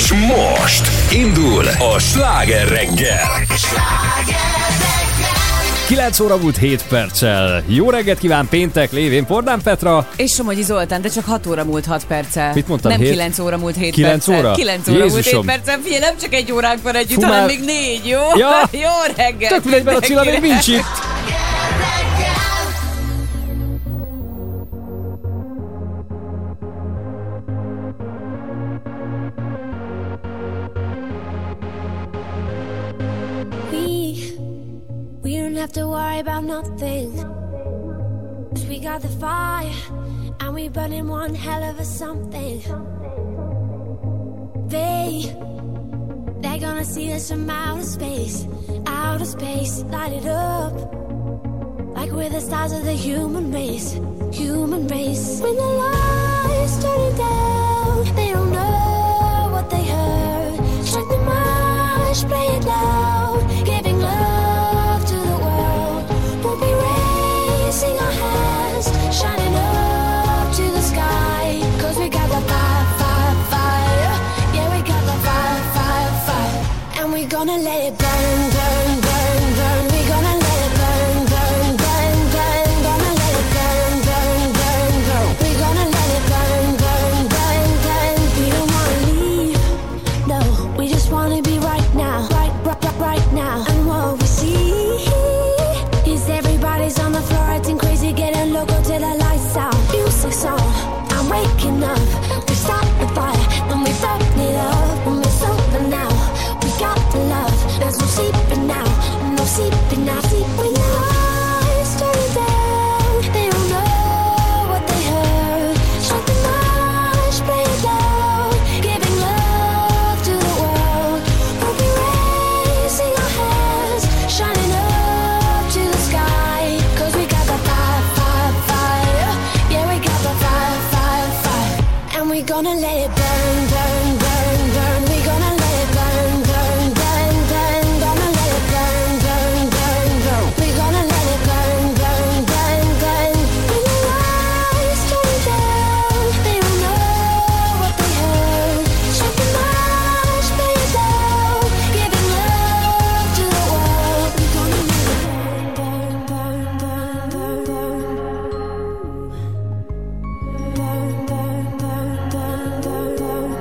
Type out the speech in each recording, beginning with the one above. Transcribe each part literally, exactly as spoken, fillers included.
És most indul a Sláger reggel. kilenc óra múlt hét perccel. Jó reggelt kíván, péntek lévén Pordán Petra. És Somogyi Zoltán, de csak hat óra múlt hat perccel. Mit mondtam? Nem hét? kilenc óra múlt hét kilenc perccel. óra? kilenc óra múlt Jézusom. hét perccel. Figyelj, nem csak egy óránk van együtt, Fú, hanem már... még négy, jó? Ja. Jó reggelt. Tök mindegy, mert a Cilla még nincs itt. We don't have to worry about nothing, 'cause we got the fire and we burning one hell of a something. They, they're gonna see us from outer space, outer space, light it up like we're the stars of the human race, human race. When the lights turn down, they don't know what they heard. Strike the march, play it loud, giving love to the world. We'll be raising our hands, shining up to the sky, 'cause we got the fire, fire, fire. Yeah, we got the fire, fire, fire. And we're gonna let it burn, burn, burn, burn. We're gonna let it burn, burn, burn, burn. Gonna let it burn, burn, burn, burn. We're gonna let it burn, burn, burn, burn. We don't wanna leave, no. We just wanna be right now, right, right, right, right now. And what we see is everybody's on the floor acting crazy, getting loco till the lights out. Music's on, I'm waking up. We start the fire, then we burn it up. And we're sober now, we got the love. There's no sleeping now, no sleeping now. Sleeping now. Lights turn down, they don't know what they heard. Strike the march, play it loud, giving love to the world. We'll be raising our hands, shining up to the sky, 'cause we got the fire, fire, fire. Yeah, we got the fire, fire, fire. And we're gonna let it burn, burn, burn, burn. We're gonna let it burn, burn, burn, burn. Gonna let it burn, burn, burn, burn. We're gonna let it burn, burn, burn, burn. When the lights turn down, they don't know what they heard. Strike the march, play it loud, giving love to the world. We're gonna let it burn, burn, burn, burn, burn, burn. Burn, burn, burn, burn, burn, burn.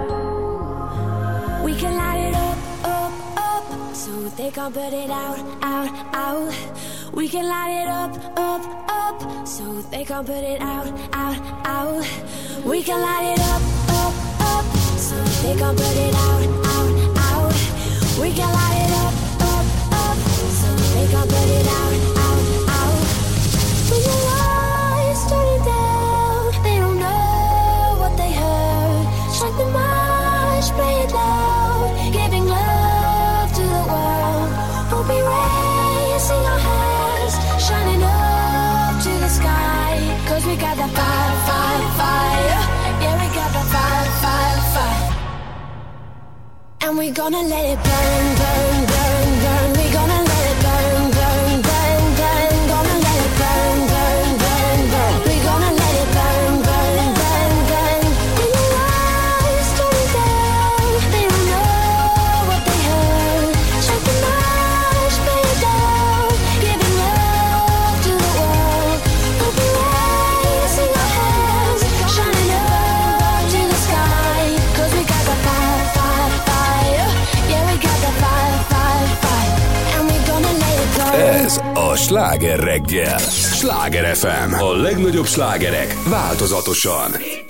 We can light it up, up, up, so they can't put it out, out, out. We can light it up, up, up, so they can't put it out, out, out. We can light it up, up, up, so they can't put it out, out, out. We can light it up, up, up, so they can't put it out, out, out. When the lights turn down, they don't know what they heard. Strike the march, play it loud, giving love to the world. We'll be raising our hands, shining up to the sky, 'cause we got the fire, fire, fire. Yeah, we got the fire, fire, fire. And we're gonna let it burn, burn, burn, burn. We're gonna let it burn, burn, burn, burn. Gonna let it burn, burn, burn, burn. We're gonna let it burn, burn, burn, burn. When the lights turn down, they don't know what they heard. Strike the march, play it loud, giving love to the world. We'll be raising our hands, shining up to the sky, 'cause we got the fire, fire, fire. Yeah, we got the fire, fire, fire. And we're gonna let it burn. Ez a Sláger reggel. Sláger ef em. A legnagyobb slágerek változatosan.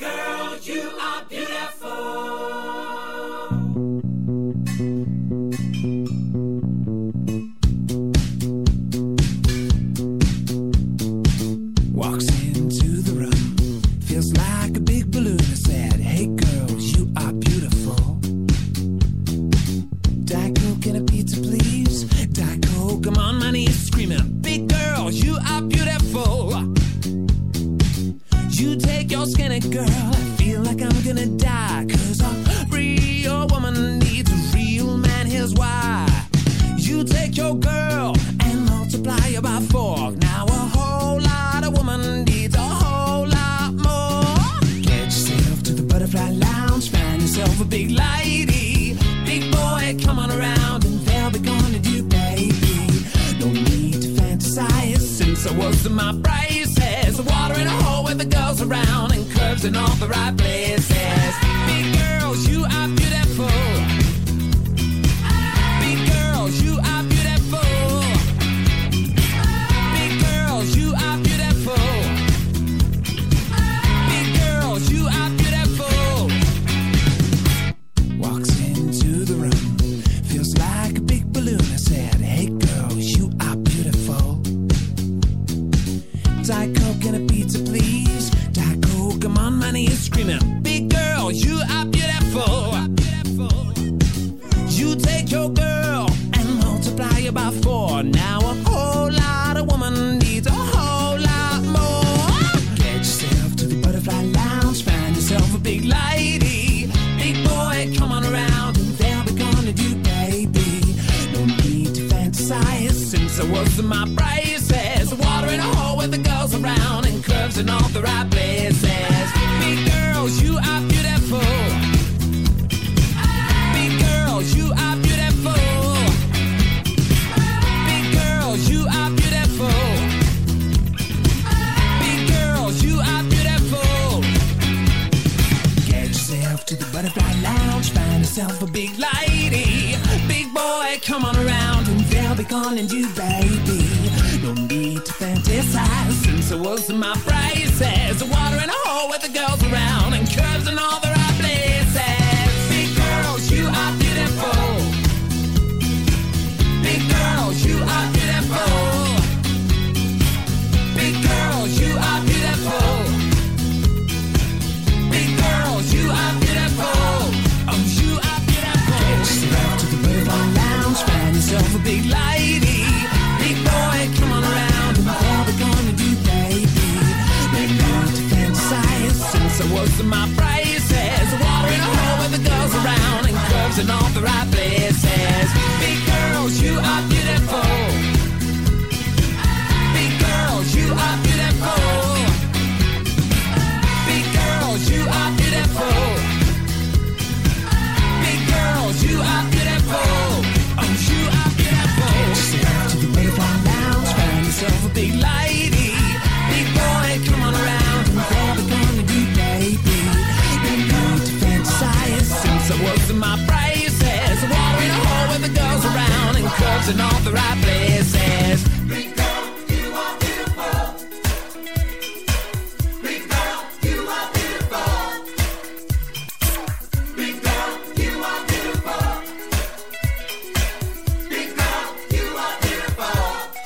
Walks into the room, feels like a big balloon. I said, hey girls, you are beautiful. Diet Coke and a pizza, please. Diet Coke, I'm on my knees screaming, big girls, you are beautiful. You take your skinny girl, I feel like I'm gonna die. 'Cause a real woman needs a real man, here's why. You take your girl and multiply her by four. Now a whole lot of woman needs a whole lot more. Get yourself to the butterfly lounge, find yourself a big lady. boy, come on around and they'll be gonna do, baby. No need to fantasize since I was in my braces. Water in a hole with the girls around and curves in all the right places. Big girls, you are beautiful. Big girls, you are beautiful. Big girls, you are beautiful. Big girls, you are beautiful. Walks into the room, feels like a big balloon. I said, hey girls, you are beautiful. Diet Coke and a pizza, please. Diet Coke, I'm on my knees screaming, big girl, you are beautiful. You take your girl and multiply it by four. Now a whole lot of woman needs a whole lot more. Get yourself to the butterfly lounge, find yourself a big lady. Big boy, come on around and they'll be gonna do, baby. No need to fantasize since I was in my braces. Water in a hole with the girls around and curves in all the right places. Big girls, you are beautiful. Big girls, you are beautiful. Big girls, you are beautiful. Big girls, you are beautiful. Get yourself to the butterfly lounge, find yourself a big lady. Big boy, come on around and they'll be calling you, baby. No need to fantasize since I was in my braces. Water in a hole with the girls around and curves in all the right places. Big girls, you are beautiful. Big girls, you are beautiful. Big girls, you are beautiful. Big girls, you are beautiful. Oh, you are beautiful. Get yourself to the butterfly lounge, find yourself a big lady. Big boy, come on around and they'll be gonna do, baby. No need to fantasize since I was in my braces. Water in a hole with the girls around and curves in all the right places. Big girls, you are beautiful. Big girls, you are beautiful. Big girls, you are beautiful. Big girls, you are beautiful. Oh, you are beautiful. Get yourself to the butterfly lounge, find yourself a big lady. Big boy, come on around and they'll be gonna do, baby. No need to fantasize since I was in my braces. Water in a hole with the girls around and curves in all the right places. Big girl, you are beautiful. Big girl, you are beautiful. Big girl, you are beautiful. Big girl, you are beautiful.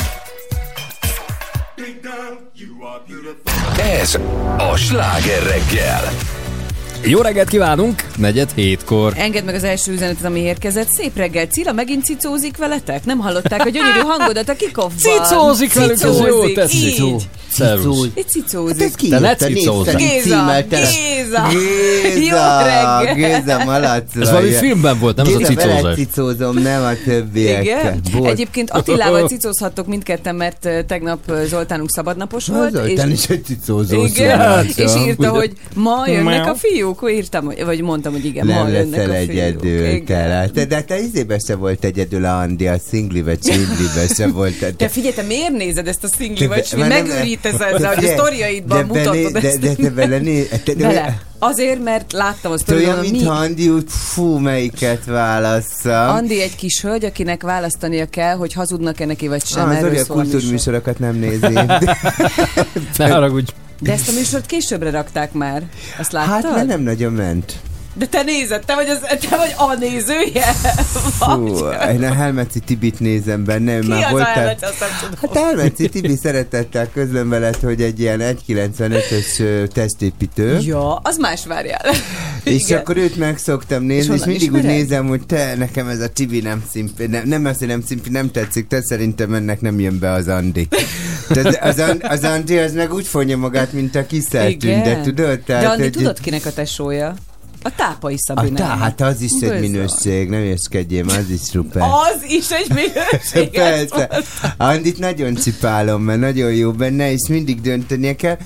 Big girl, you are beautiful. Ez a Sláger reggel. Jó reggelt kívánunk! Negyed hétkor. Engedd meg az első üzenetet, ami érkezett. Szép reggel, Cilla megint cicózik veletek? Nem hallották a gyönyörű hangodat a kikoffban? Cicózik velük, ez jó tetszik. Így. Szervusz. Egy cicózik. Hát Te ne cicózz. Géza, Géza. Jó reggel. Géza, malacra. Ez valami filmben volt, nem Géza, ez a cicózás. Géza, cicózom, nem a többiekkel. Igen? Bocs. Egyébként Attilával cicózhattok mindketten, mert tegnap Zoltánunk szabadnapos volt. Zoltán és... is egy cicózó Igen, szó. és írta, hogy ma jönnek a fiúk. Írtam, vagy mondtam, hogy igen, ma nem jönnek leszel a fiúk. egyedül. Te, te, de te izébe se volt egyedül a Andi, a szinglibe, csinglibe se volt. Te, te figyelj, te miért nézed ezt a szingli, vagy be, megőrítesz ezzel, hogy a sztoriaidban mutatod de, ezt. de, de te bele néz... Bele. Azért, mert láttam a Olyan, sztoriban, mi... mintha Andi úgy, fú, melyiket válasszam. Andi egy kis hölgy, akinek választania kell, hogy hazudnak-e neki, vagy sem. Ah, Erről Zoli a szól a műsor. kultúrműsorokat nem nézi. Ne haragudj. De ezt a műsort későbbre rakták már. Azt láttad? Hát, mert nem nagyon ment. De te nézed, te vagy, az, te vagy a nézője? Fú, én a Helmeci Tibit nézem benne. Ki már az voltál... a Helmeci? Azt nem tudom. Hát Helmeci Tibi szeretettel közlöm veled, hogy egy ilyen egy kilencvenötös testépítő. Ja, az más, várjál. És Igen. akkor őt meg szoktam nézni, és, és mindig ismered? úgy nézem, hogy te, nekem ez a Tibi nem szimpi, nem, nem az, hogy nem szimpi, nem tetszik, te szerintem ennek nem jön be az Andi. Tehát az, az Andi az meg úgy fonja magát, mint a kiszeltűnde, tudod? Tehát, de Andi hogy... tudod, kinek a tesója? A Tápai A Szabinának. tá, hát az is egy Bizony. minőség, nem érskedjél, az is szuper. Az is egy minőség. Persze. Andit nagyon cipálom, mert nagyon jó benne, és mindig döntenie kell.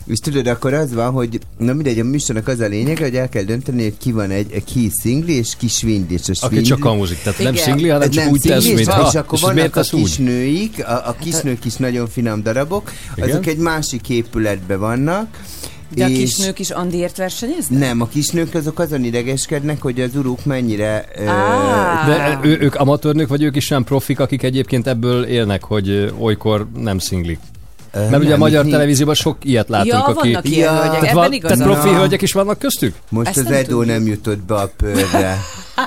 És tudod, akkor az van, hogy na mindegy, a műsornak az a lényeg, hogy el kell dönteni, hogy ki van egy, ki szingli, és ki svindli. És a svindli... Aki csak kamuzik, tehát Igen. nem szingli, hanem csak nem úgy tesz, mint ha. És ha. akkor És vannak a úgy? kisnőik, a, a kisnők is nagyon finom darabok, Igen? azok egy másik épületben vannak. De a és kisnők is Andiért versenyeznek? nem, a kisnők azok azon idegeskednek, hogy az uruk mennyire... Á. De ő, ők amatőrnők, vagy ők is nem profik, akik egyébként ebből élnek, hogy ö, olykor nem szinglik? ö, Mert ugye nem, a magyar nincs. televízióban sok ilyet látunk, Ja, aki... vannak ilyen Ja. hölgyek, Tehát, ebben van, igazad tehát profi van. hölgyek is vannak köztük? Most Ezt az nem Edo tudjuk. nem jutott be a pörre.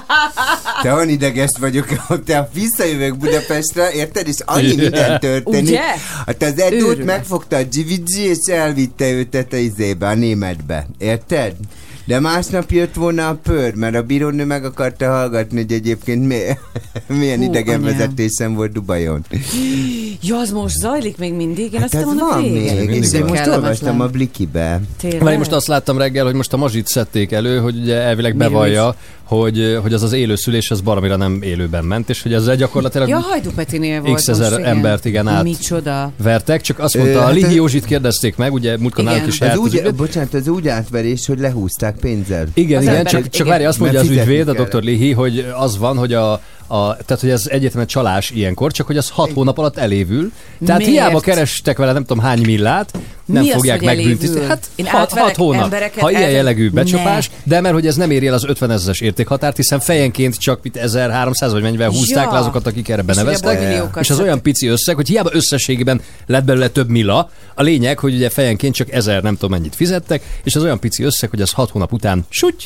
Te olyan ideges vagyok, hogy te visszajövök Budapestre, érted? És annyi minden történik. Ugye? Hát az Edót Őrület. megfogta a gé vé gé, és elvitte őt a izébe, a németbe. Érted? De másnap jött volna a pör, mert a bírónő meg akarta hallgatni, hogy egyébként mi, milyen Hú, idegenvezetésem volt Dubajon. Ja, az most zajlik még mindig? Én Hát azt ez mondom, van régen. még, mindig és én van. most Kellemetlen. olvastam a Blikibe. Tényleg? Mert én most azt láttam reggel, hogy most a Mazsit szedték elő, hogy ugye elvileg Miről bevallja, hogy, hogy az az élő szülés, az baromira nem élőben ment, és hogy ezzel gyakorlatilag Ja, Hajdú Petinél volt x ezer most, igen. embert igen át Micsoda. vertek, csak azt Ö, mondta, a hát Lihi ez- Józsit kérdezték meg, ugye múltkor Igen. náluk is Az járt az úgy, ügyvéd. bocsánat, az úgy átverés, hogy lehúzták pénzzel. Igen, Az igen, emberek- csak, csak igen. várj, azt mondja Mert az fizetni ügyvéd, a kell. doktor Lihi, hogy az van, hogy a, a, tehát, hogy ez egyetlen csalás ilyenkor, csak hogy az hat hónap alatt elévül. Tehát Miért? hiába kerestek vele nem tudom hány millát, nem Mi az, fogják hogy megbüntetni. elévül? Hát Én hat, átverek hat hónap. embereket, Ha ilyen át- jellegű becsapás, Ne. de mert hogy ez nem éri el az ötvenezres értékhatárt, hiszen fejenként csak itt ezerháromszáz vagy mennyivel húzták Ja. le azokat, akik erre És ugye beneveztek. abból milliókat És az olyan pici összeg, hogy hiába összességében lett belőle több milla, a lényeg, hogy ugye fejenként csak ezer nem tudom mennyit fizettek, és az olyan pici összeg, hogy az hat hónap után suty,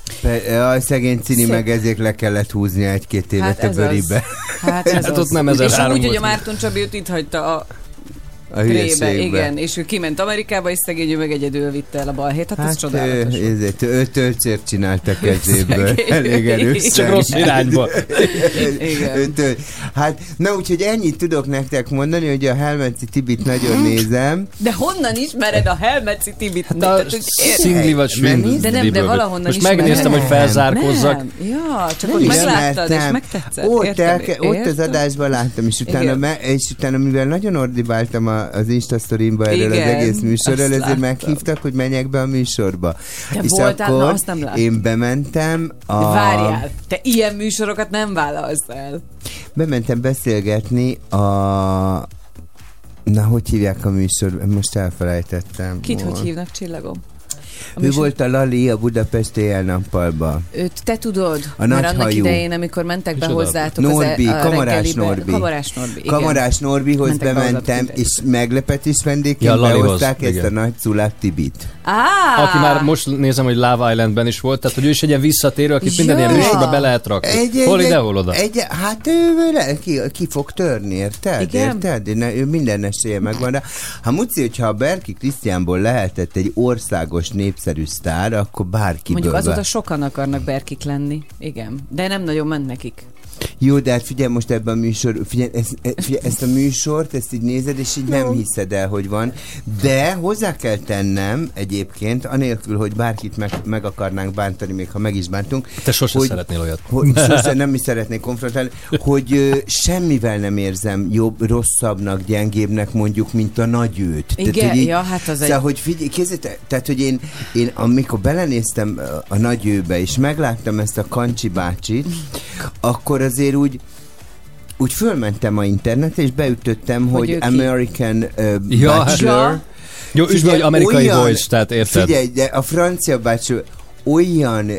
A szegény Cini Szép. meg ezért le kellett húzni egy-két évet Hát a ez bőribe. az. Hát ez Hát az. ott nem És ezerhárom úgy, hogy volt. a Márton Csabi őt itt hagyta a A trébe, hülyeségbe. igen, és ő kiment Amerikába, és szegény ő meg egyedül vitte el a balhét. Hát, ez Hát ő, csodálatos. volt. ezért, ő töltsért csinálta kezéből. Szegény. Elég erősen. csak rossz irányba. Igen. Ő tölt. Hát, na úgyhogy ennyit tudok nektek mondani, hogy a Helmeci Tibit nagyon nézem. De honnan ismered a Helmeci Tibit? Hát Tehát, a hogy ér- szingli vagy swindli. De nem, de valahonnan Most ismered. megnéztem, hogy felzárkózzak. Nem. Ja, csak ott Nem megláttad, és ismertem. megtetszett. Ott, Érted? elke, ott az Érted? adásban láttam, és utána, Igen. me, és utána mivel nagyon ordibáltam a, az Instastorimba erről az Igen, egész műsorról, azt ezért láttam. meghívtak, hogy menjek be a műsorba. De és voltál? akkor Na, azt nem láttam. én bementem a... De várjál, te ilyen műsorokat nem vállalsz el. Bementem beszélgetni a... Na, hogy hívják a műsor? Most elfelejtettem. Kit Hol? hogy hívnak, csillagom? A Ő műsor- volt a Lali a Budapest éjjel-nappalba. Őt te tudod? A Mert nagy annak hajú. idején, amikor mentek be Micsoda? hozzátok Norbi, az, a Kamarás reggelibe- Norbi. Kamarás Norbi, igen. Kamarás Norbihoz Mentek be bementem, hozzátok, és meglepetés vendégként Ja, Lalihoz, behozták ezt igen. a nagy Culák Tibit. Á! Aki már most nézem, hogy Love Islandben is volt, tehát hogy ő is egy ilyen visszatérő, akit minden Ja. ilyen műsorba be lehet rakni. Egy, Hol egy, ide, egy- hol oda. Egy, hát ő le, ki, ki fog törni, érted? Igen? Érted? Ne, ő minden esélye megvan. De, ha Muci, hogyha a Berki Krisztiánból lehetett egy országos népszerű sztár, akkor bárkiből. Mondjuk azóta be- sokan akarnak Berkik lenni. Igen. De nem nagyon ment nekik. Jó, de hát figyelj most ebben a műsor, figyelj, ezt, figyelj, ezt a műsort, ezt így nézed, és így nem hiszed el, hogy van. De hozzá kell tennem egyébként, anélkül, hogy bárkit meg, meg akarnánk bántani, még ha meg is bántunk. Te sose hogy, szeretnél olyat. Hogy, sose nem is szeretnék konfrontálni, hogy ö, semmivel nem érzem jobb, rosszabbnak, gyengébbnek mondjuk, mint a nagy őt. Igen, hogy így, ja, hát az szóval, egy- hogy figyelj, kézzétek, tehát, hogy én, én amikor belenéztem a nagy őbe, és megláttam ezt a Kancsi bácsit, akkor azért úgy úgy fölmentem a internetre, és beütöttem, hogy, ő hogy ki? American uh, Ja, hát- Bachelor. Ja. Jó, üsd be, hogy amerikai olyan- voice, tehát érted? Figyelj, de a francia Bachelor olyan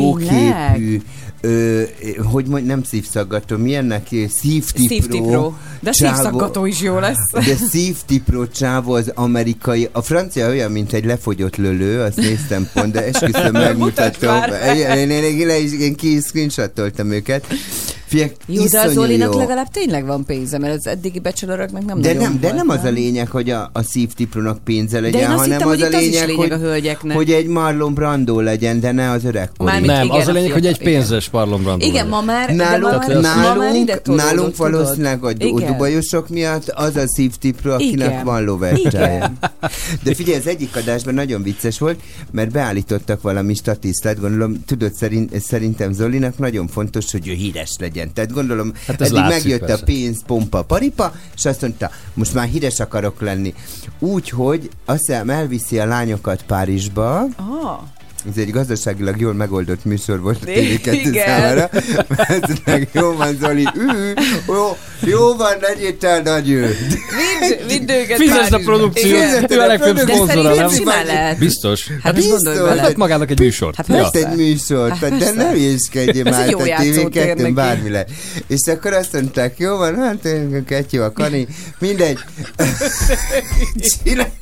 jóképű, ö, hogy mondj, nem szívszaggató, milyennek szívtipró. Szívtipró. De csávó- szívszaggató is jó lesz. De szívtipró csávó az amerikai, a francia olyan, mint egy lefogyott lölő, azt néztem pont, de esküszöm megmutatom. már. Én, én, én, én, én ki screenshotoltam őket. Figyelj, Jó, de az iszonyú Zolinak jó. legalább tényleg van pénze, mert az eddigi bachelorok meg nem De nagyon nem, de volt, nem az a lényeg, hogy a, a szívtiprónak pénze legyen, én azt hanem hittem, az hogy a itt az is lényeg, lényeg hogy, a hölgyeknek. hogy egy Marlon Brando legyen, de ne az öregkori. Mármint Nem, igen, az a a lényeg, hogy egy fiatal, igen. pénzes Marlon Brando Igen, legyen. ma már, Nálunk, de ma már, ma már ide nálunk, tolódott, nálunk tudod? valószínűleg a du- Igen. dubajosok miatt az a szívtipró, akinek Igen. van lovercsája. De figyelj, az egyik adásban nagyon vicces volt, mert beállítottak valami statisztát, gondolom, tudod, szerint, szerintem Zolinak nagyon fontos, hogy ő híres legyen. legyen. Tehát gondolom, hát eddig látszik, megjött persze. a pénz, pompa, paripa, és azt mondta, most már híres akarok lenni. Úgy, hogy azt hiszem elviszi a lányokat Párizsba. Ah. Ez egy gazdaságilag jól megoldott műsor volt a té vé kettő számára. Mert jó van, Zoli, ű, jó, jó van, legyél te nagy ő. Vidd, vidd őket Fizesd a produkciót, ő a legfőbb szponzora, nem? Simán lehet. Biztos. Hát most gondolj bele. Hát magának egy műsort. Hát Most egy műsort, hát de nem hülyéskedjél már, jó a té vé kettőn neki. bármi lehet. És akkor azt mondták, jó van, hát kettő a Kani, mindegy. Csinálj,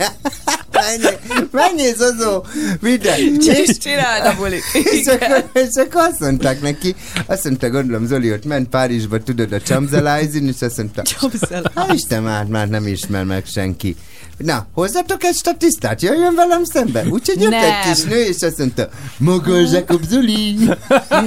menjél, Zozó, mindegy. És csináld a bulit. És akkor, és akkor azt mondták neki, azt mondta, gondolom, Zoli ott ment Párizsba, tudod, a Champs-Élysées-n, és azt mondta, hát Isten, már, már nem ismer meg senki. Na, hozzatok egy statisztát, jöjjön velem szembe. Úgyhogy jött Nem. egy kis nő, és azt mondta, maga Jacob Zoli. Nem,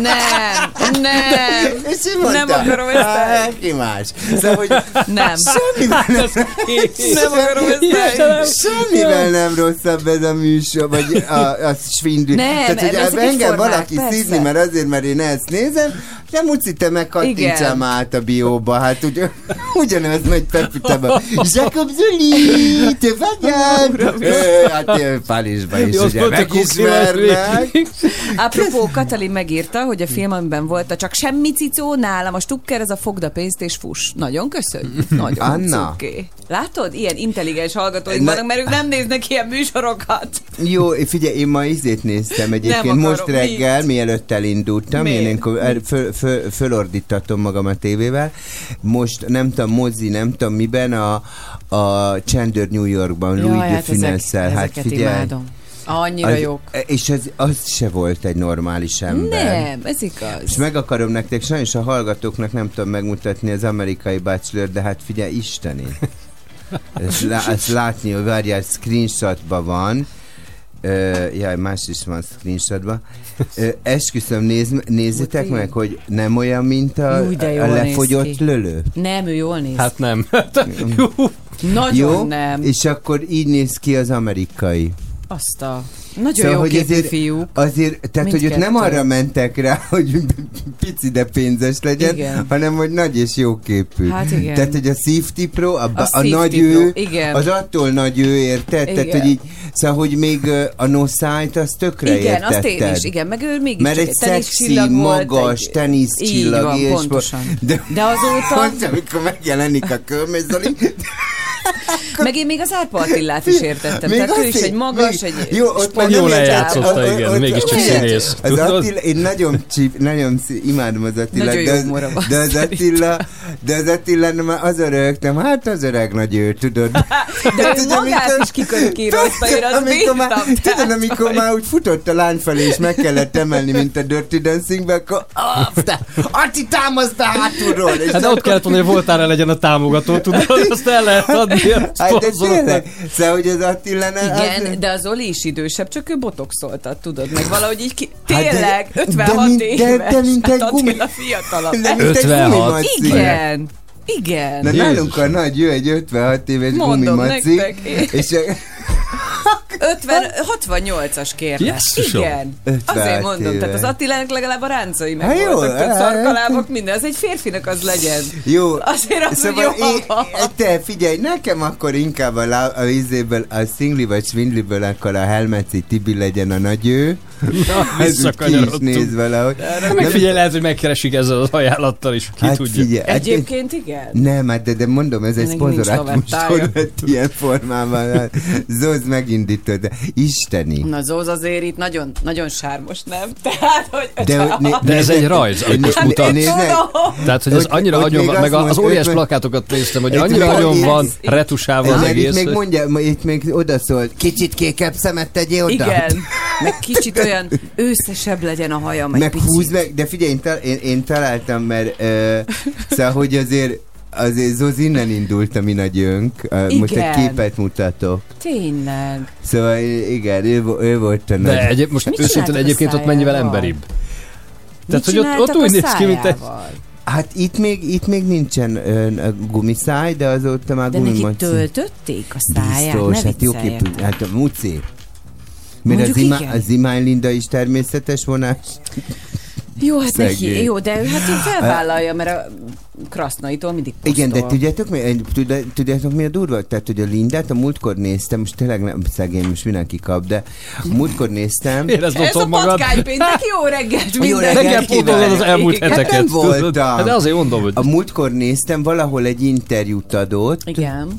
nem. És ő mondta, Nem akarom ezt hát, ki más. Szóval, hogy Nem. semmivel nem, Nem akarom ezt semmivel nem rosszabb ez a műsor, vagy a, a svindli. Nem, Tehát, hogy ezek engem egyformák, valaki persze. szízni, mert azért, mert én ezt nézem, nem úgy te meg kattintsam át a bióba, hát ugy, ugyanaz megy Pepitában. Jacob Zoli, te vagyod? Hát Párizsba is, ugye, megismernek. Apropó, Katalin megírta, hogy a film, amiben volt a csak semmi cicó, nálam a stukker, ez a fogd a pénzt és fuss. Nagyon köszönjük. Nagyon Anna. cuki. Látod? Ilyen intelligens hallgatóink Ne- vannak, mert ők nem néznek ilyen műsorokat. Jó, figyelj, én ma izét néztem egyébként, Nem akarom, most reggel, mit? mielőtt elindultam, Miért? én ilyenkor el- föl, föl, fölordítatom magam a tévével. Most nem tudom, mozi, nem tudom miben, a, a Chandler New Yorkban, Louis de hát Funès-szel. ezek, Hát ezeket figyelj. imádom. Annyira Az- jók. És az, az se volt egy normális ember. Nem, ez igaz. És meg akarom nektek, sajnos a hallgatóknak nem tudom megmutatni az amerikai Bachelor, de hát figyelj, isteni. Ezt, lá, ezt látni, hogy várjál, screenshotban van. Uh, jaj, más is van screenshotban. Uh, esküszöm, néz, nézzétek Uti. meg, hogy nem olyan, mint a, Jú, de a jól néz lefogyott ki. lölő. Nem, ő jól néz. Hát nem. Jó. Nagyon Jó? nem. És akkor így néz ki az amerikai. Azt a... Nagyon Szóval, jó hogy képű azért- fiúk. Azért, tehát, hogy ott nem Mindkettő. arra mentek rá, hogy pici, de pénzes legyen, Igen. hanem, hogy nagy és jó képű. Hát igen. Tehát, hogy a Safety Pro, a, a, a Safety nagy Pro, ő, igen. az attól nagy ő, érted? Tehát, Igen. hogy így, szóval, hogy még ö, a No Sight, az tökre Igen, értetted. azt én is, igen, meg ő mégis Mert csak egy tenisz szexi, csillag volt, magas egy- teniszcsillag. Így van, és pontosan. De, De azóta- Most, amikor megjelenik a Kölmény Zoli, Meg én még az Árpa Attillát is értettem. Még Tehát ő azt is én- egy magas, még- egy jó, ott meg Jól nem érted, eljátszotta, ott- ott- igen, ott- mégiscsak figyelj, színész, Az tudod? Attila, én nagyon csíp, nagyon szí- imádom az Attilát, Nagyon de, jó az- humora van, de az szerintem. Attila, de az Attila, nem, az rögtem, hát az öreg nagy ő, tudod. De Tehát, ő hogy magát amikor- is kikarikírozta, én azt amikor már, bírtam. tudod, amikor már úgy futott a lány felé, és meg kellett emelni, mint a Dirty Dancingbe, akkor ah, te, Atti, támaszd be hátulról! És Hát de ott kellett volna, hogy voltára legyen a támogató, tudod, azt el lehet adni a hát de szponzoroknak. tényleg, szóval, hogy az Attila nem... Igen, de az Oli is idősebb, csak ő botoxoltat, tudod, meg valahogy így ki... Hát de- Tényleg, de ötvenhat mint- de- éves. de mint egy hát gumi- Attila fiatalabb. De mint egy ötvenhat. gumimaci. Igen, igen. Na Jézus. nálunk a nagy, ő egy ötvenhat éves Mondom gumimaci, nektek, én- és ötven, hatvannyolcas kérlek. Jesszusom. Igen. ötvenhat Azért mondom, éve. tehát az Attilának legalább a ráncai meg Hát jó, voltak, tudod, hát- szarkalábok, minden. Az egy férfinak az legyen. jó. Azért az szóval jó. én, te figyelj, nekem akkor inkább a, lá, a izéből, a szingli vagy svindliből akkor a Helmeci Tibi legyen a nagy ő. Na, Ez úgy ki is visszakanyarodtunk. néz valahogy. Megfigyelj, lehet, hogy megkeresik ezzel az ajánlattal is, ki Hát tudja. figyelj, hát Egyébként igen. nem, hát de, de mondom, ez egy Neki nincs szponzorált tovább műsor lett ilyen formában. Hát, Zóz megindítod, de isteni. Na Zóz azért itt nagyon, nagyon sármos, nem? Tehát, hogy... De, hogy né- De ez nézd- egy rajz, amit most né- mutat. nézd meg, Tudom. Tehát, hogy ez Hogy- annyira hogy agyon még van, meg azt az mondja, óriás ötven- plakátokat néztem, hogy Egy annyira olyan- agyon van Ez- retusálva az Ez meg itt egész. még hogy- mondja, itt még odaszólt, kicsit kékebb szemet tegyél oda. Igen. Meg kicsit olyan őszesebb legyen a haja, meg, Meg picit. húzd meg, de figyelj, én, tal- én, én találtam, mert uh, szóval, hogy azért azért Zoz innen indult a mi nagyönk, uh, most egy Igen. képet mutatok. Tényleg. Szóval igen, ő, vo- ő volt a nagy. De egyéb, most Mit őszintén csináltak a egyébként ott mennyivel szájával? emberibb. Mit Tehát, hogy ott, ott csináltak úgy a néz ki, mint egy... szájával? Hát itt még, itt még nincsen ö, gumiszáj, de azóta már De neki gumimaci. töltötték a száját, Biztos, ne hát jó vicceljen képű, már. hát a muci. Mert az, Mondjuk ima, igen. az Imány Linda is természetes vonás. Jó, hát neki, Szegény. jó, de ő hát így felvállalja, mert a Krasznaitól mindig posztol. Igen, de tudjátok mi, tud- tudjátok mi a durva? Tehát, hogy a Lindát a múltkor néztem, most tényleg nem szegény, most mindenki kap, de a múltkor néztem. Érezd Ez a otthon magad. patkánypéntek, jó reggelt Jó mindenki. reggelt Nekem pótolod az elmúlt Igen. heteket. Hát nem tudod? voltam. Hát de azért mondom, hogy... A múltkor néztem, valahol egy interjút adott. Igen.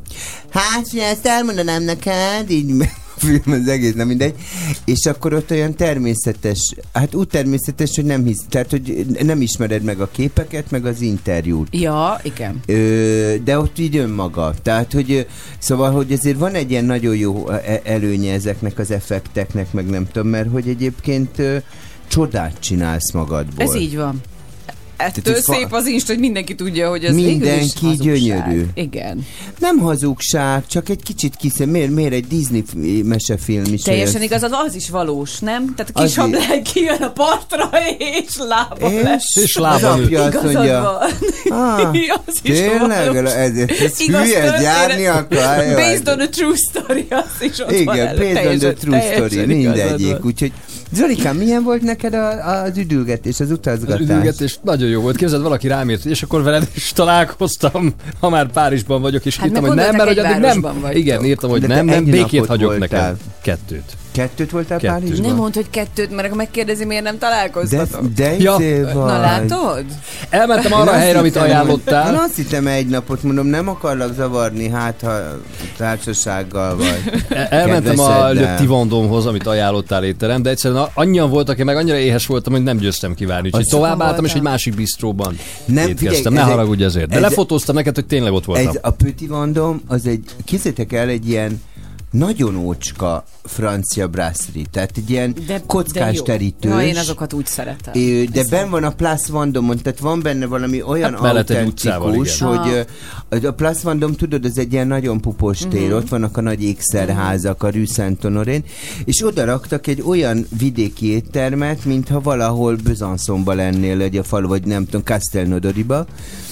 Hát, ugye ezt elmondanám neked, így a film az egész, nem mindegy. És akkor ott olyan természetes, hát úgy természetes, hogy nem hisz, tehát, hogy nem ismered meg a képeket, meg az interjút. Ja, igen. Ö, de ott így önmaga. Tehát, hogy ö, szóval, hogy ezért van egy ilyen nagyon jó e- előnye ezeknek az effekteknek, meg nem tudom, mert hogy egyébként ö, csodát csinálsz magadból. Ez így van. Ettől Tehát, hogy szép fa- az Insta, hogy mindenki tudja, hogy ez Mindenki végül is hazugság. gyönyörű. Igen. Nem hazugság, csak egy kicsit kiszem. Miért, miért egy Disney f- mesefilm is? Teljesen olyan- igazad, az is valós, nem? Tehát a Az kis i- hablány kijön a partra, és lába lesz. És, És az lábam ül. apja azt Igazad mondja, van. ah, Az is tényleg? valós. Ez, ez Igaz hülye, ez történet. járni akar? Jó, Based hát- on a true story, az is ott van Igen, elő. based on the Teljesen- true teljesen story, igazad mindegyik. van. Úgyhogy Zolikám, milyen volt neked a, az üdülgetés, az utazgatás? Az üdülgetés nagyon jó volt. Képzeld, valaki rám írt, és akkor veled is találkoztam, ha már Párizsban vagyok, és Hát írtam, meg hogy nem, mert hogy gondoltak, addig egy nem. városban vagytok. Igen, írtam, hogy De te nem, nem, egy békét napot hagyok voltál. nekem. Kettőt. Kettőt voltál Kettőt. Párizsban? Nem mondd, hogy kettőt, mert akkor megkérdezi, miért nem De, találkoztatok. de Ja. izé vagy. Na látod? Elmentem arra a Én helyre, azt amit hittem, ajánlottál. Hogy, én azt hittem egy napot, mondom, nem akarlak zavarni, hát ha társasággal vagy. E- Elmentem a kedveseddel. Le Tivandómhoz, amit ajánlottál étterem, de egyszerűen a- annyian voltak, én meg annyira éhes voltam, hogy nem győztem kivárni. Úgyhogy Az továbbálltam, és voltál? egy másik bistróban Nem, étkeztem. figyelj, Ne ez egy- haragudj ezért. De ez- lefotóztam neked, hogy tényleg ott voltam. Ez a Petit Vendôme, az egy, kézzétek el, egy ilyen nagyon ócska francia brasserie, tehát egy ilyen kockás jó. terítős. Ja, én azokat úgy szeretem. Ö, De Ez benn van a Place Vendôme-on, tehát van benne valami olyan Hát mellett egy utcával, autentikus, igen. hogy ö, a Place Vendôme, tudod, ez egy ilyen nagyon pupos tér, Mhm. ott vannak a nagy ékszerházak a Rue Saint-Honorén, és oda raktak egy olyan vidéki éttermet, mintha valahol Besançonba lennél, egy a falu, vagy nem tudom, Castelnaudary-ba.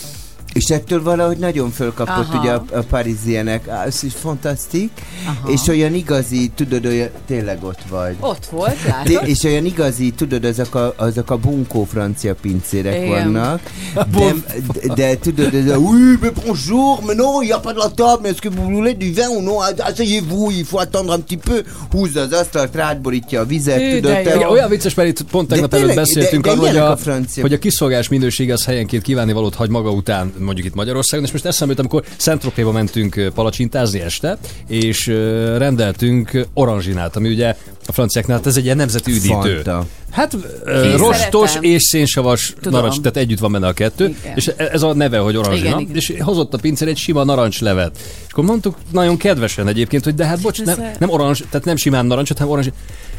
És ettől valahogy nagyon fölkapott Aha. ugye a, a parizienek, ah, ez is fantasztik, Aha. és olyan igazi, tudod, olyan, tényleg ott vagy. Ott volt, De, látod? és olyan igazi, tudod, azok a, azok a bunkó francia pincérek Igen. vannak, de, de, de tudod, ez a oui, mais bonjour, mais non, il n'y a pas de la table, mais est-ce que vous voulez du vin ou non? Asseyez-vous, il faut attendre un petit peu. Húzza az asztalt, rátborítja a vizet, Hű, tudod, de te, jó. Igen, olyan vicces, mert itt pont tegnap De előtt tényleg, beszéltünk de- de arról, hogy ilyenek a, a francia- hogy a kiszolgás minőség az helyenként kívánnivalót hagy maga után, mondjuk itt Magyarországon, és most eszembe jut, amikor Saint-Tropéba mentünk ö, palacsintázni este, és ö, rendeltünk oranzsinát, ami ugye a franciáknál, hát ez egy ilyen nemzeti üdítő. Fanta. Hát ö, Én rostos szeretem. és szénsavas Tudom. narancs, tehát együtt van benne a kettő, Igen. és ez a neve, hogy oranzsina, Igen, igen. és hozott a pincér egy sima narancslevet. És akkor mondtuk nagyon kedvesen egyébként, hogy de hát bocs, nem, nem oranzs, tehát nem simán narancsot, hanem oranzs.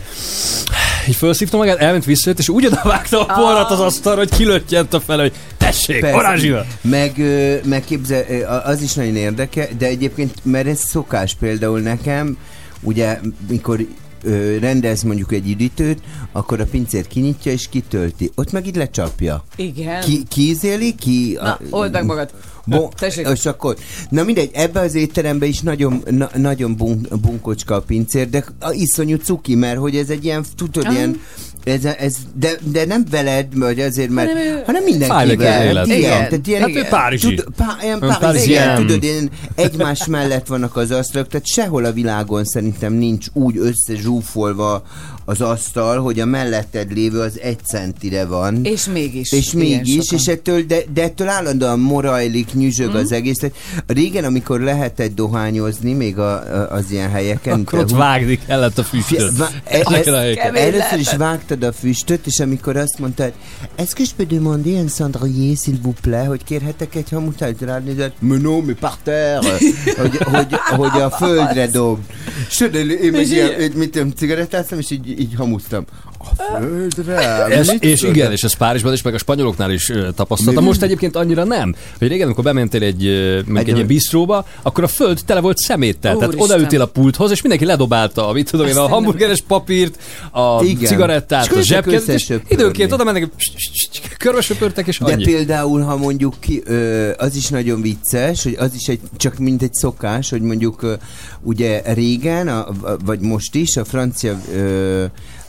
Így felszívta magát, elment visszajött, és úgy odavágta a porrat az asztalra, hogy kilöttyent a fel, hogy tessék, Persze. oranzsina! Meg, ö, meg képzel, ö, az is nagyon érdeke, de egyébként, mert ez szokás például nekem, ugye, mikor ö, rendelsz mondjuk egy üdítőt, akkor a pincér kinyitja és kitölti. Ott meg így lecsapja. Igen. Ki, kiízéli, ki... Na, old meg magad. Bon, Tessék. és akkor, na mindegy, ebbe az étterembe is nagyon, na, nagyon bunk, bunkocska a pincér, de a iszonyú cuki, mert hogy ez egy ilyen, tudod, Ah. ilyen, ez, ez, de, de nem veled, vagy azért, mert, Hanem ő- hanem Fáj neki az mindenkivel. élet. Igen, Igen. tehát ilyen, Hát ő párizsi. Tud, pá, ilyen Ön párizsi, parisien. tudod, ilyen egymás mellett vannak az asztalok, tehát sehol a világon szerintem nincs úgy összezsúfolva az asztal, hogy a melletted lévő az egy centire van. És mégis. És Igen, mégis, sokan. és ettől, de, de ettől állandóan morajlik, nyüzsög mm. az egész. Tehát régen, amikor lehetett dohányozni, még a, a, az ilyen helyeken. Akkor ott vágni kellett a füstöt. Va- e- Ezeken a e- helyeken. Kemény Először is lehetett. vágtad a füstöt, és amikor azt mondtad, est-ce que je peux demander un cendrier, s'il vous plaît, hogy kérhetek egy hamutát, ránézett, mais non, mais par terre, hogy, hogy, hogy a földre dob. Sőt, én meg ilyen, így, mit tudom, cigarettáztam, és így, így hamuztam. A földre? Ez, Mit és földre? igen, és ez Párizsban is, meg a spanyoloknál is ö, tapasztaltam. Mi? Most egyébként annyira nem. Hogy régen, amikor bementél egy, ö, mondjuk egy, Egy- ilyen bistróba, akkor a föld tele volt szeméttel. Tehát Úristen. odaültél a pulthoz, és mindenki ledobálta a, mit tudom én, a Azt hamburgeres papírt, a Igen. cigarettát, És a közben zsebkezet, és összesöpörni. időnként oda mennek, körvesöpörtek, és De annyi. például, ha mondjuk ki, ö, az is nagyon vicces, hogy az is egy, csak mint egy szokás, hogy mondjuk ö, ugye régen, a, a- vagy most is a francia ö,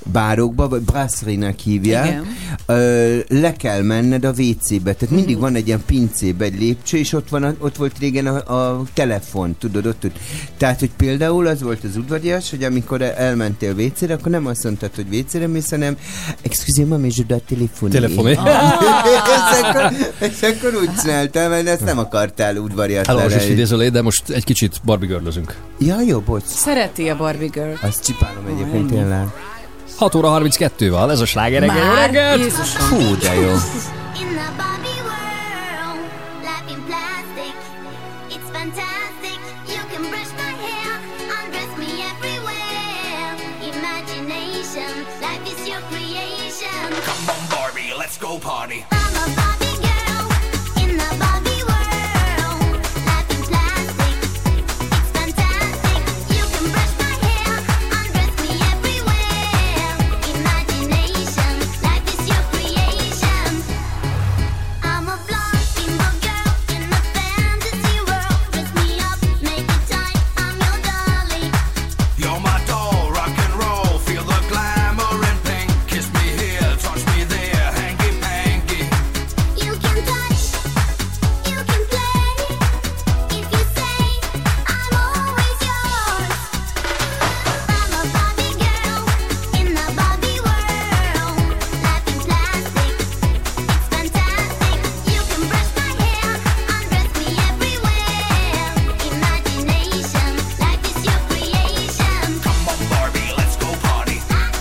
bárokba, vagy brasserie-nek hívják, ö, le kell menned a vé cébe. Tehát mindig van egy ilyen pincébe egy lépcső, és ott, van a, ott volt régen a, a telefon, tudod, ott, ott. Tehát, hogy például az volt az udvarias, hogy amikor elmentél vé cére, akkor nem azt mondtad, hogy vé cére mész, hanem excusez-moi, mais je dois téléphoner. Telefoné. és, akkor, és akkor úgy csináltál, mert ezt nem akartál udvarias lenni. Elolvasd idézőlé, de most egy kicsit Barbie girlözünk. Ja, jó, bocs. Szereti a Barbie Girl. Azt csipálom egyébként tényleg. hat óra harminckettő van, ez a sláger reggel. Jó reggelt! Jézusom. Fú, de jó. In the Barbie world, life in plastic, it's fantastic. You can brush my hair, undress me everywhere. Imagination, life is your creation. Come on, Barbie, let's go party. I'm a Barbie girl in the Barbie world, life in plastic, it's fantastic. You can brush my hair, undress me everywhere. Imagination, life is your creation. I'm a blonde bimbo girl in a fantasy world. Dress me up, make it tight, I'm your dolly. You're my doll, rock and roll, feel the glamour and pink. Kiss me here, touch me there, hanky panky. You can touch, you can play. If you say I'm always yours. I'm a Barbie girl in the Barbie world. Life in plastic, it's fantastic. You can brush my hair, undress me everywhere. Imagination, life is your creation. Come on, Barbie, let's go party.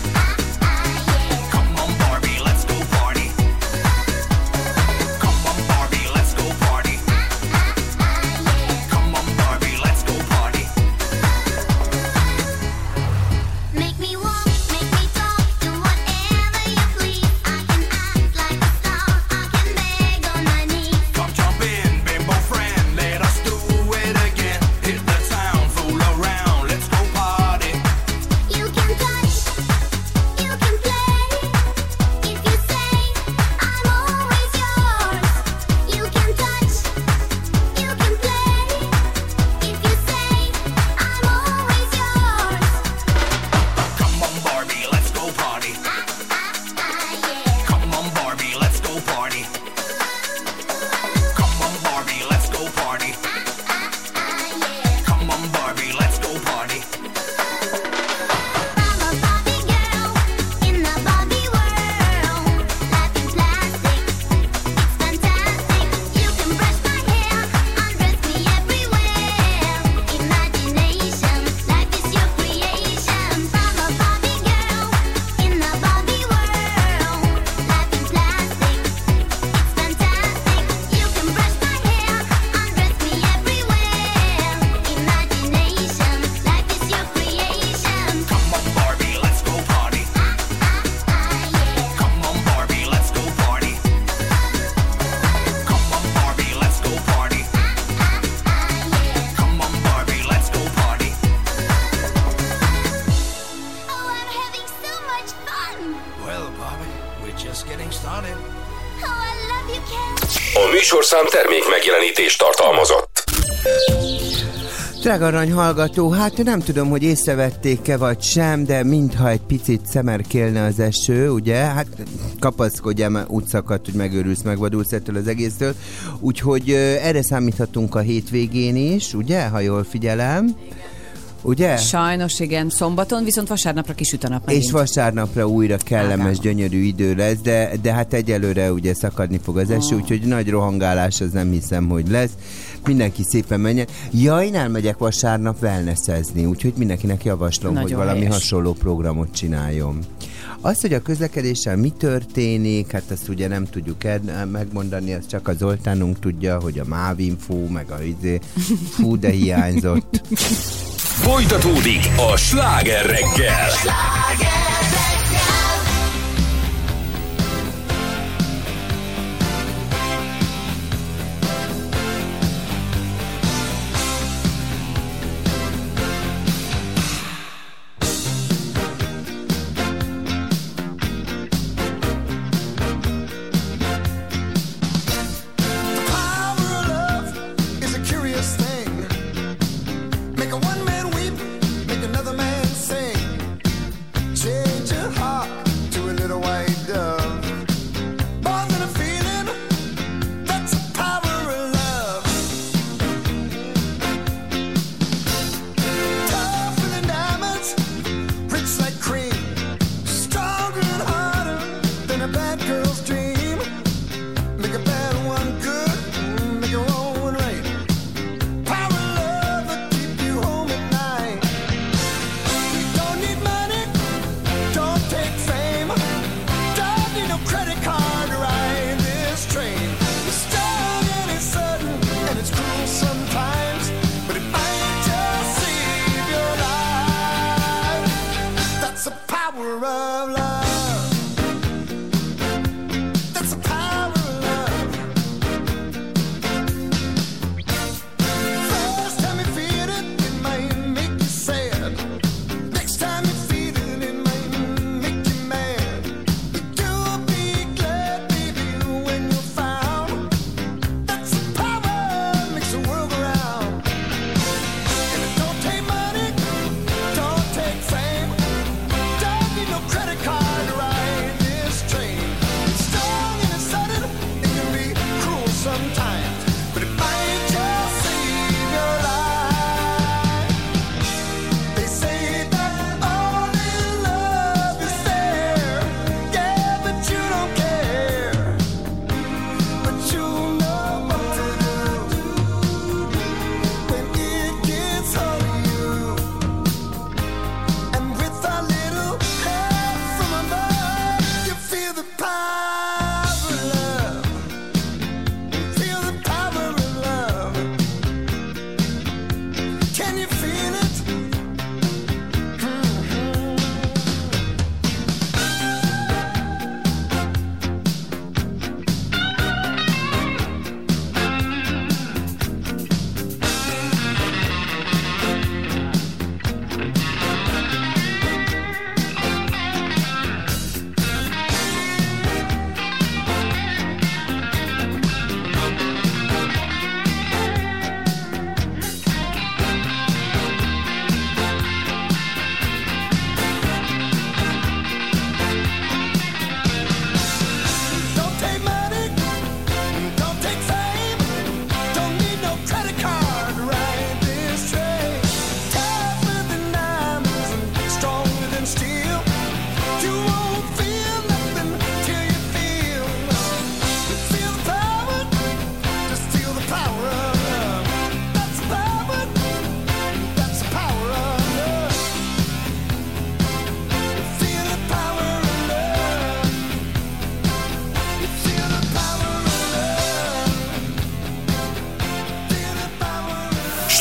Come on, Barbie, let's go party. Come on, Barbie, let's go party. Come on, Barbie, let's go party. Make me walk, make me talk, do whatever you please. I can act like a star, I can beg on my knees. Come jump in, bimbo friend, let us do it again. Hit the town, fool around, let's go party. You can touch, you can play. If you say I'm always yours. You can touch, you can play. If you say I'm always yours. Come on, Barbie, let's go party. Come on, Barbie, let's go party. Come on, Barbie, let's go party. Come on, Barbie, let's go party. I'm a Barbie girl in the Barbie world. Life in plastic, it's fantastic. You can brush my hair, undress me everywhere. Imagination, life is your creation. I'm a Barbie girl in the Barbie world. Life in plastic, it's fantastic. You can brush my hair, undress me everywhere. Imagination, life is your creation. Come on, Barbie, let's go party. Come on, Barbie, let's go party. Come on, Barbie, let's go party. Come on, Barbie, let's go party. Oh, I'm having so much fun. Well, Barbie, we're just getting started. Oh, I love you, Ken. A műsorszám termék megjelenítést tartalmazott. Drága arany hallgató, hát nem tudom, hogy észrevették-e vagy sem, de mintha egy picit szemerkélne az eső, ugye? Hát kapaszkodjál, mert úgy szakadt, hogy megőrülsz, megvadulsz ettől az egésztől. Úgyhogy ö, erre számíthatunk a hétvégén is, ugye? Ha jól figyelem. Ugye? Sajnos igen, szombaton, viszont vasárnapra kisüt a nap megint. És vasárnapra újra kellemes, Általában. gyönyörű idő lesz, de, de hát egyelőre ugye szakadni fog az eső, Oh. úgyhogy nagy rohangálás az nem hiszem, hogy lesz. Mindenki szépen menjen. Ja, én elmegyek vasárnap wellnessezni, úgyhogy mindenkinek javaslom, Nagyon hogy valami helyes. hasonló programot csináljon. Azt, hogy a közlekedéssel mi történik, hát azt ugye nem tudjuk el, megmondani, azt csak az Zoltánunk tudja, hogy a Mávinfo, meg a izé, fú, de hiányzott. Folytatódik a Sláger reggel. Make a one man weep, make another man sing.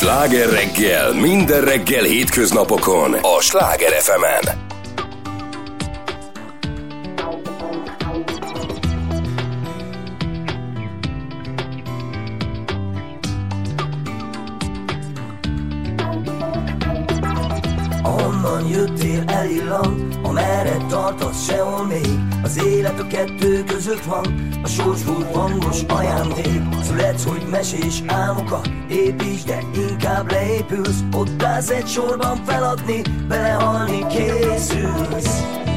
Sláger reggel, minden reggel hétköznapokon a Sláger ef emen. Ahonnan jöttél, elillant, amerre tartasz, sehol még. Az élet a kettő között van, a sorsból hangos ajándék. Születsz, hogy mesés álmokat építs, de inkább leépülsz. Ott állsz egy sorban feladni, belehalni készülsz.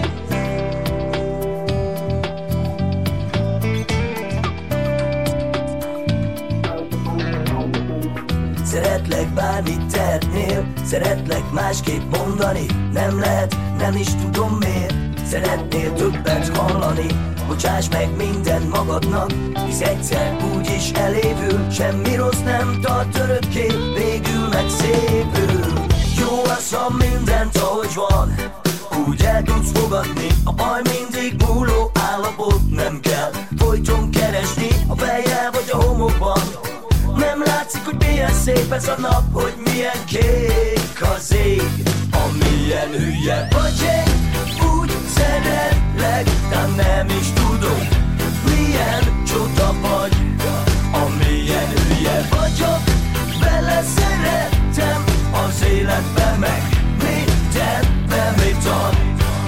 Szeretlek bármit tehetnél, szeretlek másképp mondani. Nem lehet, nem is tudom miért, szeretnél többet hallani. Bocsáss meg minden magadnak, hisz egyszer úgyis elévül. Semmi rossz nem tart örökké, végül meg szépül. Jó az, ha mindent ahogy van, úgy el tudsz fogadni. A baj mindig múló állapot, nem kell folyton keresni a fejjel vagy a homokban. Nem látszik, hogy milyen szép ez a nap, hogy milyen kék az ég. Amilyen hülye vagy én, úgy szeretlek, de nem is tudom, milyen csoda vagy. Amilyen hülye vagyok, vele szeretem az életbe, meg mindenbe, mit ad.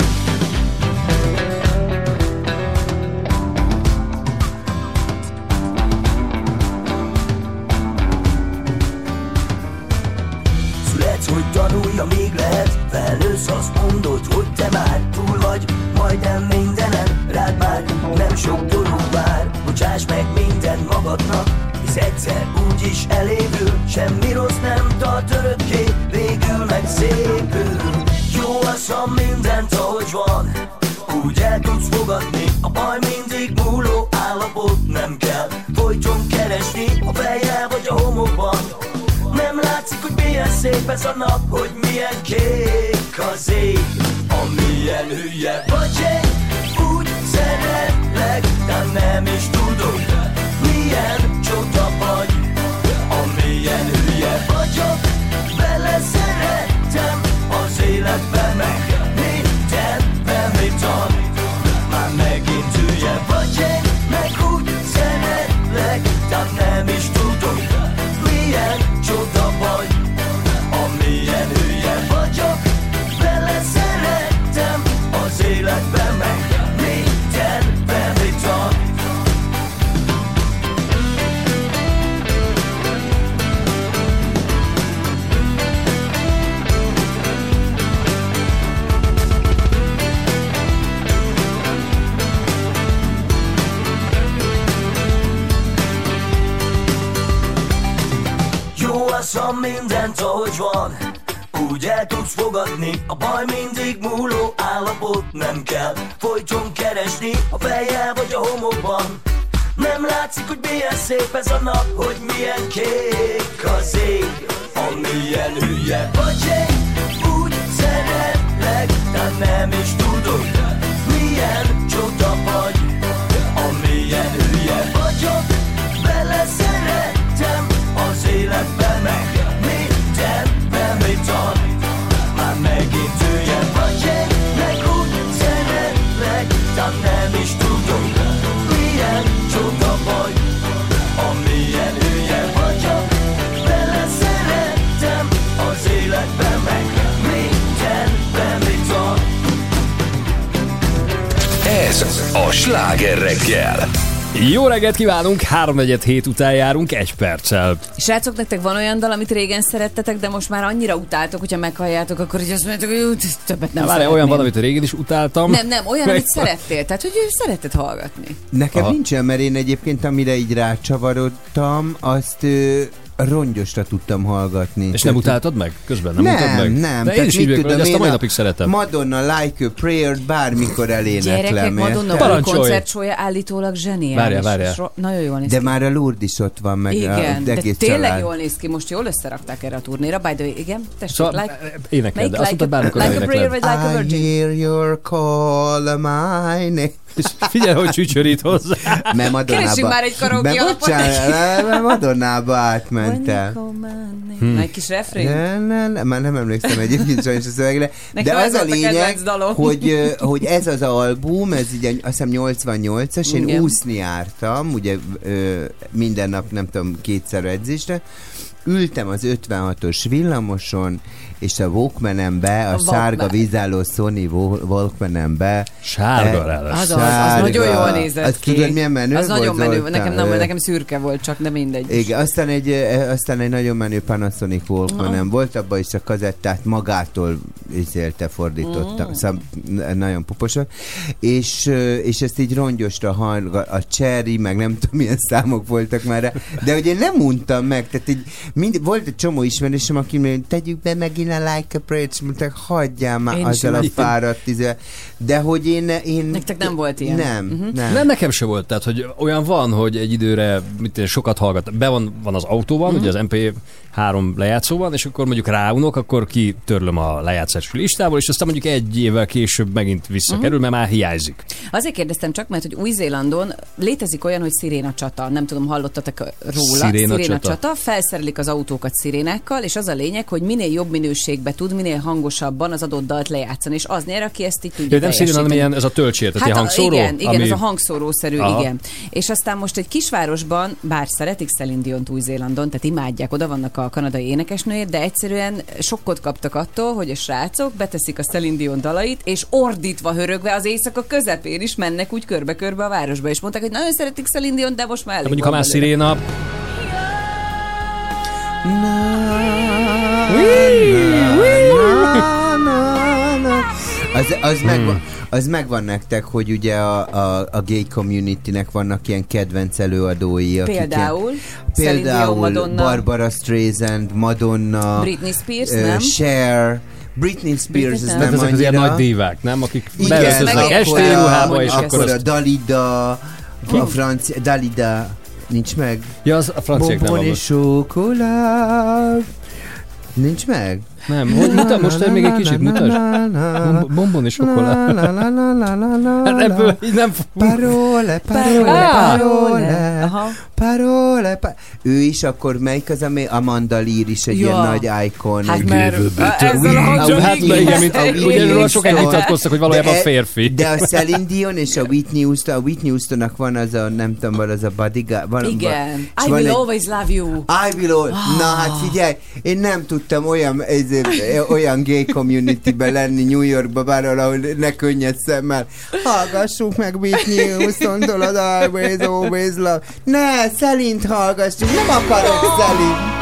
Hogy tanulja, még lehet, felnősz, azt mondod, hogy te már túl vagy majdnem mindenen, rád már nem sok dolog vár. Bocsáss meg minden magadnak, hisz egyszer úgyis elévül. Semmi rossz nem tart örökké, végül meg szépül. Jó az, ha mindent ahogy van, úgy el tudsz fogadni. A baj mindig múló állapot, nem kell folyton keresni a fejjel vagy a homokban. Nem látszik, hogy milyen szép ez a nap, hogy milyen kék az ég. Amilyen hülye vagy én, úgy szeretlek, de nem is tudod, milyen csoda vagy. Amilyen hülye vagyok, vele szeretem az életbe, meg mindenbe, mit ad. Már megint hülye vagy én, meg úgy szeretlek, de nem is tudod, milyen csoda vagy. Amilyen hülye vagyok, vele szeretem az életbe, meg mindenbe, mit ad. Az, ha mindent ahogy van, úgy el tudsz fogadni. A baj mindig múló állapot, nem kell folyton keresni a fejjel vagy a homokban. Nem látszik, hogy milyen szép ez a nap, hogy milyen kék az ég. Amilyen hülye vagy én, úgy szeretlek, de nem is tudod, milyen csoda vagy. Amilyen hülye vagyok, vele szeretem az életbe, meg mindenbe, mit ad. Már megint hülye vagy én, meg úgy szeretlek, de nem is tudom, milyen csoda vagy. Amilyen hülye vagyok, vele szeretem az életbe, meg mindenbe, mit ad. Ez a Sláger reggel. Jó reggelt kívánunk, háromnegyed hét után járunk egy perccel. Srácok, nektek van olyan dal, amit régen szerettetek, de most már annyira utáltok, hogyha meghalljátok, akkor így azt mondjátok, hogy többet nem szeretném. Olyan van, amit régen is utáltam. Nem, nem, olyan, amit szerettél, tehát hogy szeretted hallgatni. Nekem Aha. nincsen, mert én egyébként, amire így rácsavarodtam, azt... Ö... rongyosra tudtam hallgatni. És nem utáltad meg? Közben nem, nem utáltad meg? Nem, de én is így vagyok, hogy ezt a mai napig szeretem. Madonna Like a Prayer bármikor eléneklem. Gyerekek, Madonna koncertsója állítólag zseniális. Várjál, várjál. Ro- nagyon jól néz de ki. már a Lourdes ott van, meg igen, a de egész tényleg család. jól néz ki. Most jól összerakták erre a turnéra. By the way, igen, tessék, Szóval like... énekel, de azt like mondtad bármikor like a prayer éneklem. vagy like a I virgin. hear your call, my name. És figyelj, hogy csücsörít hozzá. Mert Madonnába... Keresünk már egy karaoke alapot. Mert Madonnába átmentem. Hmm. Egy kis refrén? Ne, ne, ne, már nem emlékszem egyébként sajnos a szövegre. Nekem de az a lényeg, a hogy, hogy ez az album, ez így azt hiszem nyolcvannyolcas, én igen. úszni jártam, ugye minden nap, nem tudom, kétszer edzésre, ültem az ötvenhatos villamoson, és a Walkmanembe, a, a sárga vízálló Sony Walkmanembe. Sárga e, az, az, az nagyon jól nézett azt ki. Tudod, milyen menő az volt? nagyon menő. Zoltán? Nekem, nem, nekem szürke volt csak, de mindegy. Igen, aztán egy, aztán egy nagyon menő Panasonic Walkmanem no. volt, abban is a kazettát magától izélte, fordította. Mm. Szóval nagyon puposok. És, és ezt így rongyosra hajlga, a Cherry, meg nem tudom, milyen számok voltak már. De hogy én nem untam meg, tehát így mind, volt egy csomó ismerősöm, aki mondja, tegyük be megint a Like a Prayer, és mondták, hagyjál már azzal a fáradt izé. De hogy én... én nektek nem volt ilyen? Nem, uh-huh. nem. Nem, nekem se volt. Tehát, hogy olyan van, hogy egy időre mit, sokat hallgat. Be van, van az autóban, uh-huh. ugye az em pé három lejátszóban, és akkor mondjuk ráunok, akkor kitörlöm a lejátszási listából, és aztán mondjuk egy évvel később megint visszakerül, uh-huh. mert már hiányzik. Azért kérdeztem csak, mert hogy Új-Zélandon létezik olyan, hogy sziréna csata. Nem tudom, hallottatok róla. Sziréna, sziréna csata. csata. Felszerelik az autókat szirénákkal, és az a lényeg, hogy minél jobb minőségbe tud, minél hangosabban az adott dalt lejátszani, és az nyer, aki ezt így tudja. Nem sziréna, hanem ilyen, ez a töltsér, tehát hát ilyen hangszóró? Igen, igen, ami... ez a hangszórószerű, aha. igen. És aztán most egy kisvárosban, bár szeretik Celine Diont Új-Zélandon, tehát imádják, oda vannak a kanadai énekesnőért, de egyszerűen sokkot kaptak attól, hogy a srácok beteszik a Celine Dion dalait, és ordítva, hörögve az éjszaka közepén is mennek úgy körbe-körbe a városba, és mondták, hogy nagyon szeretik Celine Dion, de most már elég. Mondjuk, ha már sziréna... Az, az, hmm. megvan, az megvan nektek, hogy ugye a, a, a gay communitynek vannak ilyen kedvenc előadói. Például? Ilyen, például Madonna, Barbara Streisand, Madonna, Britney Spears, uh, nem? Cher, Britney Spears, ez nem annyira. Ezek az ilyen nagy dívák, nem? Akik beöltöznek esti ruhába, és akkor azt... a Dalida, a francia, Dalida, nincs meg? Ja, az a franciák nem Bonbon és sokolád. Nincs meg? Nem, hogy mutat, most még egy kicsit mutasd. Bombon és sokolád. Hát ebből így nem fogunk. Parole, parole, parole, parole, ő is akkor melyik az, ami Amanda Lear is egy ilyen nagy icon. Hát mert ezzel a hangzó hát igen, mint ugye sok együtt vitatkoztak, hogy valójában férfi. De a Celine Dion és a Whitney Houston, a Whitney Houstonnak van az a, nem tudom, van az a bodyguard. Igen. I will always love you. I will always. Na hát figyelj, én nem tudtam olyan olyan gay community-ben lenni New Yorkba, bár ahol ne könnyed szemmel. Hallgassuk meg Whitney Houston-tól az Always, Always Love. Ne, Celine-t hallgassuk, nem akarok Celine.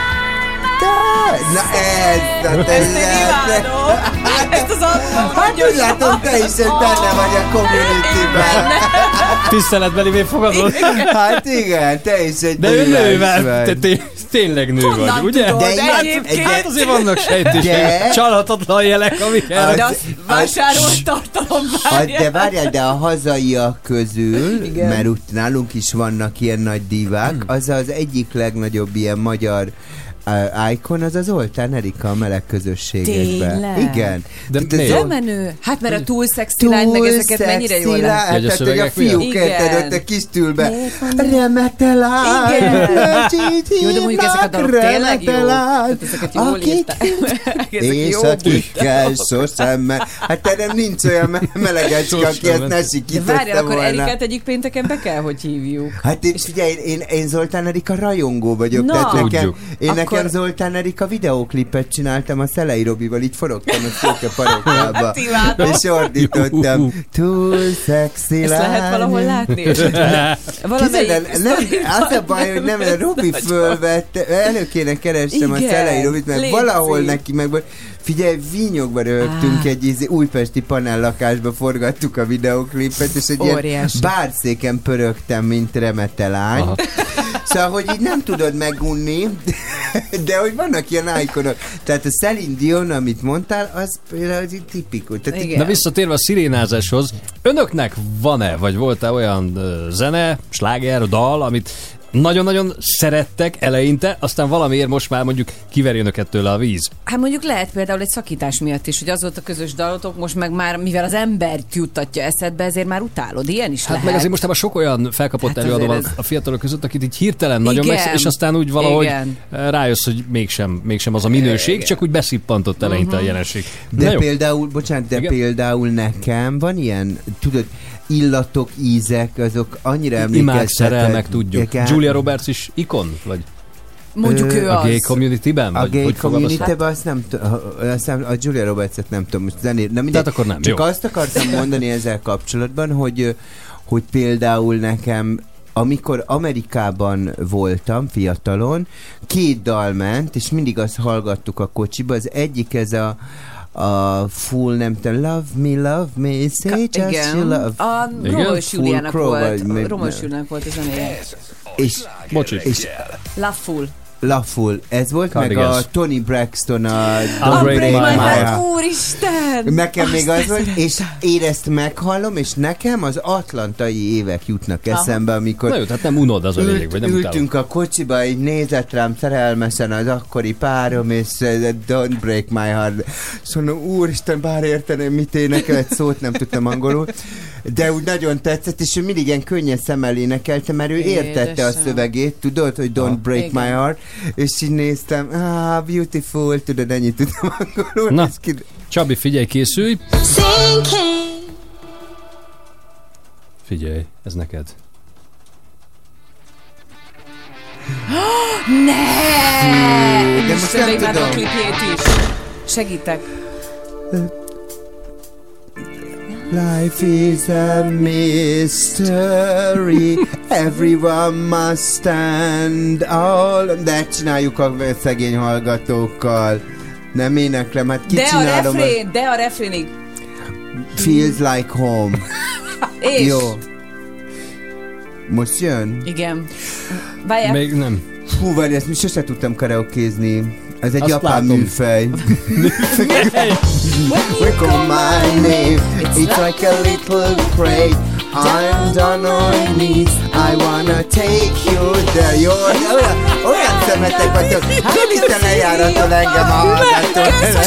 Na ez, a ezt én imádom. Ezt az albumot hát úgy látom, te is benne vagy a community-ben. Tiszteletbeli fogadod? Hát igen, te is egy de ő nővel, te tényleg nő vagy, ugye? Tudod, de hát azért vannak sejtések, csalhatatlan jelek, amik el... De az vásárolt tartalom várjál. De várjál, de a hazaiak közül, igen. Mert úgy nálunk is vannak ilyen nagy divák, az az egyik legnagyobb ilyen magyar Uh, icon az az Zoltán Erika a meleg közösségekben. Tényleg? Igen. De, de de Zol... menő. Hát mert a túl szexi lány, meg ezeket mennyire jól lát. Hát, tehát, hogy a fiúk érted ott a kis tülbe. Remete lány. Jó, de mondjuk ezek a dalok tényleg jó. Tehát ezeket jól írták. És akikkel sosem, hát te nem nincs olyan melegecske, aki ezt ne sikítette volna. De várjál, akkor Erikát egyik pénteken be kell, hogy hívjuk. Hát és figyelj, én, én Zoltán Erika rajongó vagyok. Tehát nekem, én nekem Zoltán Erika videóklipet csináltam a Szelei Robival, így forogtam a szőke parokkába. És ordítottam. Túl szexi ezt lány. lehet valahol látni? Valamelyik az a baj, hogy nem, Robi fölvette, elő kéne kerestem a Szelei Robit, mert valahol neki meg volt. Figyelj, vínyogba rögtünk ah. egy ízi, újpesti panellakásba forgattuk a videóklipet, és egy óriási. Ilyen bárszéken pörögtem, mint remete lány. Aha. Szóval, hogy így nem tudod megunni, de hogy vannak ilyen ikonok. Tehát a Celine Dion, amit mondtál, az például tipikus. Na visszatérve a szirénázáshoz, önöknek van-e, vagy volt-e olyan uh, zene, sláger, dal, amit nagyon-nagyon szerettek eleinte, aztán valamiért most már mondjuk kiveri önöket tőle a víz. Hát mondjuk lehet például egy szakítás miatt is, hogy az volt a közös dalotok, most meg már, mivel az embert juttatja eszedbe, ezért már utálod. Ilyen is Hát lehet. meg azért mostában sok olyan felkapott Hát előadó van azért ez- a fiatalok között, akit így hirtelen nagyon Igen. megsz, és aztán úgy valahogy Igen. rájössz, hogy mégsem, mégsem az a minőség, csak úgy beszippantott eleinte Mhm. a jelenség. De Na jó. például, bocsánat, de Igen? például nekem van ilyen, tudod, illatok, ízek, azok annyira Imák, emlékeztetnek. szerelmek, tudjuk. Igen. Julia Roberts is ikon? Vagy Mondjuk Ö, ő a az. gay community-ben? A Vagy gay hogy fogalmazhat? community-ben azt nem tudom, a Julia Roberts-et nem tudom, most zenér, nem Tehát akkor nem, Csak jó. azt akartam mondani ezzel kapcsolatban, hogy, hogy például nekem amikor Amerikában voltam fiatalon, két dal ment, és mindig azt hallgattuk a kocsiba. Az egyik ez a a full, nem tudom, love me, love me, say Ka- just igen. you love. A Igen? Romos Full Juliának Crow, vagy volt. még- Romos Juliának volt a zenéje. És, Bocsi. és Love Full. Loveful. Ez volt, meg Cardigans. a Tony Braxton a I'll Don't break Break my My heart. Heart. Úristen! Nekem még az Azt volt, teszem. és én ezt meghallom, és nekem az atlantai évek jutnak Aha. eszembe, amikor Na jó, tehát nem unod az a lényeg, vagy nem utálod. ültünk a kocsiba, így nézett rám szerelmesen az akkori párom, és uh, Don't Break My Heart. Szóval, úristen, bár érteném, mit énekel, egy szót nem tudtam angolul, de úgy nagyon tetszett, és ő mindig ilyen könnyes szemmel énekelte, mert ő értette a Édesem. szövegét, tudod, hogy Don't Break Igen. My Heart, és így néztem, ah, beautiful, tudod, ennyit tudtam angolul. Na. és ki- Csabi, figyelj, készülj. Figyelj, ez neked. Ne! de most Isten, nem még látom a tudom. klipjét is. Segítek. Life is a mystery, everyone must stand all... De csináljuk a szegény hallgatókkal. Nem éneklem, hát De a kicsinálom. refrén, de a refrénig. Feels like home. És? Jó. Most jön? Igen. Várjál. Még nem. Hú, várj, ezt mi sose tudtam karaokézni. Ez egy Azt japán látom. műfej. When We call my name, it's like a little pray. I'm down on my knees, I wanna take you there. Jó, olyan, olyan szemetek vagyok. Tudod, Isten lejáratol engem a hallgató.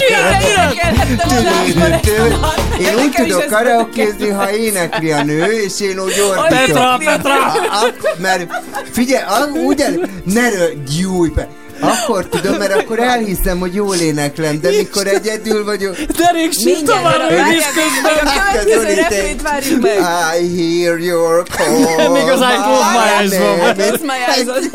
Én úgy tudok karaokézni, ha énekli a nő, és én úgy ordítok. Petra, Petra! A- a- Mert figyelj, a- úgy el, ne rögyújj be. Akkor tudom, mert akkor elhiszem, hogy jól éneklem, de mikor egyedül vagyok, De rég sírt Mindjárt, tovább, várjál, ő is még közben. a következő refrént várjuk meg. I hear your call. Nem, még az I close my eyes van. Close my eyes.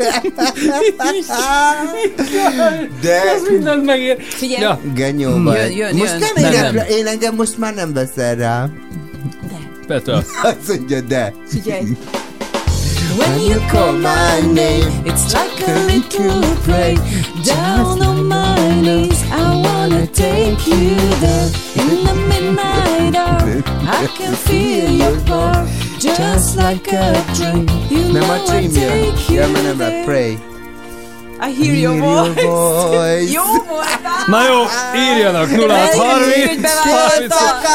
De Ez mindent megér. Figyelj. Ja. genyó vagy. Jön, jön, Most jön. nem Nem, énekel, nem. én engem most már nem veszel rá. Petra. Azt mondja, de. Figyelj. When you call my name, It's like a little play. Down on my knees, I wanna take you there. In the midnight hour, I can feel your power. Just like a dream. You nem know a I dream jön. take Ja, you mert nem a there. pray. I hear your voice. voice. Jó volt. Na jó, írjanak nulla hat harminc harminc.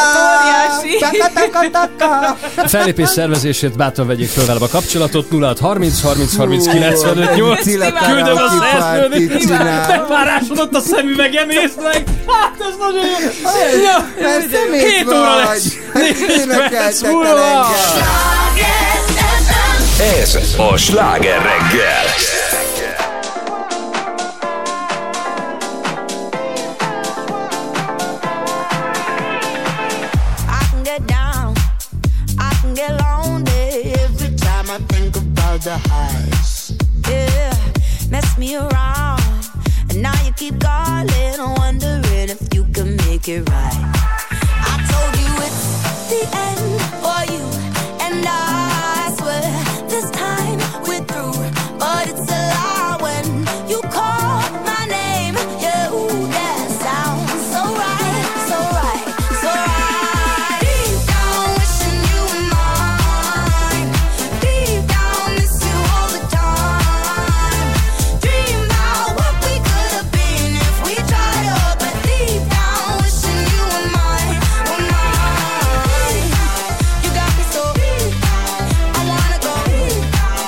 A fellépés szervezésért bátran vegyék föl velem a kapcsolatot nulla hat harminc harminc harminc kilencvenöt nyolc. Cilla Küldöm a karaoke szerződést. partit csinál. Megpárásodott a szemüvegem, nézd meg! Hát ez nagyon jó! Ja, Mert szemét Két óra lesz! vagy. Nézd perc Énekeltek múlva! el engem. Ez a Sláger reggel. I can get down, I can get lonely every time I think about the highs. Yeah, mess me around, and now you keep calling, wondering if you can make it right. I told you it's the end for you, and I swear this time we're through, but it's a lie when you call my name. Yeah, ooh, that sounds so right, so right, so right. Deep down wishing you were mine. Deep down miss you all the time. Dream about what we could have been if we tried up, but deep down wishing you were mine, were mine. You got me so I wanna go.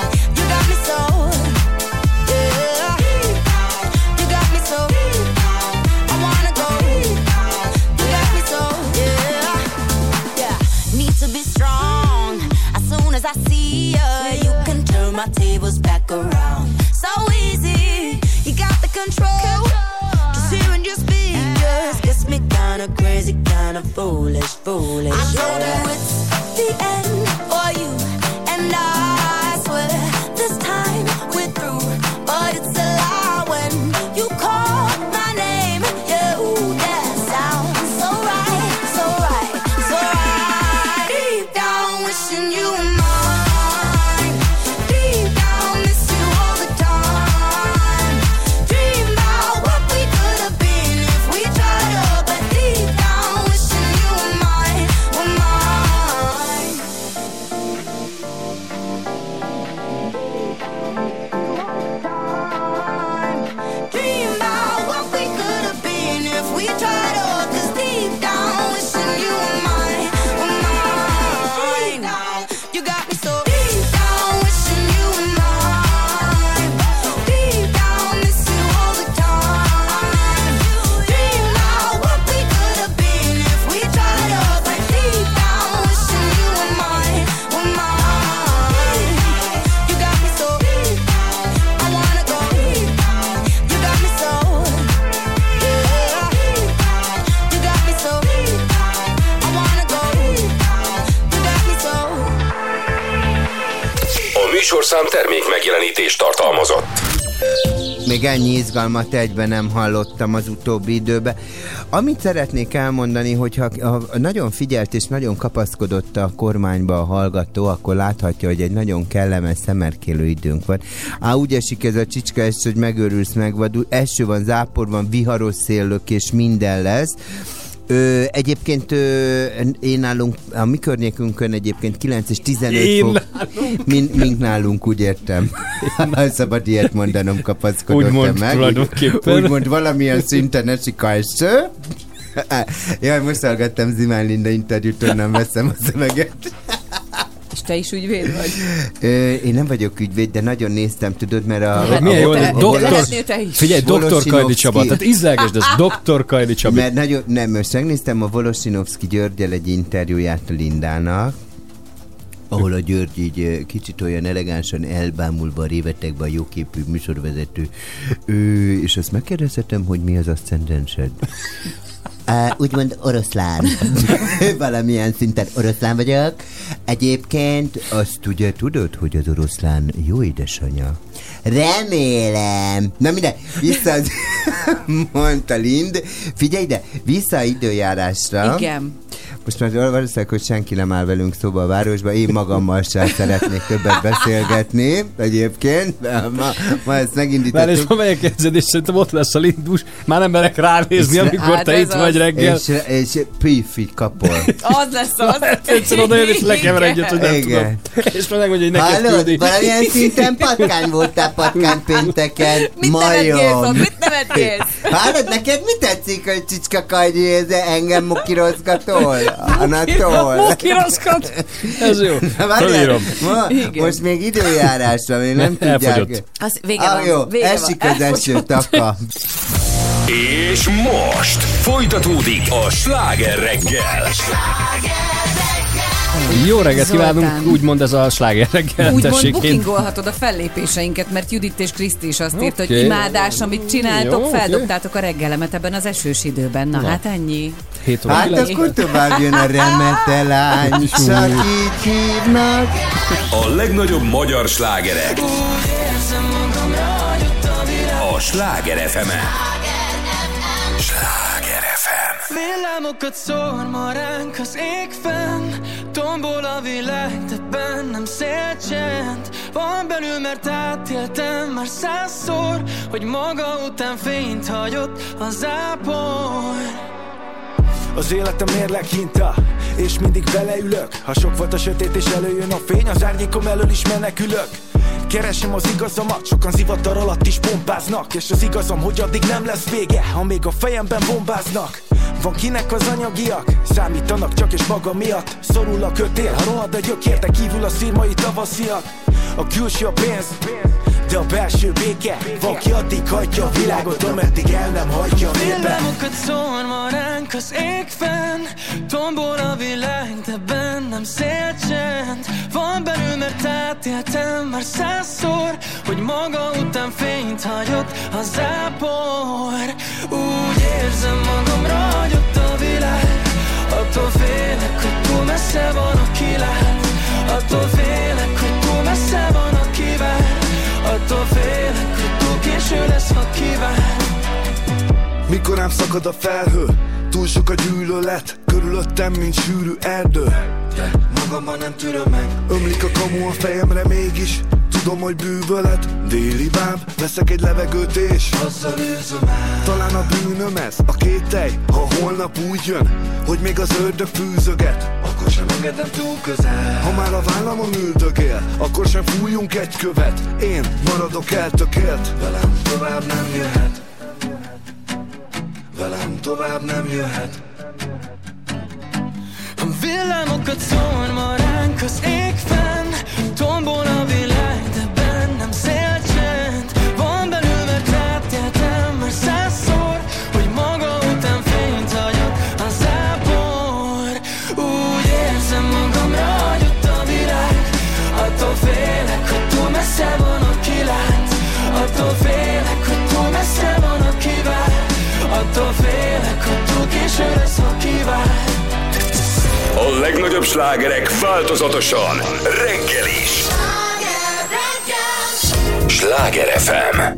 my tables back around. So easy, you got the control. Just hearing your speech just gets me kinda crazy, kinda foolish, foolish. I know that it's the end for you and I swear this time we're through, but it's a lie when you call my name. Yeah, ooh, that sounds so right, so right, so right. Deep down wishing you were mine. Deep down miss you all the time. Dream about what we could have been if we tried up, but deep down wishing you were mine, were mine. Dream about what we could have been if we tried up, 'cause deep down wishing you were mine, were mine. You got me so deep down wishing you were mine. Deep down miss you all the time. Dream about what we could have been if we tried up, but deep down wishing you were mine, were mine. You got me so deep, I wanna go deep. You got me so, yeah. You got me so deep, I wanna go deep. You got me so. A műsorszám termék megjelenítést tartalmazott. Még ennyi izgalmat egyben nem hallottam az utóbbi időben. Amit szeretnék elmondani, hogyha ha nagyon figyelt és nagyon kapaszkodott a kormányba a hallgató, akkor láthatja, hogy egy nagyon kellemes szemerkélő időnk van. Á, úgy esik ez a csicska eső, hogy megőrülsz, megvadul. Eső van, zápor van, viharos széllök és minden lesz. Ö, egyébként ö, én nálunk, a mi környékünkön egyébként kilenc és tizenöt Én fok. Mink, mink nálunk, úgy értem. Szabad ilyet mondanom, kapaszkodottam Úgymond meg. tulajdonképpen. Úgymond valamilyen szinten esik a eső. Jaj, most hallgattam Zimán Linda interjút, onnan veszem a szöveget. És te is ügyvéd vagy? Ö, én nem vagyok ügyvéd, de nagyon néztem, tudod, mert a... Hát, Milyen jó, te- doktor, lehetnél te is. figyelj, doktor Volosinovszky. Kajdi Csaba, tehát ízlelgesd ezt, doktor Kajdi Csabi. Mert nagyon, nem, most megnéztem a Volosinovszky Györgyel egy interjúját a Lindának, ahol a György így eh, kicsit olyan elegánsan elbámulva, révetekben, jóképű műsorvezető, ő, és azt megkérdezhetem, hogy mi az aszcendensed? Uh, úgymond oroszlán. Valamilyen szinten oroszlán vagyok. Egyébként azt ugye tudod, hogy az oroszlán jó édesanyja? Remélem. Na minden, vissza az... mondta Lind. Figyelj ide, vissza időjárásra. Igen. Most már valószínűleg, hogy senki nem áll velünk szóba a városba, én magammal sem szeretnék többet beszélgetni, egyébként. Ma, ma ezt megindítottuk. Már és ma melyek érzed, és szerintem ott lesz a Lindus, már nem merek ránézni, amikor Hát te ez itt az. vagy reggel. És, és pif, így kapol. Az lesz az. Egyszer oda jön, és lekever egyet, hogy nem Igen. tudom. És már megmondja, hogy neked Hallod? küldi. Valamilyen szinten patkány voltál patkány pénteken. Mit nevetgélsz, Majom. mit nevetgélsz? Hallod, neked mi tetszik, hogy Csicska Kajdi ez engem mokirozgatol? Anatol? Mokirozgat? Ez jó. Várjál, Fölírom. ma, Igen. most még időjárásra, még nem Elfogyott. tudják. Az vége Ah, van. jó, vége esik van. az eső, taka. És most folytatódik a Sláger reggel. Jó reggelt Zoltán. kívánunk, úgymond ez a Sláger reggel. Úgymond tessék, én- bookingolhatod a fellépéseinket, mert Judit és Kriszti is azt írt, hogy Oké. imádás, amit csináltok, Jó, oké. feldobtátok a reggelemet ebben az esős időben. Na, Na. hát ennyi. hét óra Hát kilenc. akkor tovább jön a remete lány, csak így hívnak. A legnagyobb magyar slágerek. A Sláger ef em-en. Sláger ef em. Villámokat szór ma ránk az ég fenn, tombol a világ, de bennem szélcsend. Van belül, mert átéltem már százszor, hogy maga után fényt hagyott a zápor. Az életem mérleg hinta, és mindig beleülök. Ha sok volt a sötét és előjön a fény, az árnyékom elől is menekülök. Keresem az igazamat, sokan zivatar alatt is pompáznak, és az igazam, hogy addig nem lesz vége, ha még a fejemben bombáznak. Van kinek az anyagiak, számítanak csak és maga miatt. Szorul a kötél, ha rohad a gyökér, de kívül a szírmai tavasziak. A külső a pénz, de a belső béke. Van ki addig hagyja a világot, ameddig el nem hagyja a vérbe. Villámokat szór ma ránk az ég fenn, tombol a világ, de bennem bennem szélcsend, van belül, mert átéltem már százszor, hogy maga után fényt hagyott a zápor. Úgy érzem magam, ragyott a világ, attól félek, hogy túl messze van, aki lát. Attól félek, hogy túl messze van, aki vár. Attól félek, hogy túl késő lesz, ha kivár. Mikor rám szakad a felhő, túl sok a gyűlölet, körülöttem, mint sűrű erdő. Yeah, magamban nem tűröm meg. Ömlik a kamu a fejemre mégis, tudom, hogy bűvölet. Déli báb, veszek egy levegőt és azzal űzöm el. talán a bűnöm ez, a kételj, ha holnap úgy jön, hogy még az ördög fűzöget, akkor sem engedem túl közel. ha már a vállamon üldögél, akkor sem fújjunk egy követ. Én maradok eltökélt, velem tovább nem jöhet. Velem tovább nem jöhet. A villámokat szórma ránk az ég fenn, tombol a világ, de bennem szélcsend. Van belül, mert átéltem már százszor, hogy maga után fényt hagyott a zápor. Úgy érzem magam, ragyott a világ, attól félek, hogy túl messze van, aki lát. Attól félek, hogy túl messze van, aki vár. Attól félek, hogy túl késő lesz, ha kivár. A legnagyobb slágerek változatosan reggel is. Sláger ef em.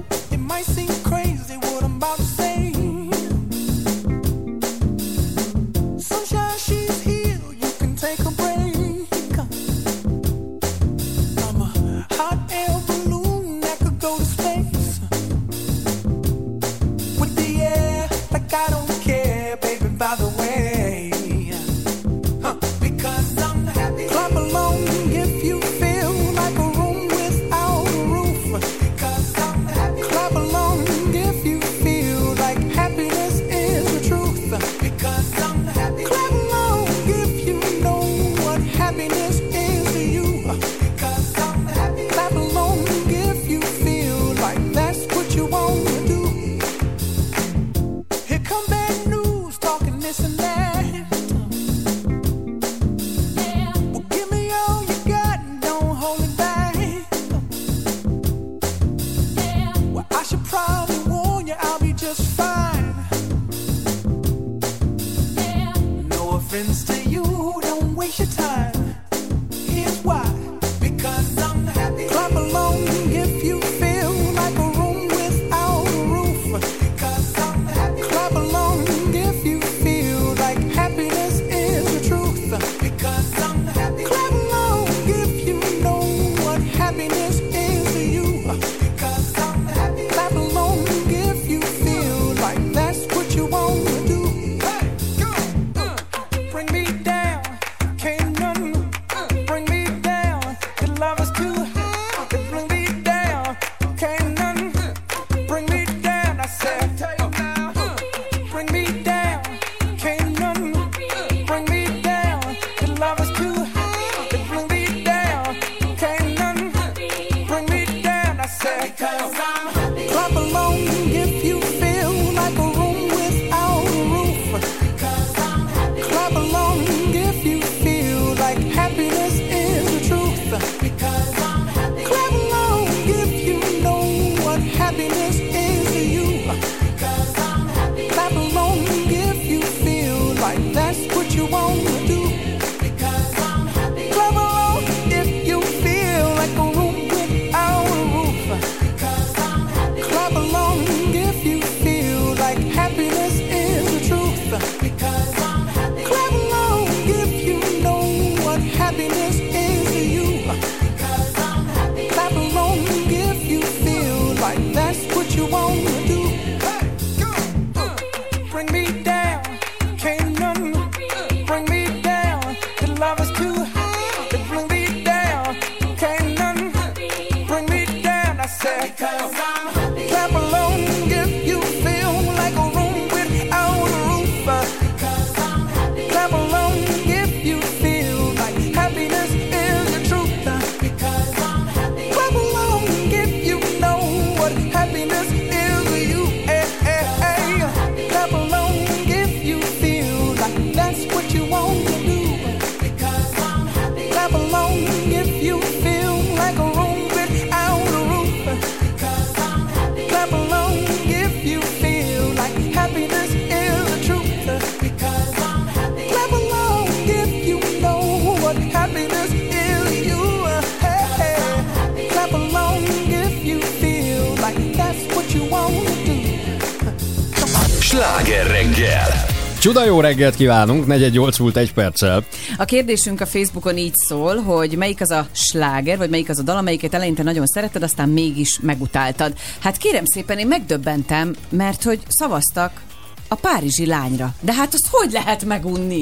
Sláger reggel! Csuda jó reggelt kívánunk, negyvennyolc múlt egy perccel. A kérdésünk a Facebookon így szól, hogy melyik az a sláger, vagy melyik az a dal, amelyiket eleinte nagyon szeretted, aztán mégis megutáltad. Hát kérem szépen, én megdöbbentem, mert hogy szavaztak a Párizsi lányra. De hát azt hogy lehet megunni?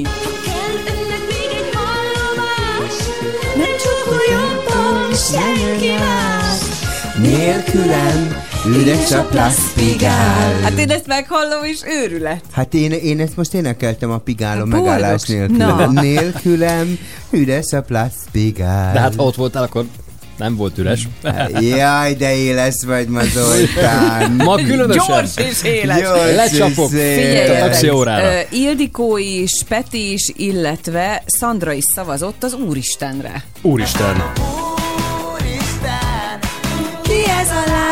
Nem csókoljon senki más. Nélkülem üres a plasztigál. Hát én ezt meghallom, és őrület. Hát én, én ezt most énekeltem a pigálom Hát megállás boldog. nélkülem. Na. Nélkülem üres a plasztigál. De hát ha ott voltál, akkor nem volt üres. Jaj, de éles vagy ma, Zoltán. Ma különösen. Gyors és éles. Gyors Lecsapok. és éles. Figyeljetek, taxiórára. ö, Ildikó is, Peti is, illetve Szandra is szavazott az Úristenre. Úristen. Ki ez a lány?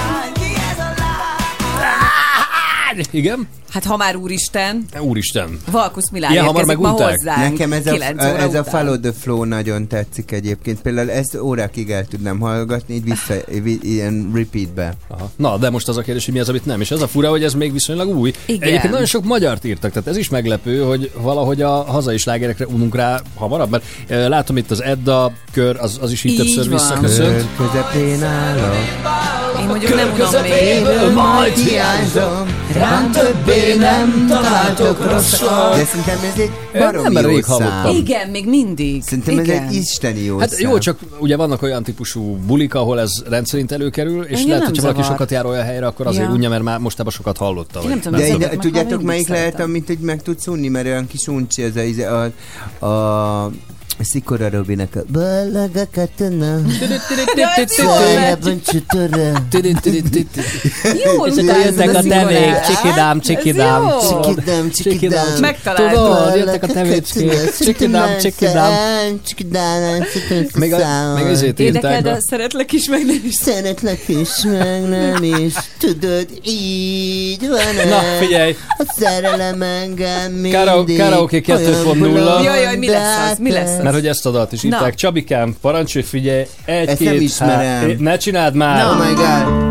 Igen? Hát ha már Úristen, Úristen. Valkusz Milán Ilyen hamar érkezik ma megunták? hozzánk. Nekem ez a, kilenc óra ez a után. Follow the Flow nagyon tetszik egyébként. Például ezt órákig el tudnám hallgatni, így vissza, vi- ilyen repeatbe. Aha. Na, de most az a kérdés, hogy mi az, amit nem. És az a fura, hogy ez még viszonylag új. Igen. Egyébként nagyon sok magyart írtak, tehát ez is meglepő, hogy valahogy a hazai slágerekre ununk rá hamarabb, mert eh, látom itt az Edda kör, az, az is így, Így többször van. visszaköszönt. Kör közepén állok, Én mondjuk nem unom még. én majd hiányzom, rám többé nem találtok rosszat. De szerintem ez egy Nem, baromi mert jó rég szám. hallottam. Igen, még mindig. Szerintem ez Igen. egy isteni jó Hát szám. jó, csak ugye vannak olyan típusú bulik, ahol ez rendszerint előkerül, és Engem lehet, nem hogyha valaki zavar. sokat jár olyan helyre, akkor azért Ja. unja, mert már mostában sokat hallotta. Én Vagy. nem tudom, De ezeket ide, meg tudjátok, már melyik mindig lehet, szeretem. amit hogy meg tudsz unni, mert olyan kis uncsi ez a, izé, a, a, a Szikora Robinek a Balaga katona, Szajában csutora. Jó, És akkor jöttek a tevék, csikidám, csikidám. Ez jó. Csikidám, csikidám. Megtaláltuk. Tudod, jöttek a tevéckék, csikidám, csikidám. Csikidám, Még, a, még ezért írták Énekeld be. a szeretlek is, meg nem is. Szeretlek is, meg nem is. Tudod, így van. Na, figyelj, A szerelem engem mindig. Kara- karaoke kettő pont nulla. Jaj, jaj, mi lesz az? Mi lesz az? mert hogy ezt a dalt is írták. Na. Csabikám, parancsolj, figyelj, egy, Ezt két, nem ismerem. há- ne csináld már. Na. Oh my god.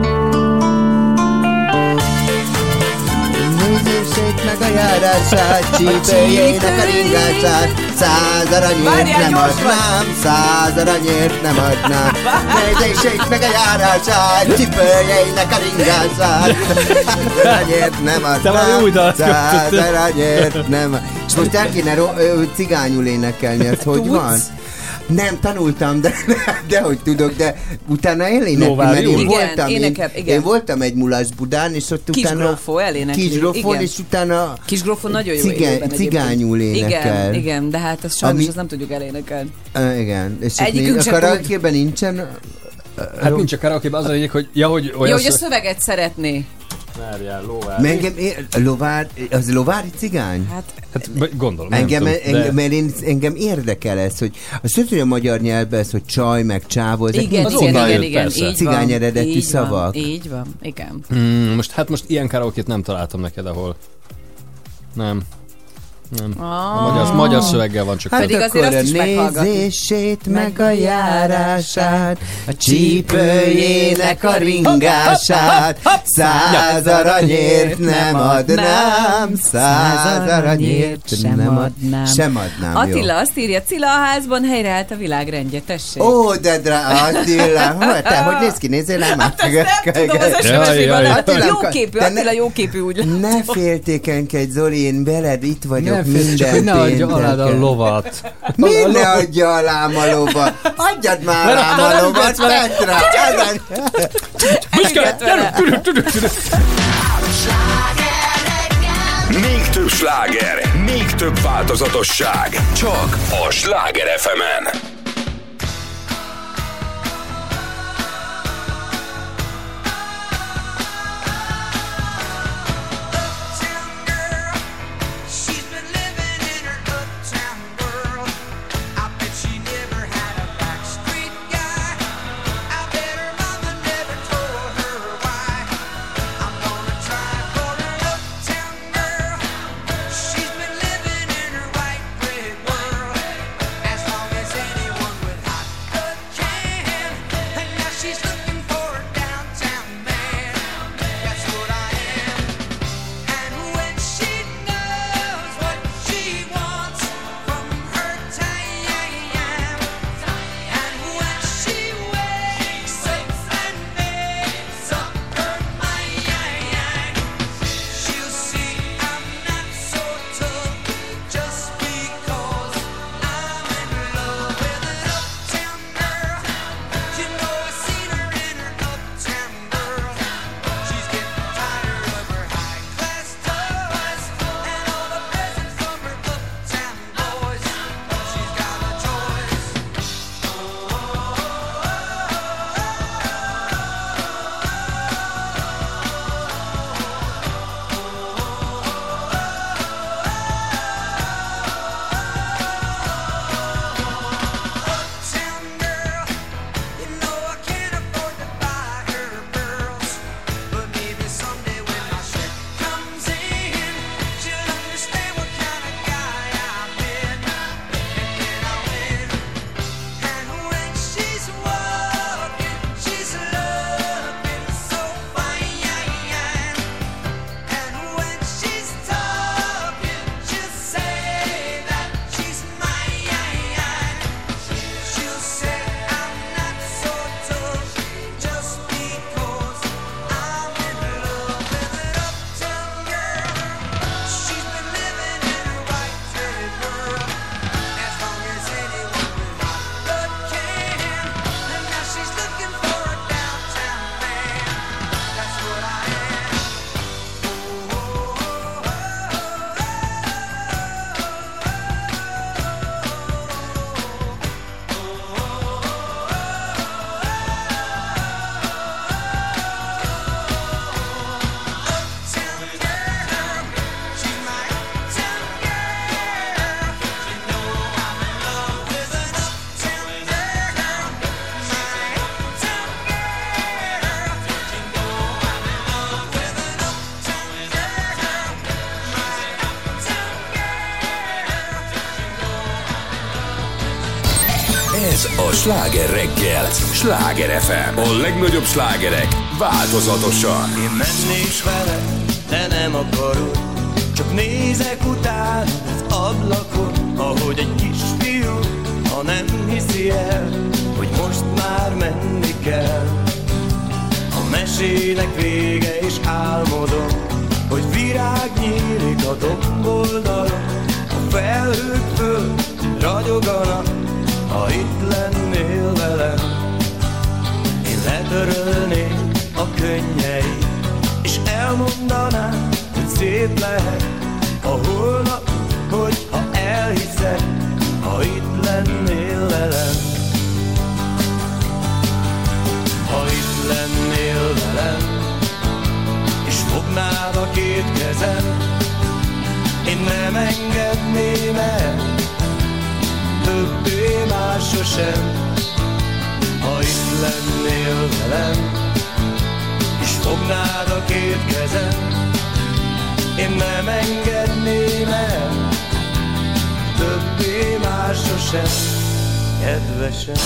Nézzék meg a járását, csípőjének a ringását, száz aranyért Várjál, nem gyors vagy. adnám, száz aranyért nem adnám. Nézzék meg a járását, csípőjének a ringását, száz aranyért nem Te valami új adnám, dalt száz köptetek. aranyért nem adnám. És most el kéne ro- ö, cigányul énekelni, ez hogy Tudsz? van? Nem tanultam, de, de hogy tudok, de utána elénekelni, Nóvár, mert jó. én Igen, voltam, én, énekel, igen. én voltam egy mulas Budán, és ott Kis utána... grófó elénekli. Kis grófó, Igen. és utána... Kis grófó nagyon jó Cigány- élőben egyébként. cigányul énekel. Igen, igen, de hát azt sajnos Ami- azt nem tudjuk elénekelni. Uh, igen, és itt Egyikünk nincs, a se karaokében nincsen... Hát nincs a karaoke-ben, az a lényeg, hogy ja, hogy Jó, olyan hogy a szö- szöveget szeretné. Várjál, lóvár. Mert engem, ér, lovár, az lovári cigány? Hát Hát b- gondolom, nem Engem, tudom, de- engem, mert én, engem érdekel ez, hogy azt tudod, hogy a magyar nyelvben ez, hogy csaj, meg csávó, ezek igen, az igen, onnan igen, jött, igen, persze. így van. Cigány eredetű így van, szavak. Így van, igen. Hmm, most, hát most ilyen karaokét nem találtam neked, ahol... Nem. Nem. A magyar, magyar szöveggel van csak. Hát Pedig akkor azért azt is a meghallgatni. nézését, meg a járását, a csípőjének a ringását, száz aranyért nem adnám, száz aranyért nem adnám. Sem adnám, jó. Attila azt írja, Cilla a házban helyreállt a világrendje, tessék. Ó, de drága Attila, hogy te, hogy néz ki, nézzél el már. Hát ezt nem tudom, az es em Jaj, es-ében jaj. Attila Attila, jóképű, de ne- Attila jóképű úgy látom. Ne féltékenkedj, Zoli, én veled itt vagyok Nem fél, minden csak hogy ne adja pénteken. alá a lovat. Miért ne adja alám a lovat? Adjad már Mert rám aztán a nem lovat, tudsz vele. Petra! Elégett vele. Még több sláger, még több változatosság. Csak a Sláger ef emen. She's been living in her white bread world as long as any Sláger reggel, Sláger ef em. A legnagyobb slágerek változatosan. Én mennék vele, de nem akarod. Csak nézek utána az ablakon, ahogy egy kisfiú, ha nem hiszi el, hogy most már menni kell. A mesének vége és álmodom, hogy virág nyílik a domboldalon. A felhők föl ragyoganak, ha itt lennél velem. Én letörölném a könnyeit, és elmondanám, hogy szép lehet a holnap, hogyha elhiszed, ha itt lennél velem. Ha itt lennél velem, és fognád a két kezem, én nem engedném el többé már sosem. Ha itt lennél velem, és fognád a két kezem, én nem engedném el többé már sosem, kedvesem.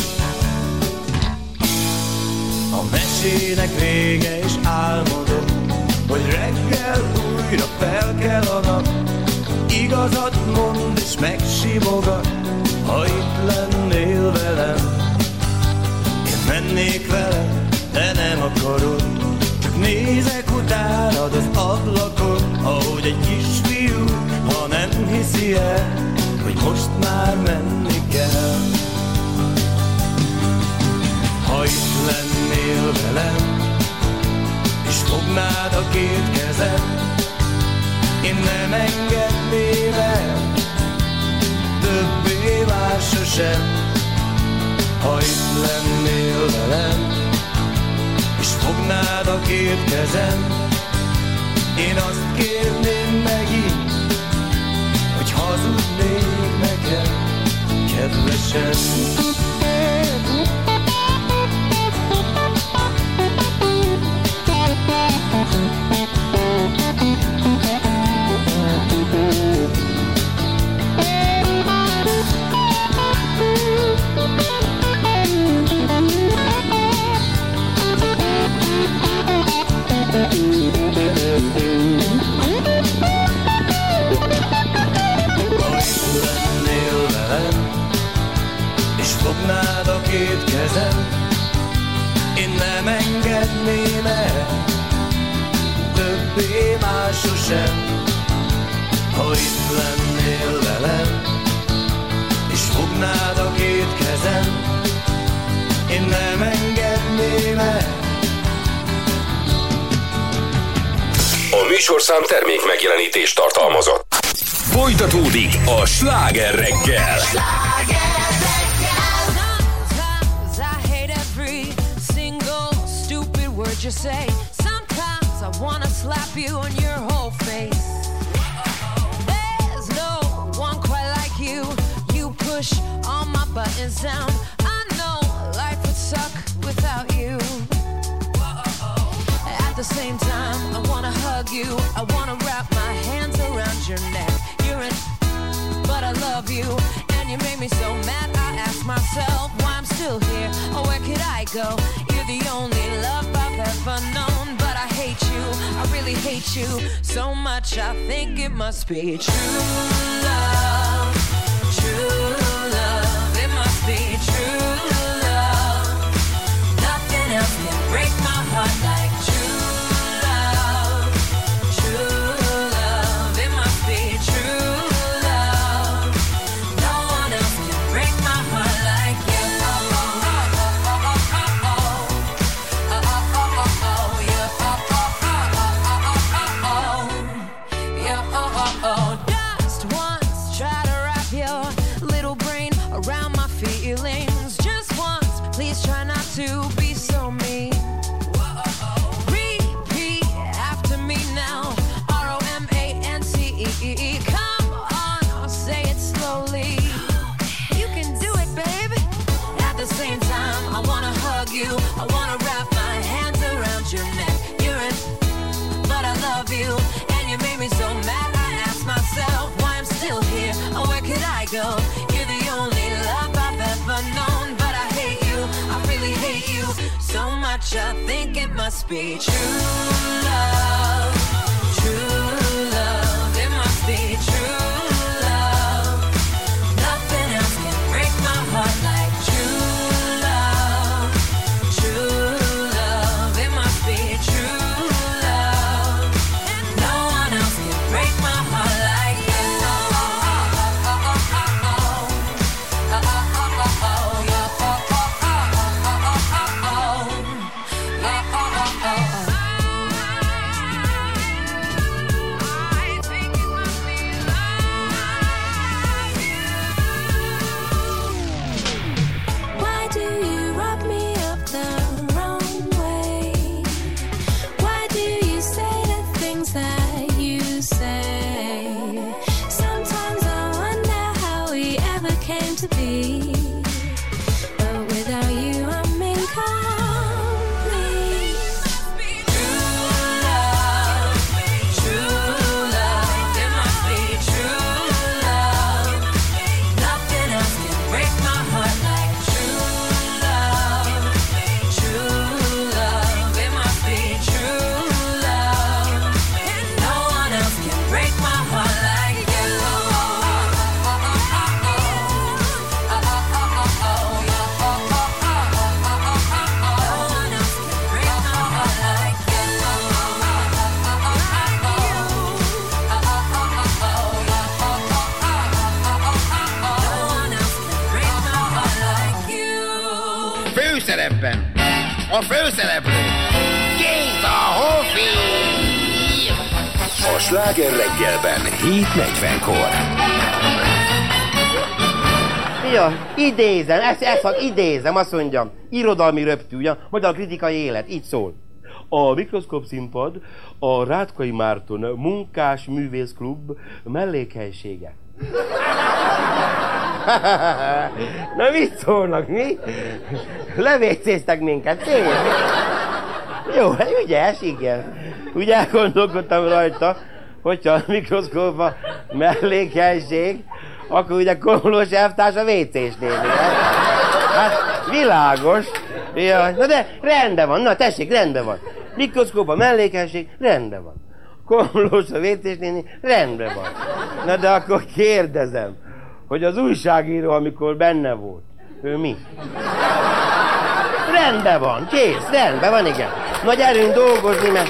A mesének vége és álmodom, hogy reggel újra fel kell a nap. Igazat mond és megsimogat, ha itt lennél velem. Én mennék vele, de nem akarod. Csak nézek utánad az ablakon, ahogy egy kisfiú, ha nem hiszi el, hogy most már menni kell. Ha itt lennél velem, és fognád a két kezem, én nem engedném el többé már sosem. Ha itt lennél velem, és fognád a két kezem, én azt kérném megint, hogy hazudnék nekem, kedvesem. Fognád a két kezem, én nem engedném el többé már sosem. Ha itt lennél velem, és fognád a két kezem, én nem engedném el. A műsorszám termék megjelenítést tartalmazott. Folytatódik a Sláger reggel. You say sometimes I wanna slap you on your whole face. There's no one quite like you. You push all my buttons down. I know life would suck without you. At the same time, I wanna hug you. I wanna wrap my hands around your neck. You're in, but I love you, and you made me so mad. I ask myself why I'm still here, or where could I go? You're the only love I've ever known, but I hate you, I really hate you so much. I think it must be true love, true love. It must be true love. Nothing else can break my heart like true love, true love. It must be true love. No one else can break my heart like you. Around my feelings. about you, think it must be true love. True love, it must be true love. Nothing else can break my heart like true love. True love, it must be true love. No one else can break my heart like you. Why do you rub me up the wrong way? Why do you say the things that you say? Sometimes I wonder how we ever came to be. But without you, I'm incomplete. True love, true love, it must be true love. Nothing else can break my heart like true love. True love, it must be true love. No one else can break my heart like you. No one else can break my heart like you. Főszerepben a főszereplő Géza Hofi. A Sláger reggelben hét negyvenkor. Ja, idézem, ezt, ezt idézem, azt mondjam. Irodalmi röptű, ugye? Magyar kritikai élet, így szól. A Mikroszkóp Színpad a Rátkai Márton Munkás Művészklub mellékhelysége. Na mit szólnak, mi? Levécéztek minket, tényleg? Jó, hát ügyes, igen. Úgy elgondolkodtam rajta, hogyha a Mikroszkóp a mellékhelység, akkor ugye Komlós elvtárs a vécésnél. Hát világos. Jaj, na de rendben van, na tessék, rendben van. Mikroszkóp a mellékhelysség, rendben van. Komlós a vécésnél, rendben van. Na de akkor kérdezem, hogy az újságíró, amikor benne volt, ő mi? Rendben van, kész, rendben van, igen. Na gyerünk dolgozni, mert...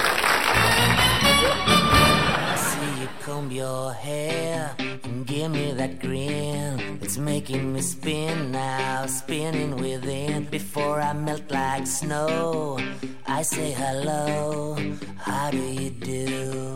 See you comb your hair and give me that grin. It's making me spin now, spinning within. Before I melt like snow, I say hello, how do you do?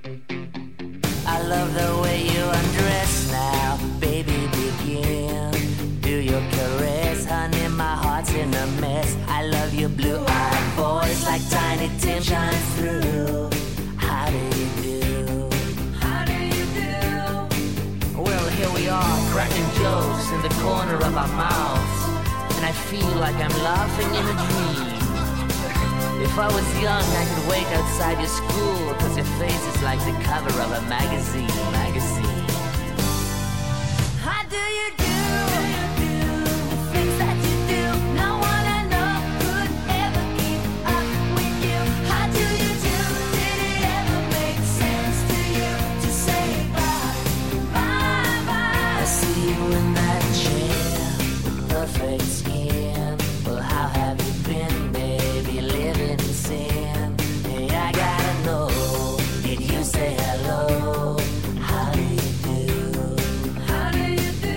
I love the way you undress now, baby, begin. Do your caress, honey, my heart's in a mess. I love your blue-eyed voice like Tiny Tim shines through. How do you do? How do you do? Well, here we are, cracking jokes in the corner of our mouths, and I feel like I'm laughing in a dream. If I was young, I could wait outside your school, cause your face is like the cover of a magazine, magazine. How do you do? The things that you do, no one I know could ever keep up with you. How do you do? Did it ever make sense to you to say bye, bye, bye? I see you in that chair with perfect skin. Well, how have you been, baby, living in sin? Hey, I gotta know, did you say hello? How do you do? How do you do?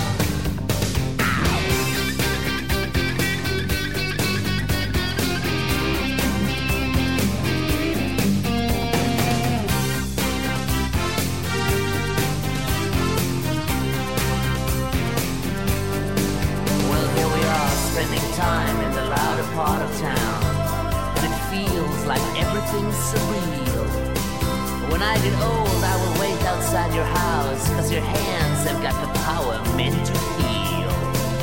Well, here we are, spending time in the louder part of town, and it feels like everything's surreal. When I get old, I will wait outside your house, cause your hands have got the power meant to heal.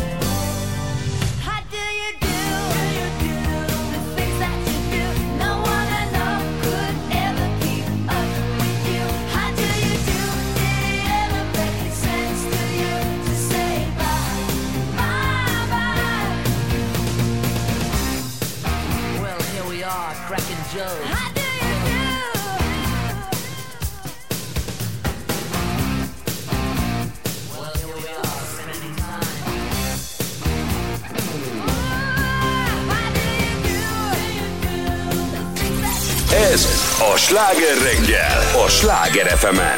How do you do? The things that you do, no one I know could ever keep up with you. How do you do? Did it ever make sense to you to say bye, bye, bye? cracking jokes. How do you do? Well, here we are, spending time. Ez a Sláger reggel, a Sláger ef emen.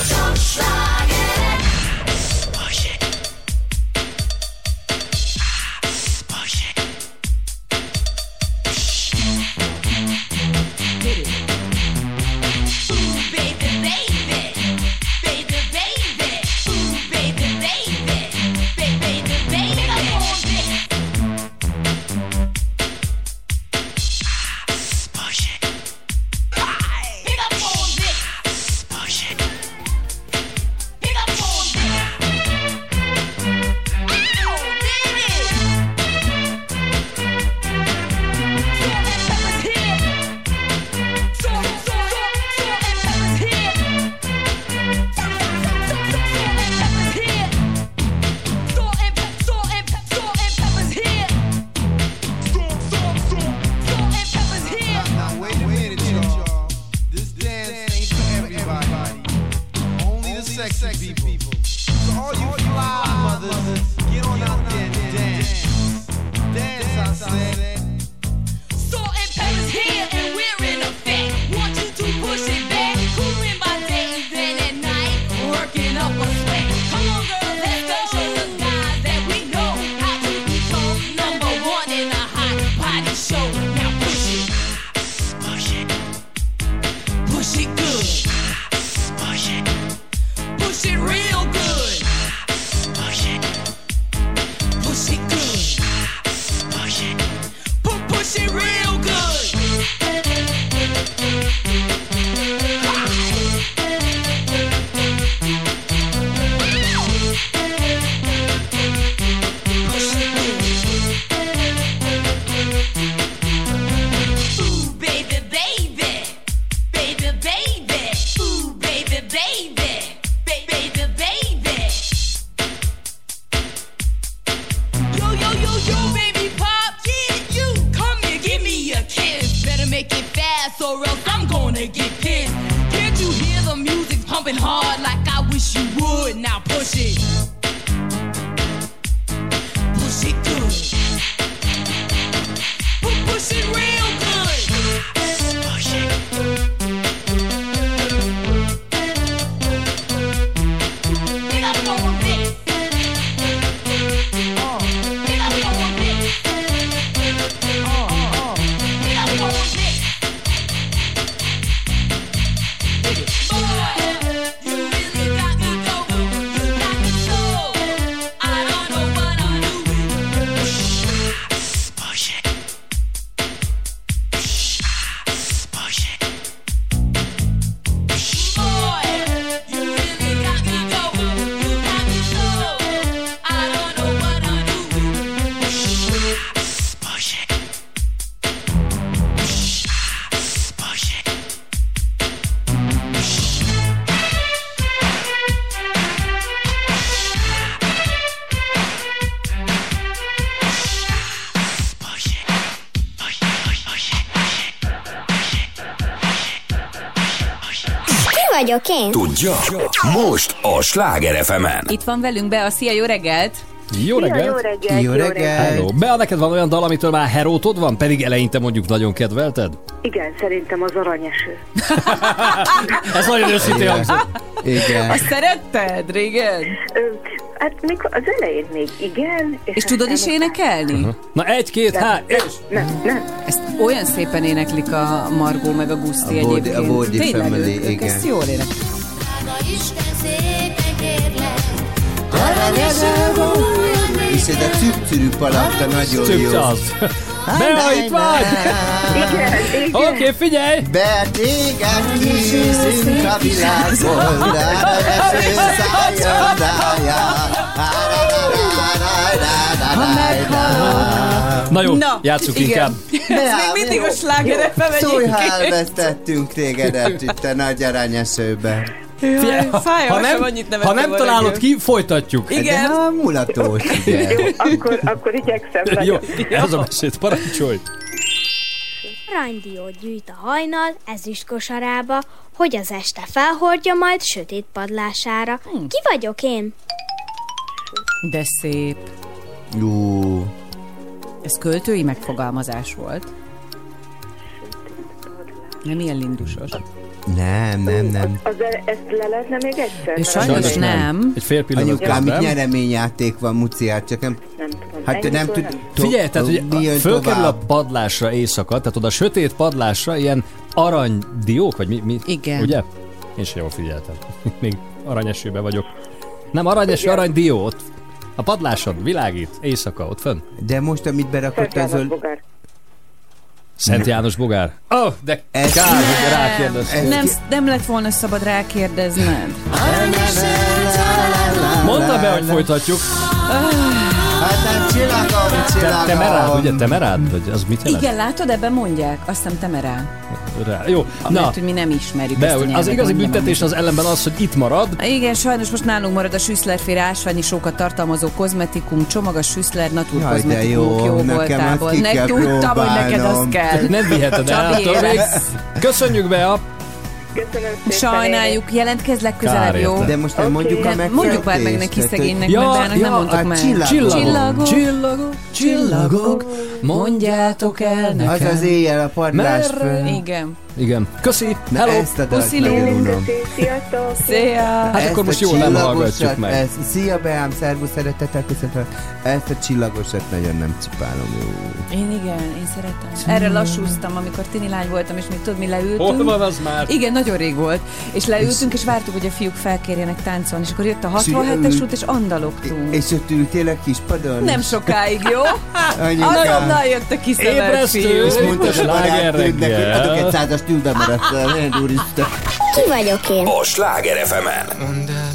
vagyok én. Tudja? Most a Sláger ef emen. Itt van velünk Bea, szia, jó reggelt! Jó reggelt! Jó reggelt! Jó reggelt! Hello. Bea, neked van olyan dal, amitől már herótod van, pedig eleinte mondjuk nagyon kedvelted? Igen, szerintem az aranyeső. Ez nagyon őszintén hangzott. Igen. Azt szeretted régen? Ö, hát még az elején még igen. És, és tudod is énekelni? Uh-huh. Na egy-két, hát, és... Nem, nem. Ezt olyan szépen éneklik a Margó meg a Guszti A Bordi- egyébként. a Bordi Tényleg, family, ők, ők igen. ezt jól ének. Isten szépen kérlek, És ez a cüpp-cürüpp alatta nagyon jó. Cüpp az. Bea, itt vagy! Igen, igen. Oké, okay, figyelj! Be téged kiszünk a világon, eső szálljon ráján. Na jó, Na, játsszuk igen. inkább. Ez még mindig a Sláger ef em Szólj, ha egyébként. elvesztettünk tégedet itt a nagy aranyesőben. Jaj, fáj, ha nem, ha nem találod ki, folytatjuk. Igen. De a mulatós, igen. Jó, akkor, akkor igyekszem Jó, nagyon. ez a mesét, parancsolj. Aranydiót gyűjt a hajnal ezüst kosarába, hogy az este felhordja majd sötét padlására. Hmm. Ki vagyok én? De szép. Jó. Ez költői megfogalmazás volt. Nem ilyen lindusos. Nem, nem, nem. Az, az, ezt le lehetne még egyszer? És sajnos nem. Egy fél pillanat. Anyukám, itt nyereményjáték van, Muciát, csak nem... Nem tudom. Hát te nem tud... Figyelj, tehát ugye fölkerül a padlásra éjszaka, tehát oda a sötét padlásra ilyen aranydiók, vagy mi? mi Igen. Ugye? Én sem jól figyeltem. Még aranyesőbe vagyok. Nem aranyeső, aranydió, ott a padláson világít, éjszaka, ott fönn. De most, amit berakott az... Szent János bogár. Ó, oh, de ez kár, hogy rákérdeztél. Nem, nem lett volna szabad rákérdezned. Mondd be, hogy folytatjuk. Hát nem, csillagom, csillagom. Temerád, ugye? Temerád? Vagy az mit jelent? Igen, látod, ebben mondják. Azt hiszem temerád. Rá. Jó, na. Mert, hogy mi nem ismerjük de, ezt a nyelvet, az igazi büntetés az ellenben az, hogy itt marad. Igen, sajnos most nálunk marad a Süsslerféle ásványi sókat tartalmazó kozmetikum csomag, a Süssler Natur kozmetikumok jó voltából. Ne tudtam, hogy neked az kell. Nem viheted el. Köszönjük, Bea! Köszönöm szépen. Sajnáljuk, jelentkezz legközelebb, jó? De most nem okay. mondjuk a megfeltést. Mondjuk már meg neki szegénynek, ja, mert Beának ja, nem mondtuk meg. Csillagok, csillagok, csillagok, csillagok, mondjátok el nekem. Az az éjjel a padlás föl. Igen. Igen. Köszi, na, hello. Ezt a dalt nagyon unom. Sziasztok. Szia. Hát akkor most jól nem hallgatjuk meg. Ez, szia Beám, szervusz, szeretettel köszöntöm. Ezt a csillagosat nagyon nem cipálom. Jó. Én igen, én szeretem. Erre lassúztam, amikor tini lány voltam, és még tudod, mi leültünk. Hol van az már? Igen, nagyon rég volt. És leültünk, és vártuk, hogy a fiúk felkérjenek táncolni, és akkor jött a hatvanhetes út, és andalogtunk. És ott ültél a kis padon? Nem sokáig, jó? Azonnal jött a kiszemelt fiú. És mondta a barátnődnek, hogy adok egy százast, ül be maradt. Úristen. Ki vagyok én? A Sláger ef emen. Mondd el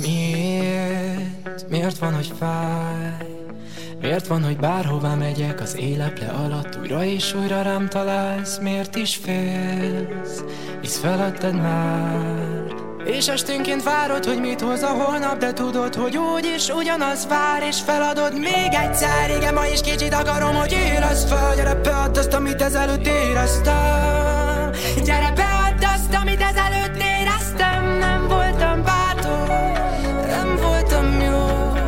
miért, miért van, hogy fáj? Miért van, hogy bárhová megyek az éleple alatt újra és újra rám találsz? Miért is félsz? Hisz feladtad már. És esténként várod, hogy mit hoz a holnap, de tudod, hogy úgyis ugyanaz vár, és feladod még egyszer. Igen, ma is kicsit akarom, hogy élesz fel. Gyere, beadd azt, amit ezelőtt éreztem. Gyere, beadd azt, amit ezelőtt éreztem. Nem voltam bátor, nem voltam jó,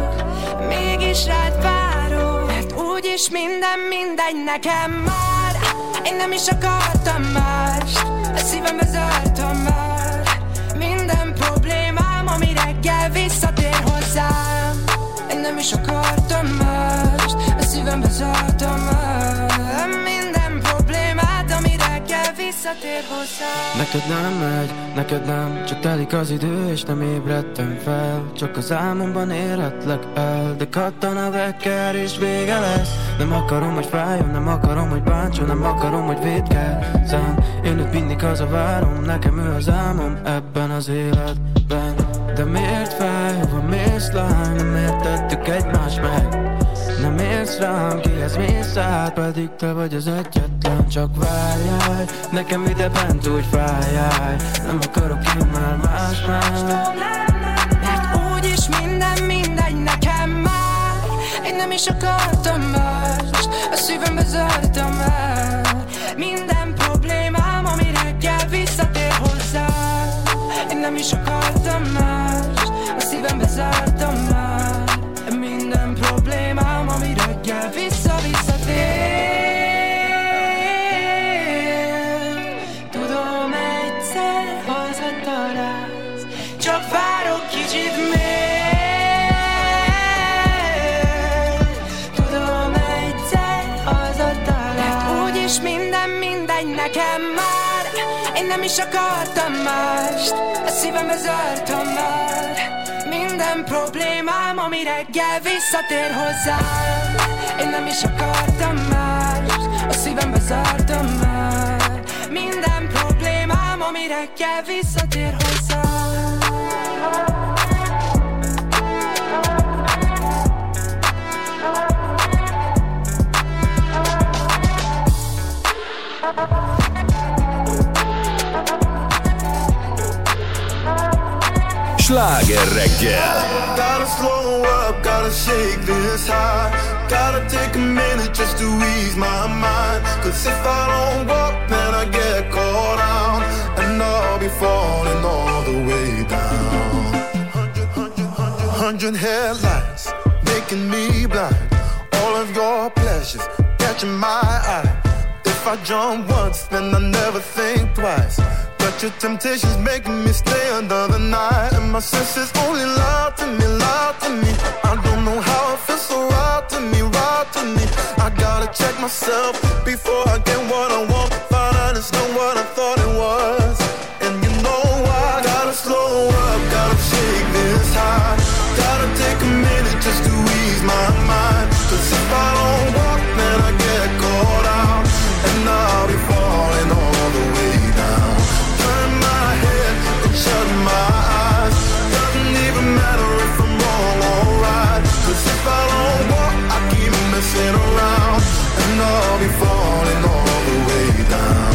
mégis rád várok, mert úgyis minden mindegy nekem már. Én nem is akartam mást, a szívembe zártam már. Minden problémám, ami reggel visszatér hozzám. Én nem is akartam mást, a szívembe zártam már. Minden problémát, ami reggel visszatér hozzám. Neked nem megy, neked nem, csak telik az idő és nem ébredtem fel. Csak az álmomban érhetlek el, de kattan a vekker és vége lesz. Nem akarom, hogy fájjon, nem akarom, hogy bántson, nem akarom, hogy védkezzem. Én őt mindig hazavárom, nekem ő az álmom ebben az életben. De miért fáj, hova mész lány, nem értettük egymást meg. Nem érsz rám, kihez mész át, pedig te vagy az egyetlen. Csak várjál, nekem ide bent úgy fájjál. Nem akarok én már más már. Mert úgyis minden mindegy nekem már. Én nem is akartam mást, a szívembe zártam el. Minden problémám, ami reggel visszatér hozzám. Én nem is akartam mást, a szívembe zártam már. Minden problémám, ami reggel vissza-visszatér. Tudom, egyszer hazatalálsz, csak várok kicsit még. Tudom, egyszer hazatalálsz, mert úgyis minden mindegy nekem már. Én nem is akartam mást, a szívembe zártam már. Minden problémám, ami reggel visszatér hozzám. Én nem is akartam mást, a szívembe zártam már. Minden problémám, ami reggel visszatér hozzám. Sláger reggel. Gotta slow up, gotta shake this high. Gotta take a minute just to ease my mind. Cause if I don't walk, then I hundred headlights making me blind. All of your pleasures catching my eye. If I jump once, then I never think twice. But your temptation's making me stay another night. And my senses only lie to me, lie to me. I don't know how it feels so right to me, right to me. I gotta check myself before I get what I want. Find out it's not what I thought it was. And you know why? Gotta slow up, gotta shake this high. Gotta take a minute just to ease my mind. Cause if I don't walk, then I get caught out. And I'll be falling all the way down. Turn my head and shut my eyes. Doesn't even matter if I'm wrong or right. Cause if I don't walk, I keep messing around. And I'll be falling all the way down.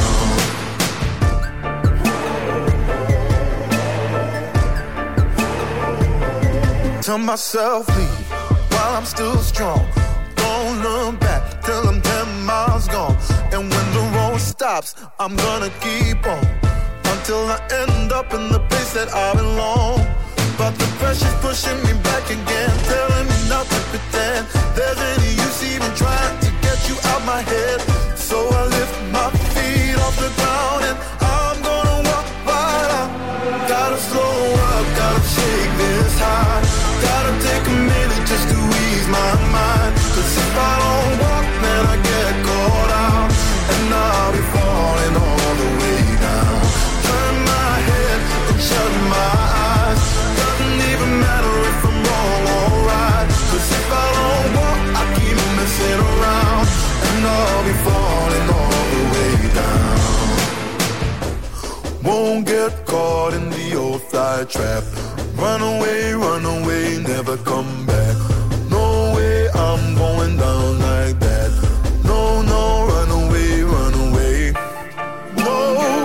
Tell myself leave while I'm still strong. Don't look back till I'm ten miles gone. And when the road stops, I'm gonna keep on until I end up in the place that I belong. But the pressure's pushing me back again, telling me not to pretend there's any use even trying to get you out my head. So I lift my feet off the ground and I'm gonna walk right out. Gotta slow up, gotta shake this high. Gotta take a minute just to ease my mind. Cause if I don't walk, then I get caught out. And I'll be falling all the way down. Turn my head and shut my eyes. Doesn't even matter if I'm wrong or right. Cause if I don't walk, I keep messing around. And I'll be falling all the way down. Won't get caught in the old fly trap. Run away, run away, never come back. No way I'm going down like that. No, no, run away, run away. No,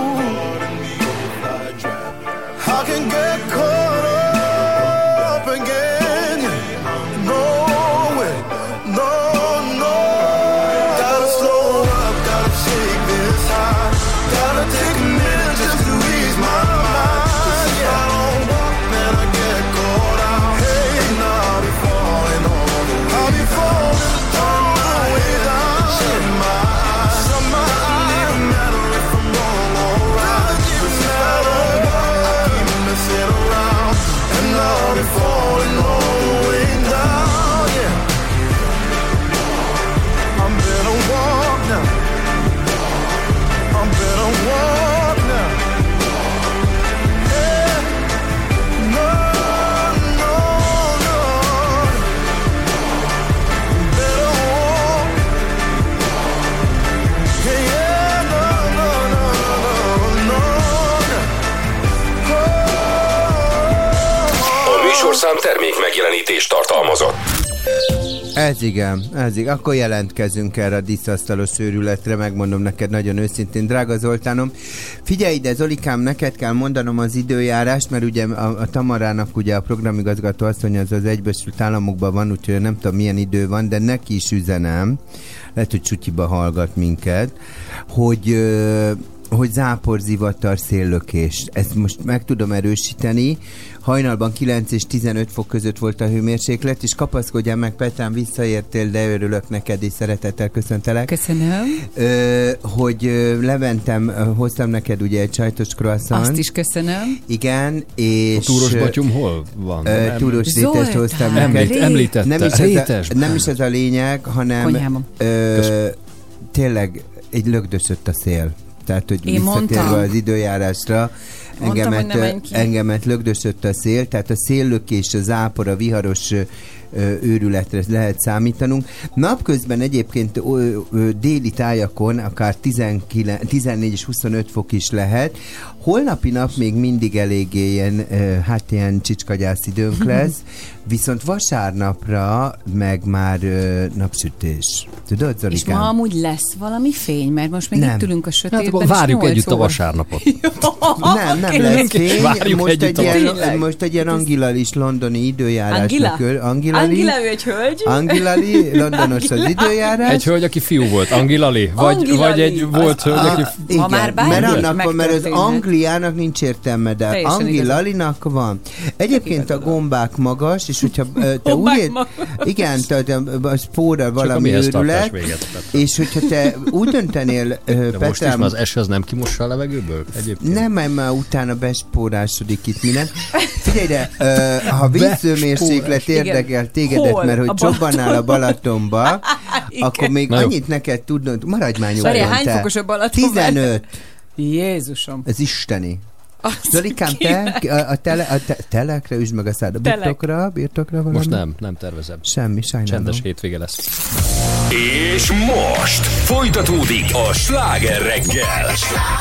I can get caught up again. No way, no, no. Gotta slow up, gotta shake this high. Gotta take a minute just to ease my mind. Cause if I don't walk, then I get caught out. Hey, and I'll be falling all the way. I'll be falling all the way down. Shut my eyes, shut my eyes. Doesn't even matter if I'm wrong or right. Cause if I don't walk, I keep messing around. And I'll be falling all the way down, yeah. I'm better walk now. I'm better walk now. Yeah. No, no, no. Better walk. Yeah, yeah, no, no, no, no, no. A műsorszám termék megjelenítést tartalmazott. Ez igen, ez igen. Akkor jelentkezünk erre a diszasztalos őrületre, megmondom neked nagyon őszintén, drága Zoltánom. Figyelj ide, Zolikám, neked kell mondanom az időjárást, mert ugye a, a Tamarának ugye a programigazgató asszony az az Egyesült Államokban van, úgyhogy nem tudom milyen idő van, de neki is üzenem, lehet, hogy csutyiba hallgat minket, hogy... Ö, hogy zápor, zivatar, széllökés. Ezt most meg tudom erősíteni. Hajnalban kilenc és tizenöt fok között volt a hőmérséklet, és kapaszkodjál meg, Petrán, visszaértél, de örülök neked, és szeretettel köszöntelek. Köszönöm. Ö, hogy ö, leventem, ö, hoztam neked ugye egy csajtos croissant. Azt is köszönöm. Igen, és... A túros batyum hol van? Ö, túros rétest hoztam neked. Említ, említette. Nem is, ez a, nem is ez a lényeg, hanem ö, tényleg egy lögdösött a szél. Tehát, hogy én visszatérve mondtam. az időjárásra, Mondtam, engemet, engemet lögdösött a szél, tehát a széllökés, a zápor, a viharos ö, őrületre lehet számítanunk. Napközben egyébként ö, ö, déli tájakon akár tizenkilenc, tizennégy és huszonöt fok is lehet. Holnapi nap még mindig eléggé ilyen, ö, hát ilyen csicskagyász időnk lesz, viszont vasárnapra meg már ö, napsütés. Tudod, Zolikám? És ma amúgy lesz valami fény, mert most még nem. itt ülünk a sötétben. Hát, várjuk együtt óra. a vasárnapot. Nem, nem lesz fény. Várjuk Most egy, ilyen, Tényleg? most egy ilyen Angila is londoni időjárásnak. Angila? Angila? Angila, ő egy hölgy. Angilali, londonos az időjárás. Egy hölgy, aki fiú volt. Angilali? Vagy, Angilali. vagy egy volt hölgy, aki... Igen, ha már bármi mert, annak, mert az megtörténhet. Angliának nincs értelme, de Teljesen Angilalinak van. Egyébként a gombák magas, és hogyha ö, te Gombák úgy... magas. Igen, te, te, a spóra valami mihez tartás őrület, véget, és hogyha te úgy döntenél, ö, De most is, Petrám... mert az eső az nem kimossa a levegőből? Egyébként. Nem, mert már utána bespórásodik itt minden. Figyelj ide, uh, ha vízhőmérséklet érdekel tégedet, Hol? mert hogy A csobbanál a Balatonba, akkor még Na jó. annyit neked tudnod, maradj már Várjál, nyugodtan hány te. fokos a Balaton? tizenöt. Jézusom. Ez isteni. Azt Zolikám, te a, a, tele, a te, telekre üsd meg a szád. A Telek. birtokra, birtokra valami? Most nem, nem tervezem. Semmi, sajnálom. Csendes hétvége lesz. És most folytatódik a Sláger reggel.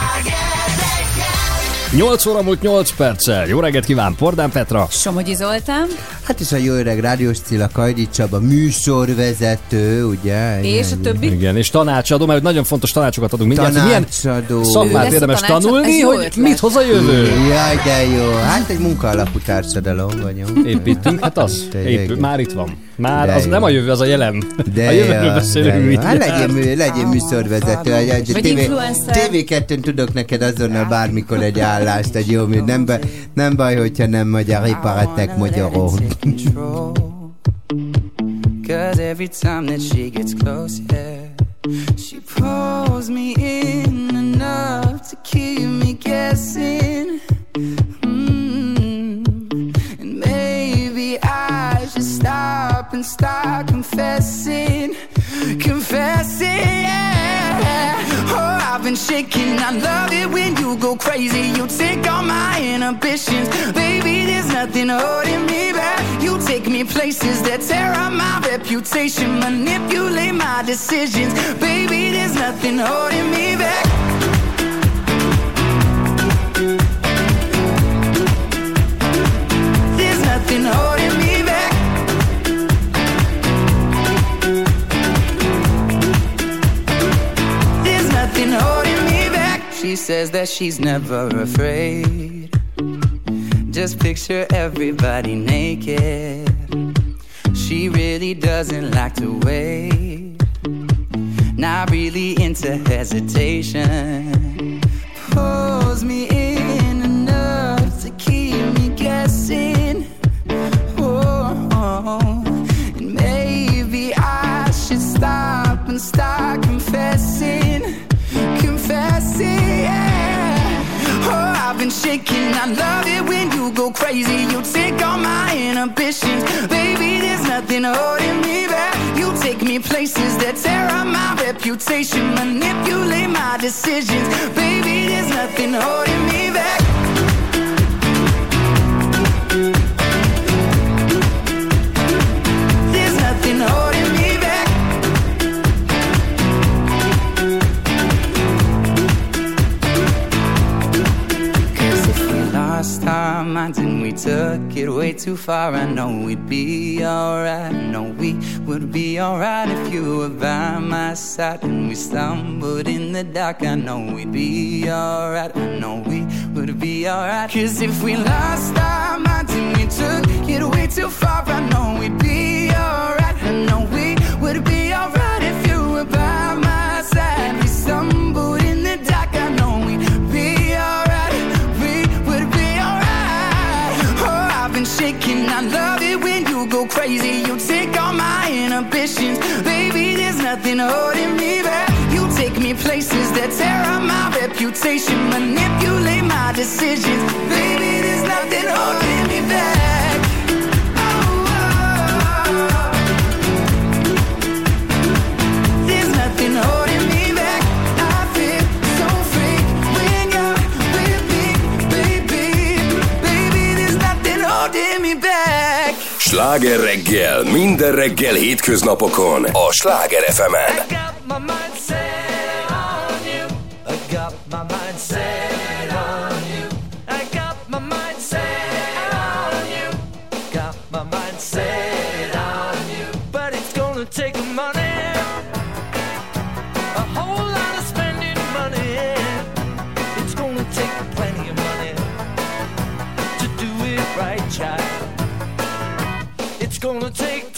nyolc óra múlt nyolc perccel. Jó reggelt kíván, Pordán Petra. Somogyi Zoltán. Hát is a jó öreg Rádiós Cilla, Kajdi Csaba, műsorvezető, ugye? És a többi? Igen, és tanácsadó, mert nagyon fontos tanácsokat adunk mindjárt. hogy Milyen Tanácsadó. szakmát Ő érdemes lesz a tanácsad- tanulni, ez jó hogy ötlet. mit hoz a jövő. Jaj, de jó. Hát egy munkaalapú társadalom vagyunk. Építünk, hát az. De Épül, jó. már itt van. Már De az jó. nem a jövő, az a jelen. De a jövőről jó, beszélünk de jó. mindjárt. Hát legyél, mű, legyél műsorvezető. Egy, egy Vagy té vé, influencer. té vé kettőn tudok neked azonnal bármikor egy állást, egy jó mű. Nem, baj, nem baj, hogyha nem magyar iparetek magyarul. Cause every time that she gets close, yeah, she pulls me in enough to keep me guessing. Mm. And maybe I should stop and start confessing, confessing, yeah. Oh, I've been shaking, I love it when you go crazy. You take all my inhibitions, baby, there's nothing holding me back. You take me places that tear up my reputation, manipulate my decisions, baby, there's nothing holding me back. There's nothing holding me back. There's nothing holding me back. She says that she's never afraid. Just picture everybody naked. She really doesn't like to wait. Not really into hesitation. Pulls me in enough to keep me guessing. Oh, oh. And maybe I should stop and start confessing, confessing, yeah. Oh, I've been shaking, I love it when you go crazy. You take all my inhibitions, baby, there's nothing holding me back. You take me places that tear up my reputation, manipulate my decisions, baby, there's nothing holding me back. There's nothing holding me back. Lost our minds and we took it way too far. I know we'd be alright. I know we would be alright if you were by my side. And we stumbled in the dark. I know we'd be alright. I know we would be alright. Cause if we lost our minds and we took it way too far, I know we'd be alright. I know we would be alright if you were by my side. We stumbled in the dark. I know we'd be alright. Shaking, I love it when you go crazy. You take all my inhibitions, baby, there's nothing holding me back. You take me places that tear up my reputation, manipulate my decisions, baby, there's nothing holding me back. Oh, oh, oh. There's nothing holding me back. I feel so free when you're with me, baby, baby, there's nothing holding me back. Sláger reggel, minden reggel hétköznapokon a Sláger ef emen. I got my mind set on you. I got my mind set on you. I got my mind set on you. Got my mind set on you. But it's gonna take money, a whole lot of spending money. It's gonna take plenty of money to do it right, child. It's gonna take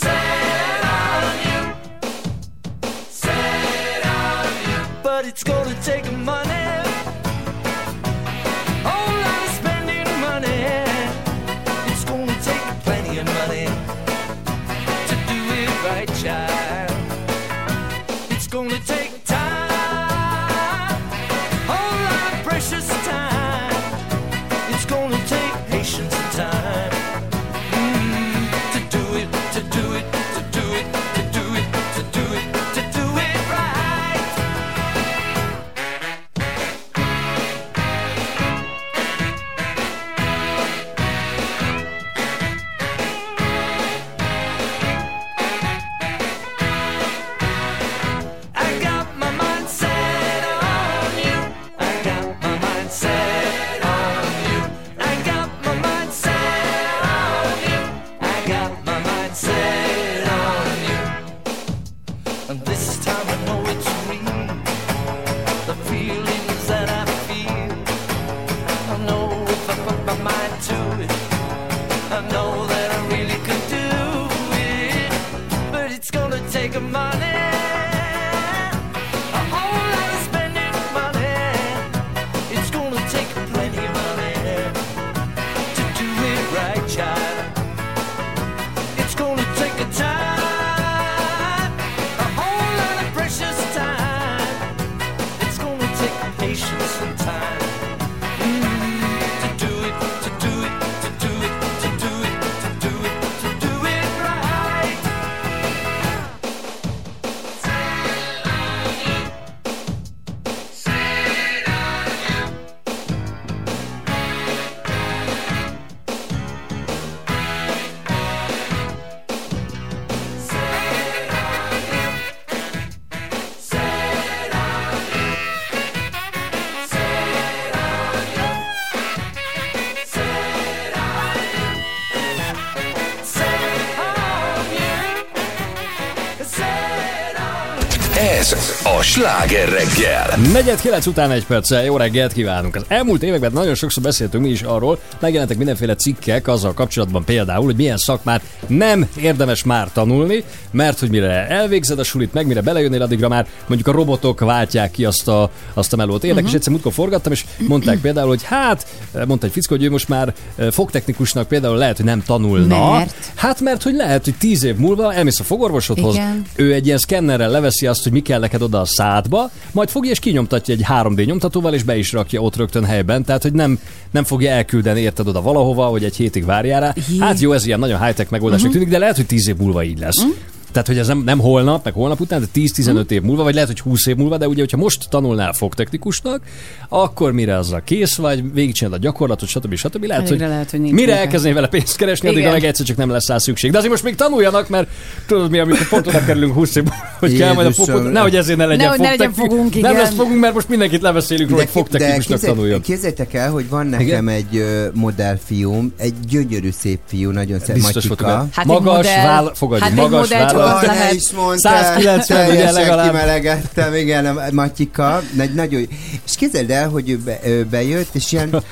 set on you, set on you. But it's gonna take money, whole lot of spending money. It's gonna take plenty of money to do it right, child. It's gonna take time, whole lot of precious time. It's gonna take patience and time. Ez a Sláger reggel. Negyed kilenc után egy perccel jó reggelt kívánunk. Az elmúlt években nagyon sokszor beszéltünk mi is arról, megjelentek mindenféle cikkek azzal kapcsolatban például, hogy milyen szakmát nem érdemes már tanulni, mert hogy mire elvégzed a sulit, meg mire belejönnél, addigra már mondjuk a robotok váltják ki azt a, azt a melót. Érdekes, uh-huh. egyszer múltkor forgattam, és mondták például, hogy hát, mondta egy fickó, hogy ő most már fogtechnikusnak például lehet, hogy nem tanulna. Mert? Hát mert, hogy lehet, hogy tíz év múlva elmész a fogorvosodhoz, igen. Ő egy ilyen szkennerrel leveszi azt, hogy mi kell neked oda a szádba, majd fogja és kinyomtatja egy három dé nyomtatóval, és be is rakja ott rögtön helyben, tehát hogy nem, nem fogja elküldeni érted oda valahova, hogy egy hétig várjál rá. Hát jó, ez ilyen nagyon high-tech megoldásnak uh-huh. tűnik, de lehet, hogy tíz év múlva így lesz. Uh-huh. Tehát, hogy ez nem, nem holnap, meg holnap után, de tíz-tizenöt uh-huh. év múlva, vagy lehet, hogy húsz év múlva, de ugye, hogyha most tanulnál fogtechnikusnak, akkor mire azzal kész vagy, végigcsinálod a gyakorlatot, stb. stb. Lehet, hogy, lehet, hogy mire elkezdenél vele pénzt keresni, addigra meg egyszer csak nem lesz rá szükség. De azért most még tanuljanak, mert tudod mi, amikor pont oda kerülünk húsz év múlva, hogy kell majd a fogot, nehogy ezért ne legyen fogtechnikus. Nem lesz fogunk, mert most mindenkit leveszélünk róla, hogy fogtechnikusnak tanuljon. Képzeljétek el, hogy van nekem egy modellfiúm, egy gyönyörű szép fiú, nagyon szép Matyika. Magas, fogadj, magas vállal. száz kilencven ugye legalább. Kimelegettem, igen, a Matyika. Nagyon, és képzeld el, hogy ő, be, ő bejött, és ilyen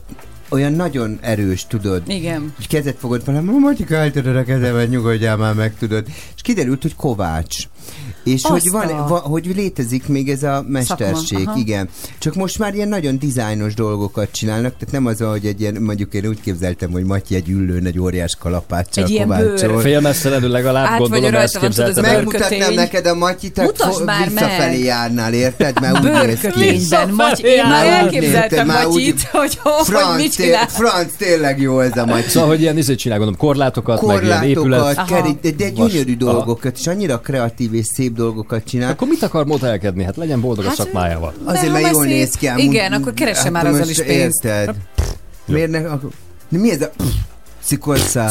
olyan nagyon erős, tudod. Igen. És kezet fogott velem, Matyika, eltöröd a kezemet, nyugodjál már meg, tudod. És kiderült, hogy Kovács. És hogy, van, va, hogy létezik még ez a mesterség, szakma, igen. Csak most már ilyen nagyon dizájnos dolgokat csinálnak, tehát nem az, hogy egy ilyen, mondjuk én úgy képzeltem, hogy Matyi egy üllőn, egy óriás kalapáccsal kovácsol. Félmeztelenül legalább, át gondolom, ezt képzeltem. Megmutatnám neked a Matyit, tehát visszafelé járnál, érted? Mert úgy néz ki. Bőrkötényben, Matyi. Én már elképzeltem Matyit, hogy hogy mit csinál. Franc, tényleg jó ez a Matyi. Szóval, hogy ilyen izét csinál, gondolom, korlátokat, meg ilyen épület. De gyönyörű dolgokat, és annyira kreatív és szép dolgokat csinál. Akkor mit akar modellkedni? Hát legyen boldog hát, a szakmájával. Azért, mert jól néz ki. Igen, akkor keresse már azzal is pénzt. Érted? Miért ne? Mi ez a szikorszá?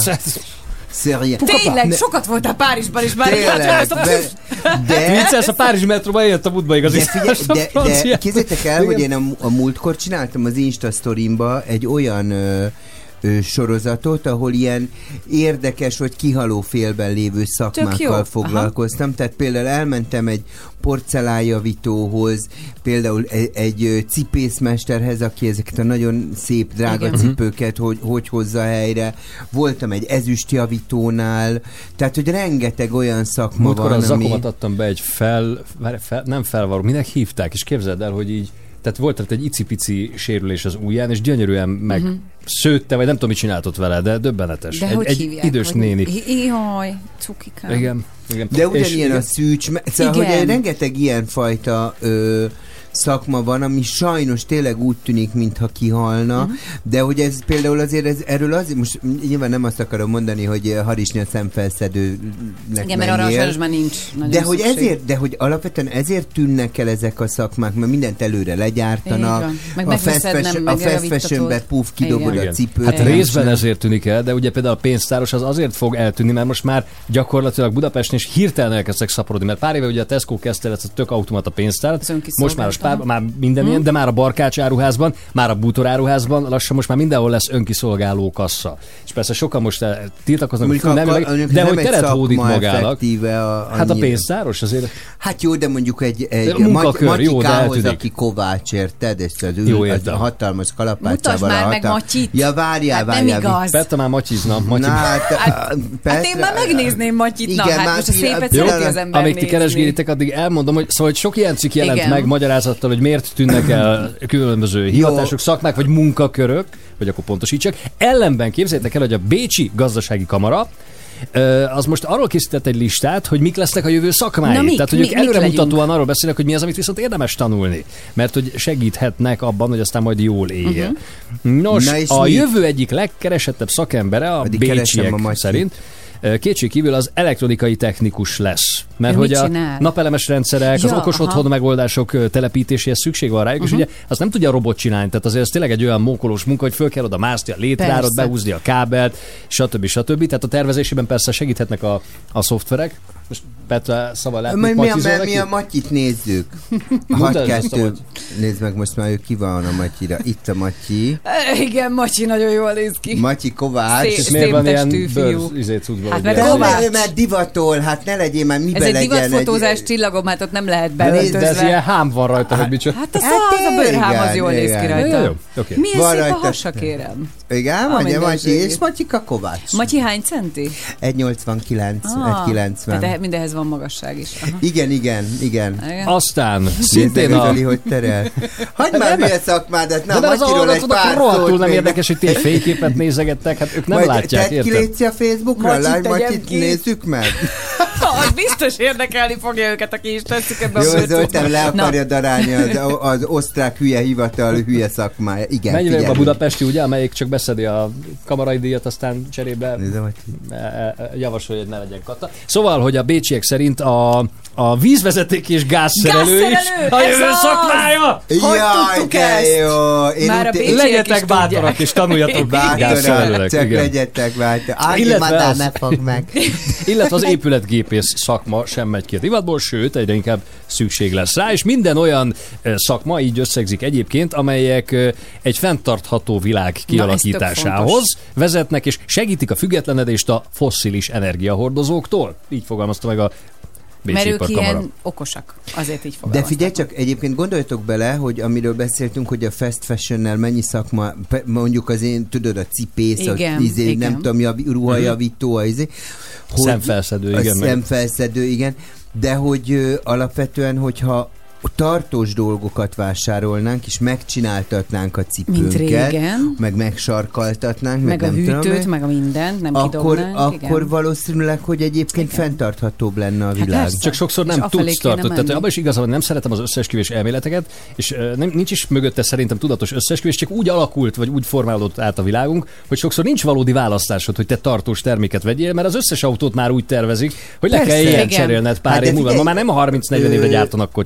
Tényleg, sokat voltál Párizsban is már. Tényleg, de... Viccelsz, a Párizsi metróban eljött a múltba igaz. De, de, de képzeljétek el, hogy én a, a múltkor csináltam az Insta sztorimba egy olyan ö, ö, sorozatot, ahol ilyen érdekes vagy kihaló félben lévő szakmákkal foglalkoztam. Aha. Tehát például elmentem egy porcelánjavítóhoz, például egy, egy cipészmesterhez, aki ezeket a nagyon szép, drága igen. cipőket hogy, hogy hozza helyre. Voltam egy ezüstjavítónál, tehát, hogy rengeteg olyan szakma Múltkor van, az ami... zakomat adtam be egy fel, fel nem felvaró, minek hívták, és képzeld el, hogy így, tehát volt egy icipici sérülés az ujján, és gyönyörűen meg uh-huh. szőtte, vagy nem tudom, mit csináltott vele, de döbbenetes. De egy, hogy egy hívják? idős vagy néni. Jaj, cukikám. Igen. Igen. De ugyanilyen és, a szűcs, szóval, hogy egy rengeteg ilyen fajta ö, szakma van, ami sajnos tényleg úgy tűnik, mintha kihalna, uh-huh. de hogy ez például azért, ez, erről azért, most nyilván nem azt akarom mondani, hogy harisnya szemfelszedőnek igen, mert arra sajnos már nincs de hogy, ezért, de hogy alapvetően ezért tűnnek el ezek a szakmák, mert mindent előre legyártanak, a fast fashion, a fast fashionbe puf, kidobod a cipőt. Hát részben ezért tűnik el, de ugye például a pénztáros az azért fog eltűnni, mert most már gyakorlatilag Budapesten is hirtelen elkezdtek szaporodni, mert pár éve ugye a Tesco kezdte ezt a tök automata pénztárat, most már a Spár, már minden hmm. ilyen, de már a Barkács áruházban, már a Bútor áruházban, lassan most már mindenhol lesz önkiszolgáló kassa. És persze sokan most tiltakoznak, hogy nem, akar, meg, de hogy teret hódít magának. A, hát a pénztáros azért. Hát jó, de mondjuk egy, egy munkakör, Maty- jó, de eltűnik. Aki Kovács, érted? Ezt az, jó, az a hatalmas kalapácsával. Mutasd már meg Matyit. Ja, várjál, hát várjál. nem igaz. Petra már matyizna. Matyi. Na, hát, hát, hát én már megnézném Matyit. Igen, na, hát most a szépet szereti az ember amíg ti keresgélitek, addig elmondom, hogy szóval hogy sok ilyen cikk jelent igen. meg magyarázattal, hogy miért tűnnek el különböző hivatások, szakmák, vagy munkakörök, vagy akkor pontosítsak. Ellenben képzeljétek el, hogy a Bécsi Gazdasági Kamara az most arról készített egy listát, hogy mik lesznek a jövő szakmái. Na, mik, Tehát, hogy mi, ők előremutatóan arról beszélnek, hogy mi az, amit viszont érdemes tanulni. Mert hogy segíthetnek abban, hogy aztán majd jól élje. Uh-huh. Nos, a mi? jövő egyik legkeresettebb szakembere, a Addig bécsiek a szerint, kétségkívül az elektronikai technikus lesz. Mert ő hogy a napelemes rendszerek, ja, az okos aha. otthon megoldások telepítéséhez szükség van rájuk, uh-huh. és ugye azt nem tudja a robot csinálni. Tehát azért ez tényleg egy olyan mókolós munka, hogy föl kell oda mászni a létrárat, behúzni a kábelt, stb. stb. Tehát a tervezésében persze segíthetnek a, a szoftverek. Most Petra szava látni, mi, mi, a, mi a Matyit nézzük. Hagykettő. Nézd meg, most már ő ki van a Matyira. Itt a Matyi. Igen, Matyi nagyon jól néz ki. Matyi Kovács. Szép, miért van ilyen bőrz, izé hát mert Kovács. Mert divatol, hát ne legyél már miben legyen. Ez egy divatfotózás egy... csillagom, hát ott nem lehet beöltözve. De ez ilyen hám van rajta, hogy micsoda. Hát az a bőrhám az jól néz ki rajta. Milyen szép a hasa, kérem. Igen, mondja Matyi, és Matyika Kovács. Matyi hány centi? egy nyolcvankilenc, egy kilencven. De mindenhez van magasság is. Aha. Igen, igen, igen. Aztán szintén a... hogy terel. Hagyd már hülye szakmádat, na, de Matyiról egy pár szót. Nem érdekes, hogy ti egy fényképet nézegettek, hát ők nem majd látják, érted? Te kilétszi a Facebookra, Lágy Matyit nézzük meg. Az biztos érdekelni fogja őket, aki is teszik ebbe a jó, Zoltán le akarja darálni az, az osztrák hülye hivatal hülye szakmája. Igen, menj meg a budapesti, ugye, amelyik csak beszedi a kamarai díjat, aztán cserébe javasolja, hogy ne legyen kata. Szóval, hogy a bécsiek szerint a a vízvezeték és gázszerelő, gázszerelő is a jövő szakmája! Jaj, de jó! Én már a legyetek bátorak és tanuljatok gázszerelőnek. Csak legyetek bátorak. Ágyi madár ne fog meg. Illetve az épületgépész szakma sem megy ki a divatból, sőt, egyre inkább szükség lesz rá, és minden olyan szakma így összegzik egyébként, amelyek egy fenntartható világ kialakításához vezetnek, és segítik a függetlenedést a fosszilis energiahordozóktól. Így fogalmazta meg a mert ők ilyen okosak, azért így fogalmaztak. De figyelj csak, egyébként gondoljatok bele, hogy amiről beszéltünk, hogy a fast fashionnel mennyi szakma, mondjuk az én, tudod, a cipész, igen, a izé, igen. nem tudom, a ruhajavító, a izé. Szemfelszedő, igen. A szemfelszedő, igen. De hogy ö, alapvetően, hogyha tartós dolgokat vásárolnánk, és megcsináltatnánk a cipőnket, meg megsarkaltatnánk, meg, meg a nem hűtőt, tudom, meg a mindent, nem akkor, kidobnánk. Akkor igen. valószínűleg, hogy egyébként igen. fenntarthatóbb lenne a világ. Hát csak sokszor nem tudsz tartani. Tehát abban is igaz, hogy nem szeretem az összeesküvés elméleteket, és uh, nem, nincs is mögötte szerintem tudatos összeesküvés, csak úgy alakult, vagy úgy formálódott át a világunk, hogy sokszor nincs valódi választásod, hogy te tartós terméket vegyél, mert az összes autót már úgy tervezik, hogy persze, le kell ilyen cserélned pár hát év múlva. Ma már nem a harminc-negyven évre gyártanak kocsit.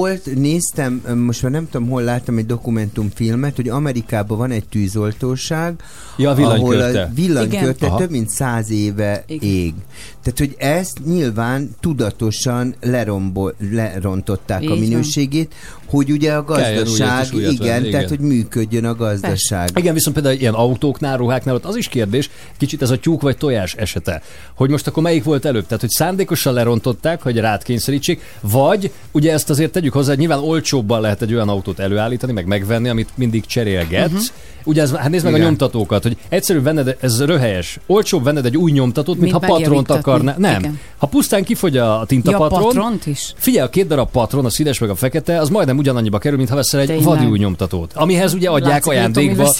volt, néztem, most már nem tudom, hol láttam egy dokumentumfilmet, hogy Amerikában van egy tűzoltóság, ja, a villanykötte. Ahol a villanykötte több mint száz éve igen. ég. Tehát, hogy ezt nyilván tudatosan lerombol, lerontották igen. a minőségét, hogy ugye a gazdaság, igen, igen, tehát, hogy működjön a gazdaság. Persze. Igen, viszont például ilyen autóknál, ruháknál, ott az is kérdés, kicsit ez a tyúk vagy tojás esete, hogy most akkor melyik volt előbb? Tehát, hogy szándékosan lerontották, hogy rád kényszerítsék, vagy ugye ezt azért tegyük hozzá, hogy nyilván olcsóbban lehet egy olyan autót előállítani, meg megvenni, amit mindig cserélgetsz. Uh-huh. Ugye ez, hát nézd meg igen. a nyomtatókat, hogy egyszerűbb venned, ez röhelyes, olcsóbb venned egy új nyomtatót, mint, mint ha patront akarná. Nem. Igen. Ha pusztán kifogy a tintapatron, ja, patront is? Figyelj, a két darab patron, a színes meg a fekete, az majdnem ugyanannyiba kerül, mint ha veszel egy vadi új nyomtatót. Amihez ugye adják látszik, ajándékba.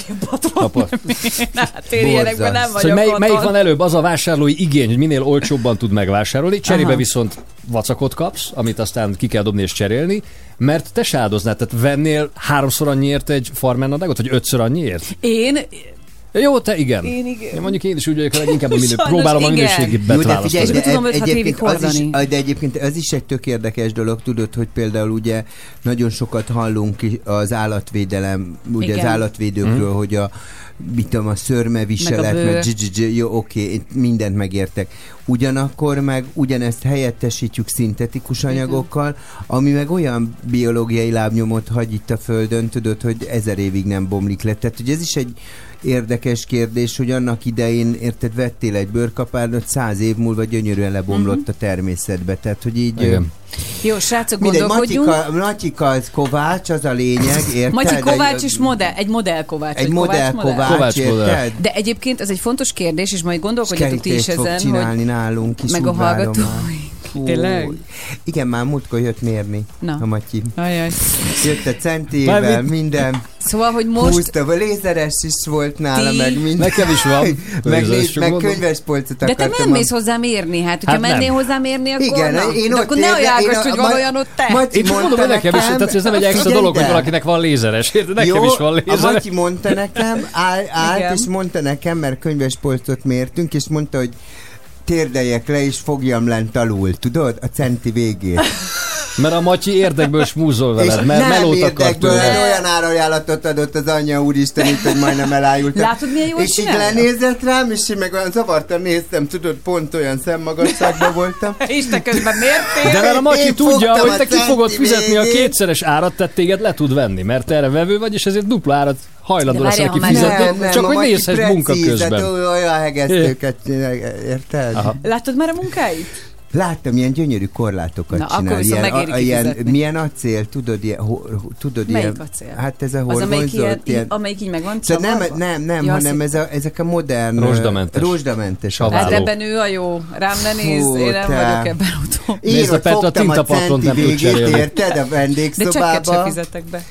Szóval mely, melyik van előbb? Az a vásárlói igény, hogy minél olcsóbban tud megvásárolni, cserébe aha. viszont vacakot kapsz, amit aztán ki kell dobni és cserélni, mert te se áldoznád, tehát vennél háromszor annyiért egy farmernadagot, vagy ötször annyiért? Én... Jó, te igen. Én igen. Ja, mondjuk én is úgy vagyok, hogy inkább a minő, próbálom igen. a minőségi bet választani. De, tudom, öt-hat évig hordani. De egyébként ez is egy tök érdekes dolog, tudod, hogy például ugye nagyon sokat hallunk az állatvédelem, ugye igen. az állatvédőkről, hmm. hogy a mit tudom, a szőrmeviselet, meg, meg dzs, jó, oké, mindent megértek. Ugyanakkor meg ugyanezt helyettesítjük szintetikus anyagokkal, ami meg olyan biológiai lábnyomot hagy itt a Földön, tudod, hogy ezer évig nem bomlik le. Tehát, hogy ez is egy érdekes kérdés, hogy annak idején, érted, vettél egy bőrkapárdot, száz év múlva gyönyörűen lebomlott uh-huh. a természetbe. Tehát, hogy így... Igen. Jó, srácok, gondolkodjunk. Matyika, Matyika az Kovács, az a lényeg, érted? Matyi Kovács és modell, egy modell Kovács. Egy modell Kovács, Kovács, érted? De egyébként ez egy fontos kérdés, és majd gondolkodjatok ti is ezen, csinálni hogy... nálunk is, meg a hallgatói. Tényleg? Igen, már múltkor jött mérni na. a Matyi. Ajaj. Jött a centével, minden. Szóval, hogy most... Húzta, a lézeres is volt nála, ti... meg minden. Nekem is van. meg néz, meg könyvespolcot de akartam. De te nem mész hozzá mérni, hát hogyha hát mennél hozzá mérni, akkor igen, na. Én de akkor ne ajánlgass, hogy van olyan ott te. Én csak mondom, hogy nekem is, tehát ez nem egy extra dolog, hogy valakinek van lézeres. Nekem is van lézeres. A Matyi mondta nekem, állt és mondta nekem, mert könyvespolcot mértünk, és mondta, hogy térdeljek le, és fogjam lent alul, tudod? A centi végét. Mert a Matyi érdekből smúzol veled, mert melót akar tőle. Olyan árajánlatot adott az anyja úristen, itt, hogy majdnem elájultam. Látod, milyen jól és így lenézett rám, és én meg olyan zavartan néztem, tudod, pont olyan szemmagasságban voltam. És te közben mértél? De mert a Matyi tudja, hogy te ki fogod fizetni a kétszeres árat, tehát téged le tud venni, mert te erre vevő vagy, és ezért dupla árat hajlandó lesz neki fizetni, nem, nem, csak hogy nézhess munka közben. Olyan hegesztőket érted? Látod már a munkáit? Láttam, ilyen gyönyörű korlátokat na, csinál. Akkor ilyen, a, ilyen, milyen acél, tudod, ilyen, ho, tudod melyik ilyen, acél? Hát ez a horgonzolt. Ilyen, amelyik így meg van szóval nem, nem, nem, ja, hanem ez a, ezek a modern... Rózsdamentes. Rózsdamentes. Hát ebben ő a jó. Rám ne nézz, én nem te. vagyok ebben utó. Én ott fogtam a centi végét, érted, a vendégszobába. De csekket se fizetek be.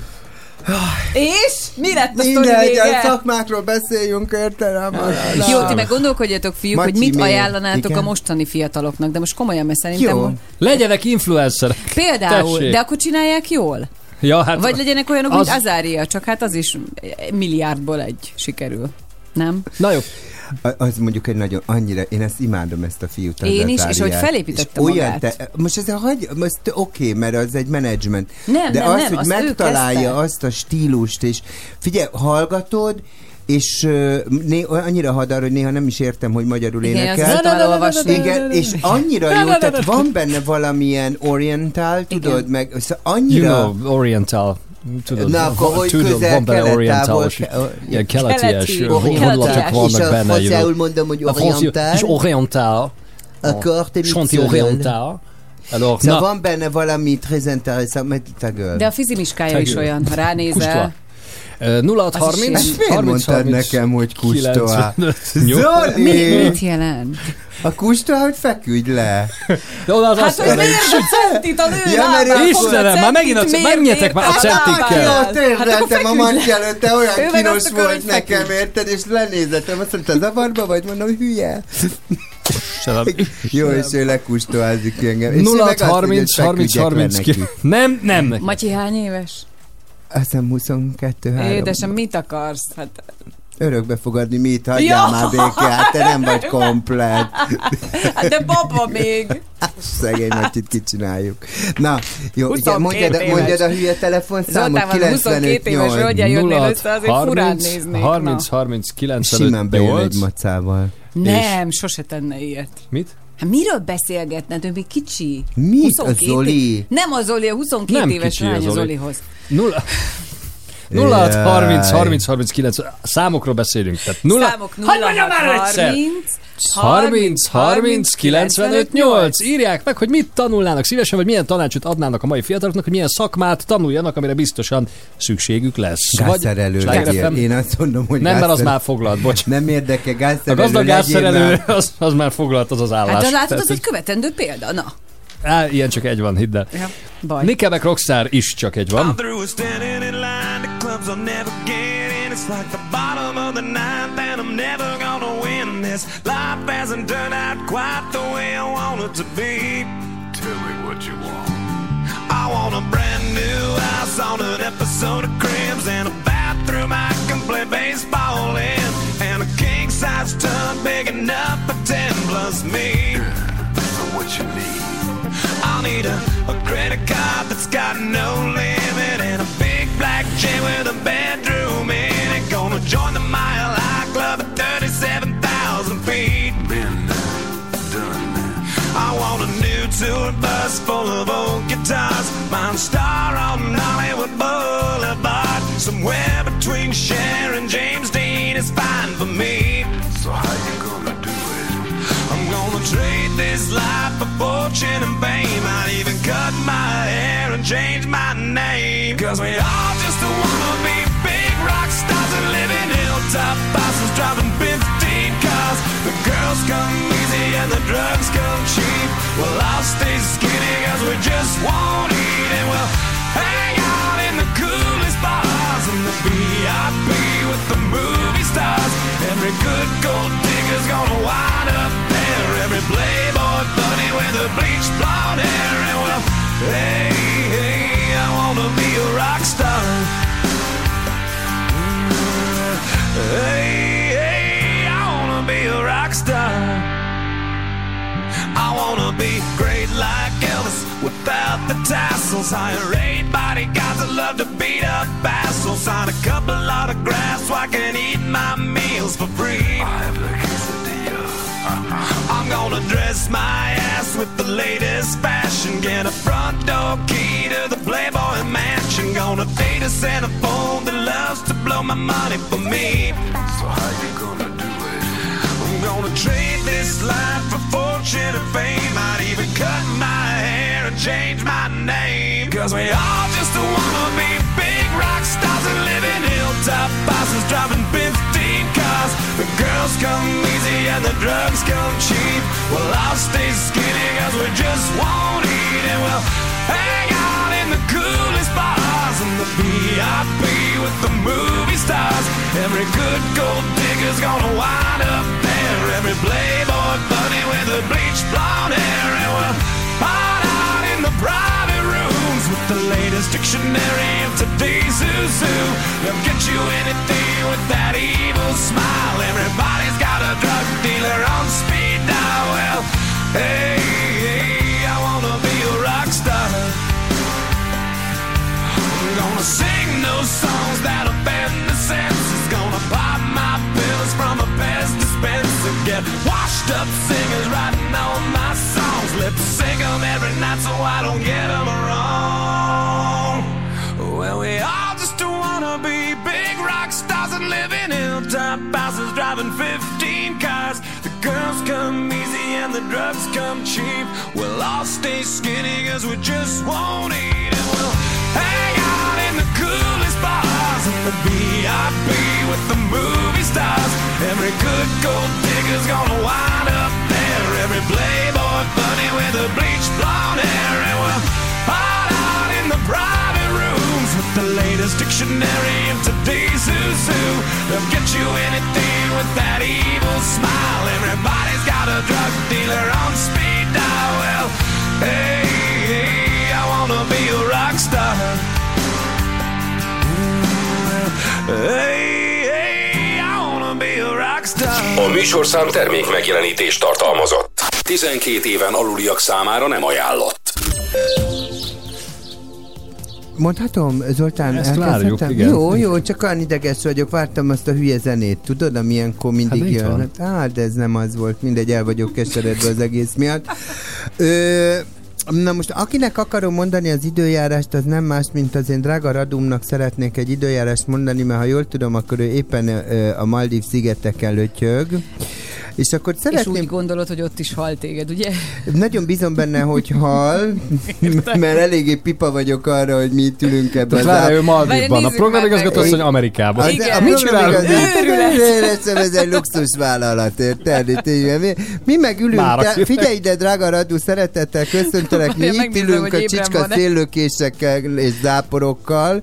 És? Mi lett a sztori vége? Mindegy, szakmákról beszéljünk, értelem. Jó, ti meg gondolkodjatok, fiúk, Matyi, hogy mit még? ajánlanátok igen? a mostani fiataloknak, de most komolyan, mert szerintem... Jó. Legyenek influencerek. Például, tessék. De akkor csinálják jól? Ja, hát vagy legyenek olyanok, az... mint Azária, csak hát az is milliárdból egy sikerül. Nem? Na jó. Az mondjuk egy nagyon, annyira, én ezt imádom, ezt a fiút. Én is, és hogy felépítette magát. Te, most ez hagy, most oké, okay, mert az egy menedzsment. Nem, de nem, az, nem, hogy azt megtalálja azt a stílust, és figyelj, hallgatod, és uh, né, annyira hadar, hogy néha nem is értem, hogy magyarul énekel. Igen, és annyira jó, tehát van benne valamilyen oriental, tudod, meg annyira... You know, oriental. Tudod, na, akkor hogy közel-kelet-távol... Ilyen keleties honlatok vannak benne. És ha mondom, hogy orientál. És orientál. Akkor te mit Chanty orientál. Alors, szóval van benne valami très intéressant, mert te göl. De a fizimiskája is olyan, ha ránézel. nulla hat harminc miért mondtad nekem, hogy kustoa? Zoli! Mit jelent? A kustoa, hogy feküdj le. De oda az hát, hogy miért a centit a nő ja, Istenem, már megint a menjetek már a centikkel. Jó, térdeltem a Matyi előtte, olyan kínos volt nekem, érted, és lenézettem, azt mondta, zavarba vagy, mondom, hülye. Jó, és ő lekustoázik engem. nulla hat harminc harminc harminc Nem, nem. Matyi hány éves? Azt hiszem huszonkettő három. Édesem, mit akarsz? Hát... Örökbe fogadni, mit? Hagyjál ja. már békát, te nem vagy komplet. Hát de papa még. Szegény Matyit kicsináljuk. Na, jó, igen, mondjad, éves. mondjad a hülye telefonszámot. Zoltán van huszonkettő éves, hogy jönnél össze, azért furán néznék. harminc harminc kilencvenöt Simán bejön egy macával. Nem, sose tenne ilyet. Mit? Hát miről beszélgetne? Ő még kicsi. Mit? A Zoli? Nem a Zoli, a huszonkettő Nem éves kicsi a lány a Zoli. Zolihoz. Nulla... nulla hat harminc harminc harminc kilencven számokról beszélünk. Tehát nulla... Számok nulla hat harminc harminc harminc kilencvenöt nyolc. Írják meg, hogy mit tanulnának szívesen, vagy milyen tanácsot adnának a mai fiataloknak, hogy milyen szakmát tanuljanak, amire biztosan szükségük lesz. Gázszerelő legyél. Én azt mondom, hogy nem, mert az már foglalt, bocs. Nem érdekel, gázszerelő a gazdag gázszerelő, az, az már foglalt, az az állás. Hát de látod, Tehát, az egy követendő példa, na. Á, ilyen csak egy van, hidd el. Ja, baj. Nickelback Rockstar is csak egy van. It's like the bottom of the ninth and I'm never gonna win this. Life hasn't turned out quite the way I want it to be. Tell me what you want. I want a brand new house on an episode of Cribs and a bathroom I can play baseball in and a king-size tub big enough for ten plus me. So what you need? I'll need a, a credit card that's got no limit and a big black chain with a bedroom in. Gonna join the Mile High Club at thirty-seven thousand feet. Been done. I want a new tour bus full of old guitars. Mine star on Hollywood Boulevard. Somewhere between Cher and James Dean is fine for me. So how you gonna do it? I'm gonna trade this life for fortune and fame. I'd even cut my hair and change my name. Cause we all just wanna be big rock stars and live in hilltop bosses driving fifteen cars. The girls come easy and the drugs come cheap. Well, I'll stay skinny cause we just won't eat. And we'll hang out in the coolest bars in the V I P with the movie stars. Every good gold digger's gonna wind up there. Every playboy bunny with a bleached blonde hair. And well, hey, hey, I wanna be a rock star. Hey, hey, I wanna be a rock star. I wanna be great like Elvis without the tassels. Hire eight bodyguards that love to beat up assholes. Sign a couple autographs so I can eat my meals for free. I have the quesadilla. I'm gonna dress my ass with the latest fashion. Get a front door key to the Playboy Mansion. Gonna date a centerfold that loves to blow my money for me. So how you gonna do it? I'm gonna trade this life for fortune and fame. I'd even cut my hair and change my name. Cause we all just wanna be big rock stars and live in hilltop bosses driving fifteen cars. The girls come easy and the drugs come cheap. Well, I'll stay skinny cause we just won't eat. And we'll hang out in the coolest bars in the V I P with the movie stars. Every good gold digger's gonna wind up there. Every playboy bunny with a bleached blonde hair. And we'll hide out in the private rooms with the latest dictionary of today's who's who. They'll get you anything with that evil smile. Everybody's got a drug dealer on speed dial. Well, hey, hey, I wanna be a rock star. I'm gonna sing those songs that offend the senses. Gonna pop my pills from a Pez dispenser. Get washed up singers writing all my songs. Lip sync them every night so I don't get them wrong. Well, we all just wanna be big rock stars and live in hilltop houses driving fifteen cars. The girls come easy and the drugs come cheap. We'll all stay skinny cause we just won't eat. And we'll hang out in the coolest bars in the V I P with the movie stars. Every good gold digger's gonna wind up there. Every playboy bunny with a bleached blonde hair. And we'll hide out in the private rooms with the latest dictionary of today's who's who. They'll get you anything with that evil smile. Everybody's got a drug dealer on speed dial. Well, hey, hey, I wanna be a rock star. Hey, hey, I wanna be a rock star. A műsorszám termék megjelenítést tartalmazott. tizenkét éven aluliak számára nem ajánlott. Mondhatom, Zoltán, ezt várjuk, igen. Jó, jó, csak olyan ideges vagyok, vártam azt a hülye zenét, tudod, amilyenkor mindig hát jön. Hát, de ez nem az volt, mindegy, el vagyok keseredve az egész miatt. Ö, na most, akinek akarom mondani az időjárást, az nem más, mint az én drága Radumnak szeretnék egy időjárást mondani, mert ha jól tudom, akkor ő éppen ö, a Maldív szigeteken lötyög. És akkor szeretném... És úgy gondolod, hogy ott is hal téged, ugye? Nagyon bízom benne, hogy hal, mert eléggé pipa vagyok arra, hogy mi itt ülünk ebben. Tehát ő Maldívban, a programigazgató asszony Amerikában. Igen, mit csinálunk? Ez egy luxusvállalat, érted? Mi meg ülünk, figyelj ide, drága Radu, szeretettel köszöntelek, mi itt ülünk a csicska széllökésekkel és záporokkal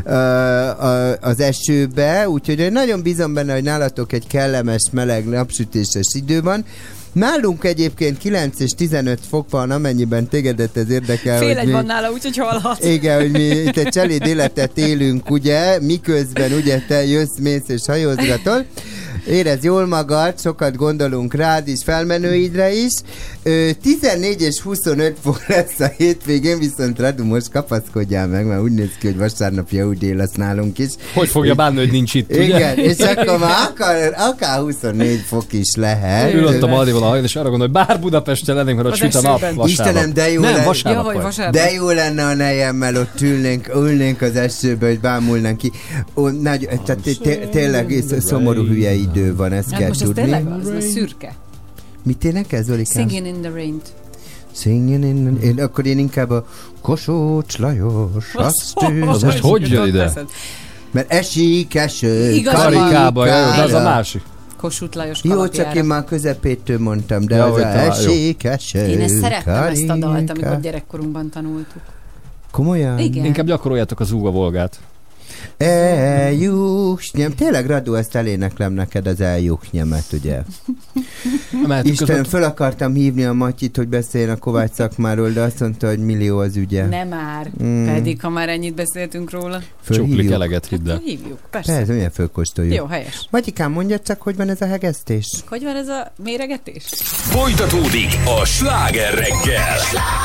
az esőbe, úgyhogy én nagyon bízom benne, hogy nálatok egy kellemes, meleg, napsütéses idő van. Nálunk egyébként kilenc és tizenöt fok van, amennyiben tégedet ez érdekel. Fél egy mi... van nála, úgyhogy hallhat. Igen, hogy mi itt egy cseléd életet élünk, ugye, miközben ugye te jössz, mész és hajózgatol. Érezd jól magad, sokat gondolunk rád is, felmenőidre is. Ö, tizennégy és huszonöt fok lesz a hétvégén, viszont Radu, most kapaszkodjál meg, mert úgy néz ki, hogy vasárnap jó dél lesz nálunk is. Hogy fogja bánni, hogy nincs itt, ugye? Igen, és akkor már akár, akár huszonnégy fok is lehet. Ülött a Maldivon a hajón, és arra gondol, hogy bár Budapesten lennénk, mert ott süt a nap vasárnap. Istenem, de jó, Nem, lenne, vasárnap ja, vasárnap. de jó lenne a nejemmel, ott ülnénk, ülnénk az esőbe, hogy bámulnánk ki. Ó, nagy, tehát tényleg szomorú hülye idő van, ezt hát kell most tudni. Ez tényleg az, az szürke. Mit énekel, Zolikám? Singing in the rain. Singing in the... Én, akkor én inkább a Kossuth Lajos, azt tűzem. Az most hogy jön ide? Mert esik, eső, Karikába, jó, de az a másik. Kossuth Lajos kalapjára. Jó, csak én már közepétől mondtam, de ja, az a esik, eső, Én ezt szerettem, karika. ezt a dalt, amikor gyerekkorunkban tanultuk. Komolyan? Igen. Inkább gyakoroljátok az Uga Volgát. Eljuksnyem. Tényleg, Radu, ezt eléneklem neked az eljuksnyemet, ugye? Istenem, föl akartam hívni a Matyit, hogy beszéljen a Kovács szakmáról, de azt mondta, hogy millió az ügye. Nem már, mm. pedig ha már ennyit beszéltünk róla. Csuklik eleget, hidd el. Hívjuk, persze. Persze, milyen fölkóstoljuk. Jó, helyes. Matyikám, mondjad csak, hogy van ez a hegesztés? Hogy van ez a méregetés? Folytatódik a Sláger reggel.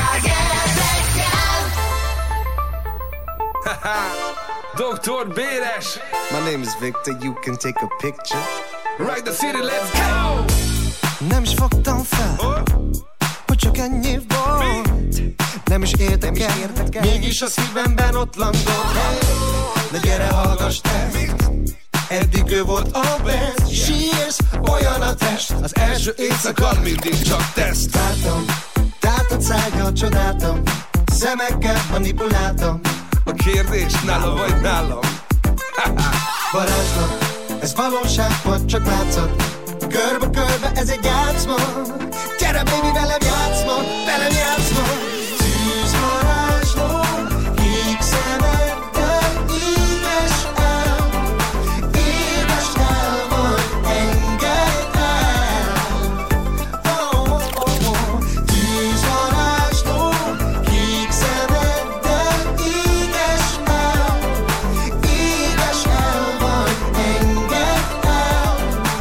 doktor Béres! My name is Victor, you can take a picture. Right the city, let's go! Nem is fogtam fel, oh. hogy csak ennyi volt. Nem is értek el, értek mégis a szívemben ott langol. De gyere, hallgass te! Eddig ő volt a best. Sírsz, olyan a test. Az első éjszaka mindig csak teszt. Vártam, tátott szájjal csodáltam, szemekkel manipuláltam. A kérdés nála vagy nálam? Varázslat, ez valóság vagy csak látszat. Körbe-körbe ez egy játszma. Gyere baby, velem játszma, velem játszma. Tűzvarázsló, kék szemekkel, édes el, édes el vagy, engedd el. Oh, oh, oh. Tűzvarázsló, kék szemekkel, édes el, édes el vagy, engedd el.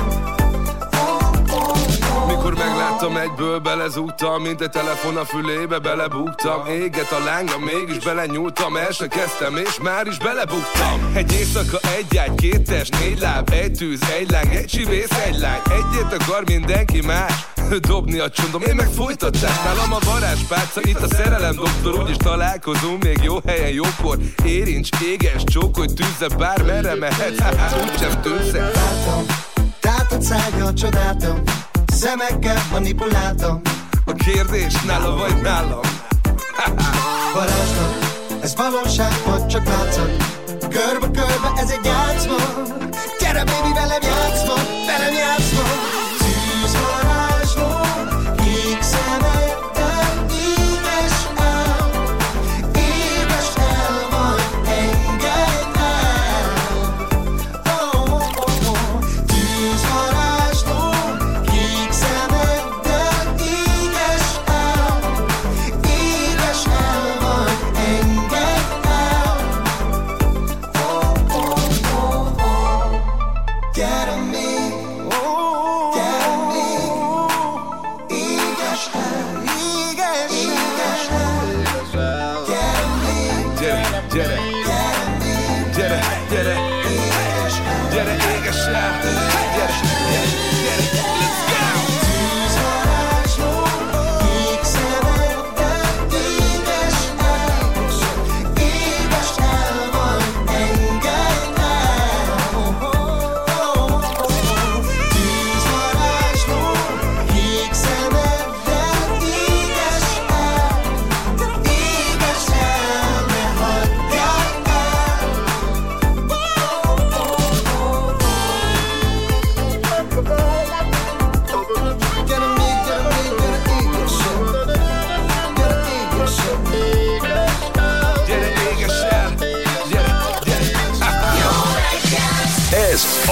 Oh, oh, oh. Mikor megláttam, egyből belezúgtam, mint egy telefon a fülébe belebuktam. Éget a lánga, mégis belenyúltam, el se kezdtem, és már is belebuktam. Egy éjszaka, egy ágy, két test, négy láb, egy tűz, egy láng, egy csivész, egy lány. Egyet akar mindenki más, dobni a csondom, én meg folytatás. Nálam a varázspálca, itt a szerelem doktor, úgyis találkozunk még jó helyen, jókor. Érincs, éges, csókolj, tűzze, bármerre mehetsz, hát úgysem tűzze. Láttam, tátott szájjal csodáltam, szemekkel manipuláltam. A kérdés nála vagy nálam? Varázslat, ez valóság vagy csak látszat. Körbe-körbe ez egy játszma. Gyere baby, velem játszma, velem játszma. Tűzvarázsló, kék szemekkel, édes el, édes el vagy, engedd el. Oh, oh, oh. Tűzvarázsló, kék szemekkel, édes el, édes el vagy, engedd el. Oh, oh, oh.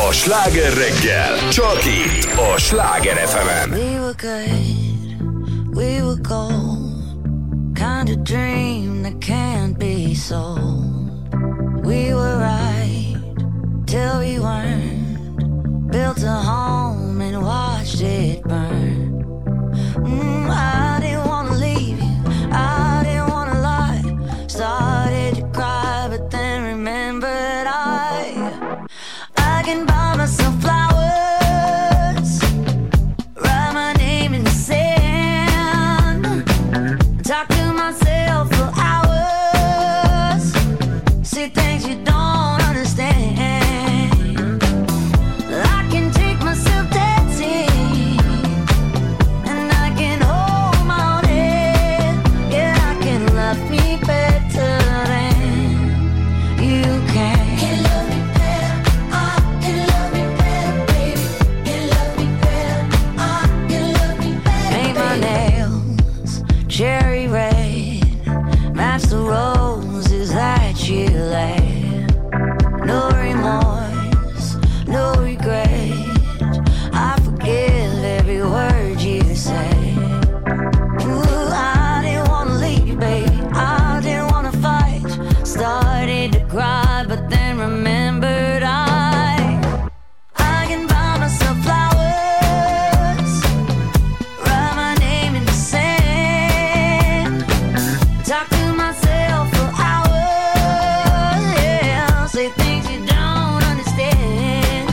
a Sláger reggel, csak itt a Sláger ef emen. We were good, we were gold, kind of dream that can't be sold. We were right till we weren't, built a home and watched it burn. Mm, I didn't wanna leave you, I didn't wanna lie. Started to cry, but then remembered I I can buy myself flowers, write my name in the sand, talk to myself for hours, see things you don't understand. I can take myself dancing, and I can hold my own head. Yeah, I can love me better than you can. Can love me better, I can love me better, baby. Can love me better, I can love me better. Paint my nails cherry red, match the roses that you laid. No remorse, no regret, I forgive every word you say. Ooh, I didn't wanna leave, baby, I didn't wanna fight. Started to cry, but then remembered I I can buy myself flowers, write my name in the sand, talk to myself for hours, yeah, say things you don't understand.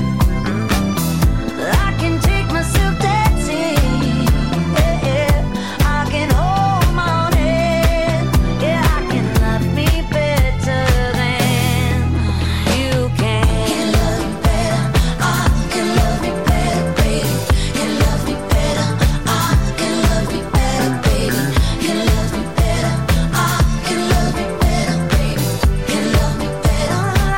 I can take myself dancing, yeah, yeah. I can hold my own head, yeah, I can love me better than you can. Can love me better, I can love me better, baby. Can love me better, I can love me better, baby. Can love me better, I can love me better, baby. Can love me better,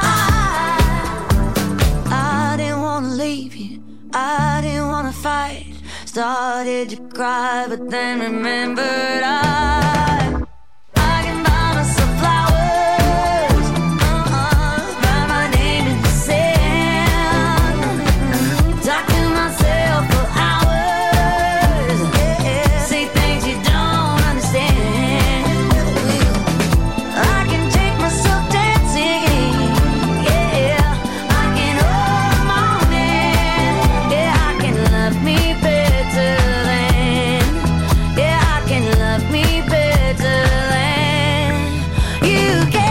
I I didn't wanna leave you, I didn't wanna fight. Started to cry, but then remembered I I can buy myself flowers, uh-uh, write my name in the sand, talk to myself for hours, yeah, say things you don't understand. I can take myself dancing, yeah, I can hold my own hand, yeah, I can love me better than, yeah, I can love me better than you can.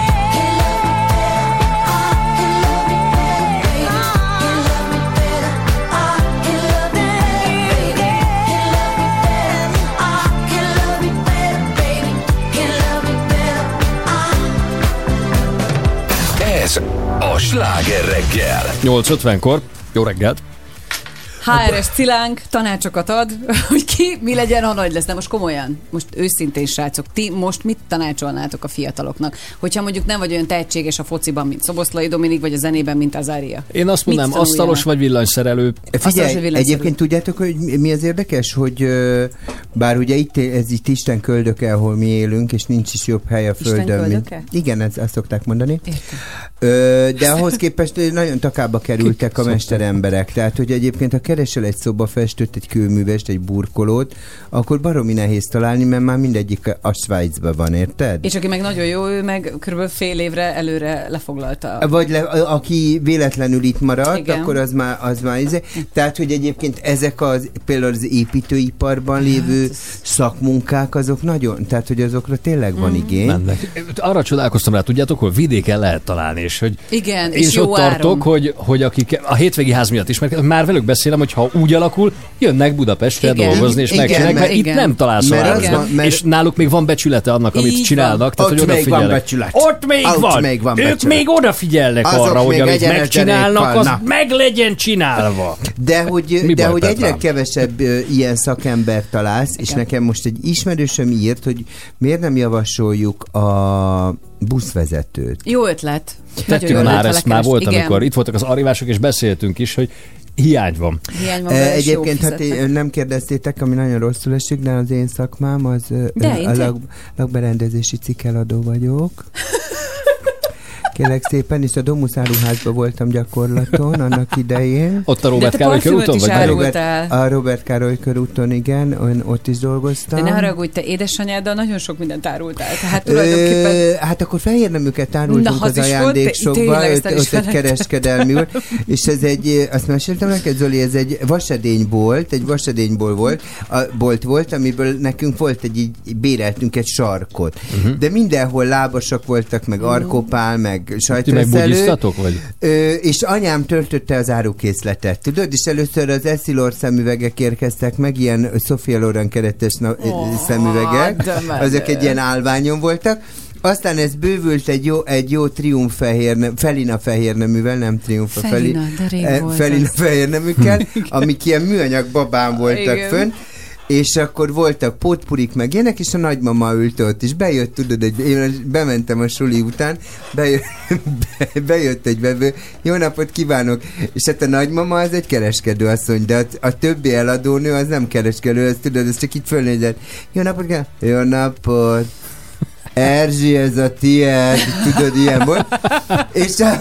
Ez a Sláger reggel. nyolc ötvenkor, jó reggelt! há er es Cilánk tanácsokat ad, hogy ki mi legyen, ha nagy lesz. De most komolyan, most őszintén srácok, ti most mit tanácsolnátok a fiataloknak? Hogyha mondjuk nem vagy olyan tehetséges a fociban, mint Szoboszlai Dominik, vagy a zenében, mint Azária. Én azt mondanám, asztalos vagy villanyszerelő. Figyelj, egyébként tudjátok, hogy mi az érdekes, hogy ö, bár ugye itt, ez itt Isten köldöke, ahol mi élünk, és nincs is jobb hely a földön. Mint, igen, ezt, ezt szokták mondani. Ö, de ahhoz képest nagyon takába kerültek a mesteremberek. Tehát, hogy egyébként a keresel egy szobafestőt, egy kőművest, egy burkolót, akkor baromi nehéz találni, mert már mindegyik a Svájcban van, érted? És aki meg nagyon jó, ő meg körülbelül fél évre előre lefoglalta. Vagy le, aki véletlenül itt maradt, igen, akkor az már, az már izé. Tehát, hogy egyébként ezek az, például az építőiparban lévő szakmunkák, azok nagyon, tehát, hogy azokra tényleg van mm. igény. Mennek. Arra csodálkoztam rá, tudjátok, hogy vidéken lehet találni, és hogy igen, én és is jó ott áron. tartok, hogy, hogy akik a hétvégi ház miatt ismerkednek, már velük beszélem, hogy ha úgy alakul, jönnek Budapestre igen, dolgozni, és megcsinálják, mert, mert itt nem találsz a és náluk még van becsülete annak, amit így csinálnak. Tehát, ott hogy még van becsület. Ott még ott van. Még van ők becsület. még odafigyelnek azok arra, hogy amit egyenes megcsinálnak, az na. meg legyen csinálva. De hogy, de hogy egyre rám? kevesebb uh, ilyen szakember találsz, igen, és nekem most egy ismerősöm írt, hogy miért nem javasoljuk a buszvezetőt. Jó ötlet. Tettük már, ezt már volt, igen, amikor itt voltak az arrivások, és beszéltünk is, hogy hiány van. Hiány van e, egyébként, hát én, nem kérdeztétek, ami nagyon rosszul esik, de az én szakmám, az de a lag, lakberendezési cikkeladó vagyok. Kérlek szépen, és a Domus áruházban voltam gyakorlaton annak idején. Ott a Robert Károly körúton? Vagy a Robert, a Robert Károly körúton, igen, ott is dolgoztam. De ne haragudj, te édesanyáddal nagyon sok mindent árultál. Tehát tulajdonképpen... Ö, hát akkor fehérneműket árultunk az, az ajándéksokban, ott, ott egy kereskedelmi volt, és ez egy, azt meséltem neked, Zoli, ez egy vasedénybolt, egy vasedényból volt, a bolt volt, amiből nekünk volt egy, így béreltünk egy sarkot. Uh-huh. De mindenhol lábasak voltak, meg arkopál, meg sajtreszelő. Vagy? Ö, és anyám töltötte az árukészletet, tudod? És először az Essilor szemüvegek érkeztek meg, ilyen Sofia Loren keretes na- oh, szemüvegek. Azok egy ilyen állványon voltak. Aztán ez bővült egy jó, egy jó triumf fehér, Felina fehérneművel, nem triumf a Felina, Felina, Felina fehérneműkkel, amik ilyen műanyag babán voltak igen. fönn. És akkor voltak pótpurik meg ilyenek, és a nagymama ült ott, és bejött, tudod, egy, én bementem a suli után, bejött, be, bejött egy vevő, jó napot kívánok, és hát a nagymama az egy kereskedő asszony, de a, a többi eladónő az nem kereskedő, az tudod, ez csak így fölnézett, jó napot kívánok, jó napot, Erzsi, ez a tiéd, tudod, ilyen volt. És a,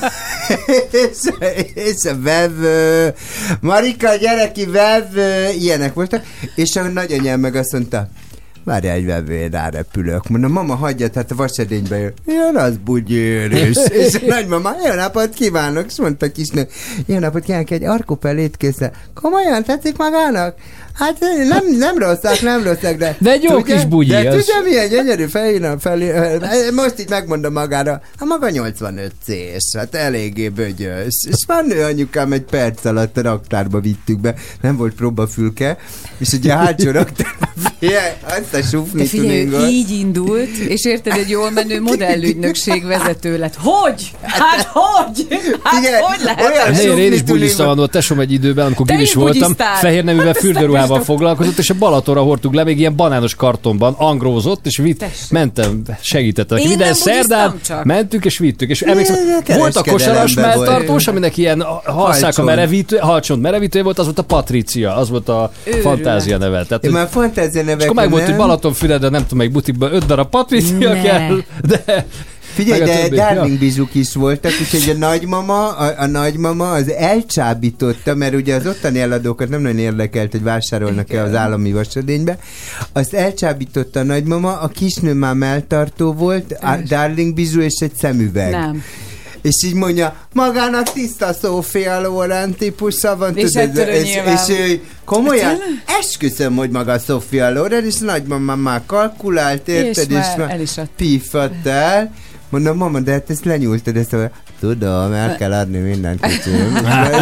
és a, és a vevő, Marika, gyere ki, vevő, ilyenek voltak. És a nagyanyám meg azt mondta, várj egy vevő, én rárepülök. Mondom, mama, hagyja, tehát a vasedénybe jön. Jön, az bugyőrös. És a nagymama, jó napot kívánok, és mondta a kisnő, jó napot kívánok, egy arkopel étkészre. Komolyan, tetszik magának? Hát nem, nem rosszak, nem rosszak, de... De egy jó tudja, kis bugyi. De tudja, milyen gyönyörű fején felé... Most itt megmondom magára, a maga nyolcvanöt cés, hát eléggé bögyös. És már nő anyukám egy perc alatt a raktárba vittük be, nem volt próbafülke, és ugye a hátsó raktárba azt a sufni tuningot. Így indult, és érted, egy jól menő modellügynökség vezető lett. Hogy? Hát hogy? Hát figyelj, hogy lehet? Olyan én is bugyista van, tesóm egy időben, amikor gimis voltam, fehér neművel fürdőruhával foglalkozott, és a Balatonra hordtuk le, még ilyen banános kartonban, angrózott, és vitt, mentem, segítettek. Minden szerdán mentünk, és vittük. És emlékszem, volt a kosaras melltartós, aminek ilyen halszák a merevítő, halcsont merevítő volt, az volt a Patricia, az volt a fantázia neve. Tehát, én már fantázia nevek. És akkor meg volt, hogy Balatonfüreden, nem tudom, melyik butikban öt darab Patricia kell, de... Figyelj, de többi, Darling ja. bizsuk is voltak, úgyhogy a nagymama, a, a nagymama az elcsábította, mert ugye az ottani eladókat nem nagyon érdekelt, hogy vásárolnak-e az állami vasedénybe. Azt elcsábította a nagymama, a kisnő már melltartó volt, a Darling bizsú és egy szemüveg. Nem. És így mondja, magának tiszta Sofia Loren típusa van, és, tudod, és, és, és ő komolyan, esküszöm, hogy maga Sofia Loren, és nagymamám már kalkulált, érted, és, és már pífadt el. Mondom, mama, de hát ezt lenyúltad, ezt a... Tudom, el kell adni mindent, kicsim.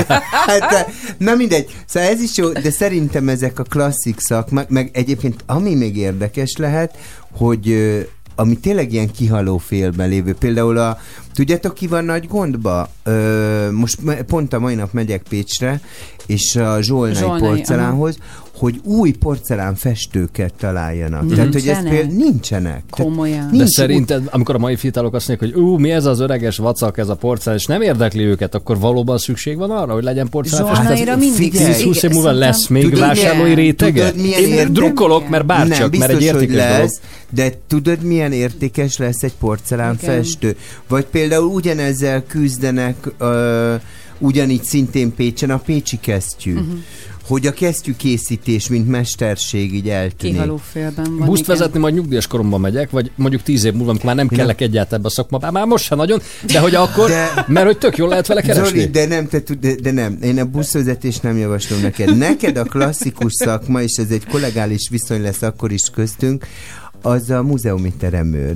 Hát, na mindegy. Szóval ez is jó, de szerintem ezek a klasszik szakmák, meg egyébként ami még érdekes lehet, hogy ami tényleg ilyen kihaló félben lévő, például a, tudjátok ki van nagy gondba? Ö, most pont a mai nap megyek Pécsre, és a Zsolnai, Zsolnai porcelánhoz, aha. hogy új porcelán festőket találjanak. Nincsenek. Tehát, hogy ez például nincsenek. Komolyan. De szerinted, amikor a mai fiatalok azt mondják, hogy ú, mi ez az öreges vacak, ez a porcelán, és nem érdekli őket, akkor valóban szükség van arra, hogy legyen porcelán Zsolnaira mindig. tíz-húsz év múlva lesz még tudod, vásárlói rétege? Én értem? drukkolok, mert bárcsak, nem, mert egy értékes lesz, dolog. De tudod, milyen értékes lesz egy porcelán igen. festő? Vagy például ugyanezzel küzdenek uh, ugyanígy szintén Pécsen a pécsi kesztyű. Uh-huh. Hogy a kesztyűkészítés, mint mesterség így eltűnik. Kihalófélben van. Buszt vezetni majd nyugdíjas koromban megyek, vagy mondjuk tíz év múlva, amikor már nem kellek egyáltalán ebbe a szakmába, már most se nagyon, de hogy akkor, de, mert hogy tök jól lehet vele keresni. Zoli, de nem, te tud, de, de nem, én a buszvezetést nem javaslom neked. Neked a klasszikus szakma, és ez egy kollegális viszony lesz akkor is köztünk, az a múzeumi teremőr.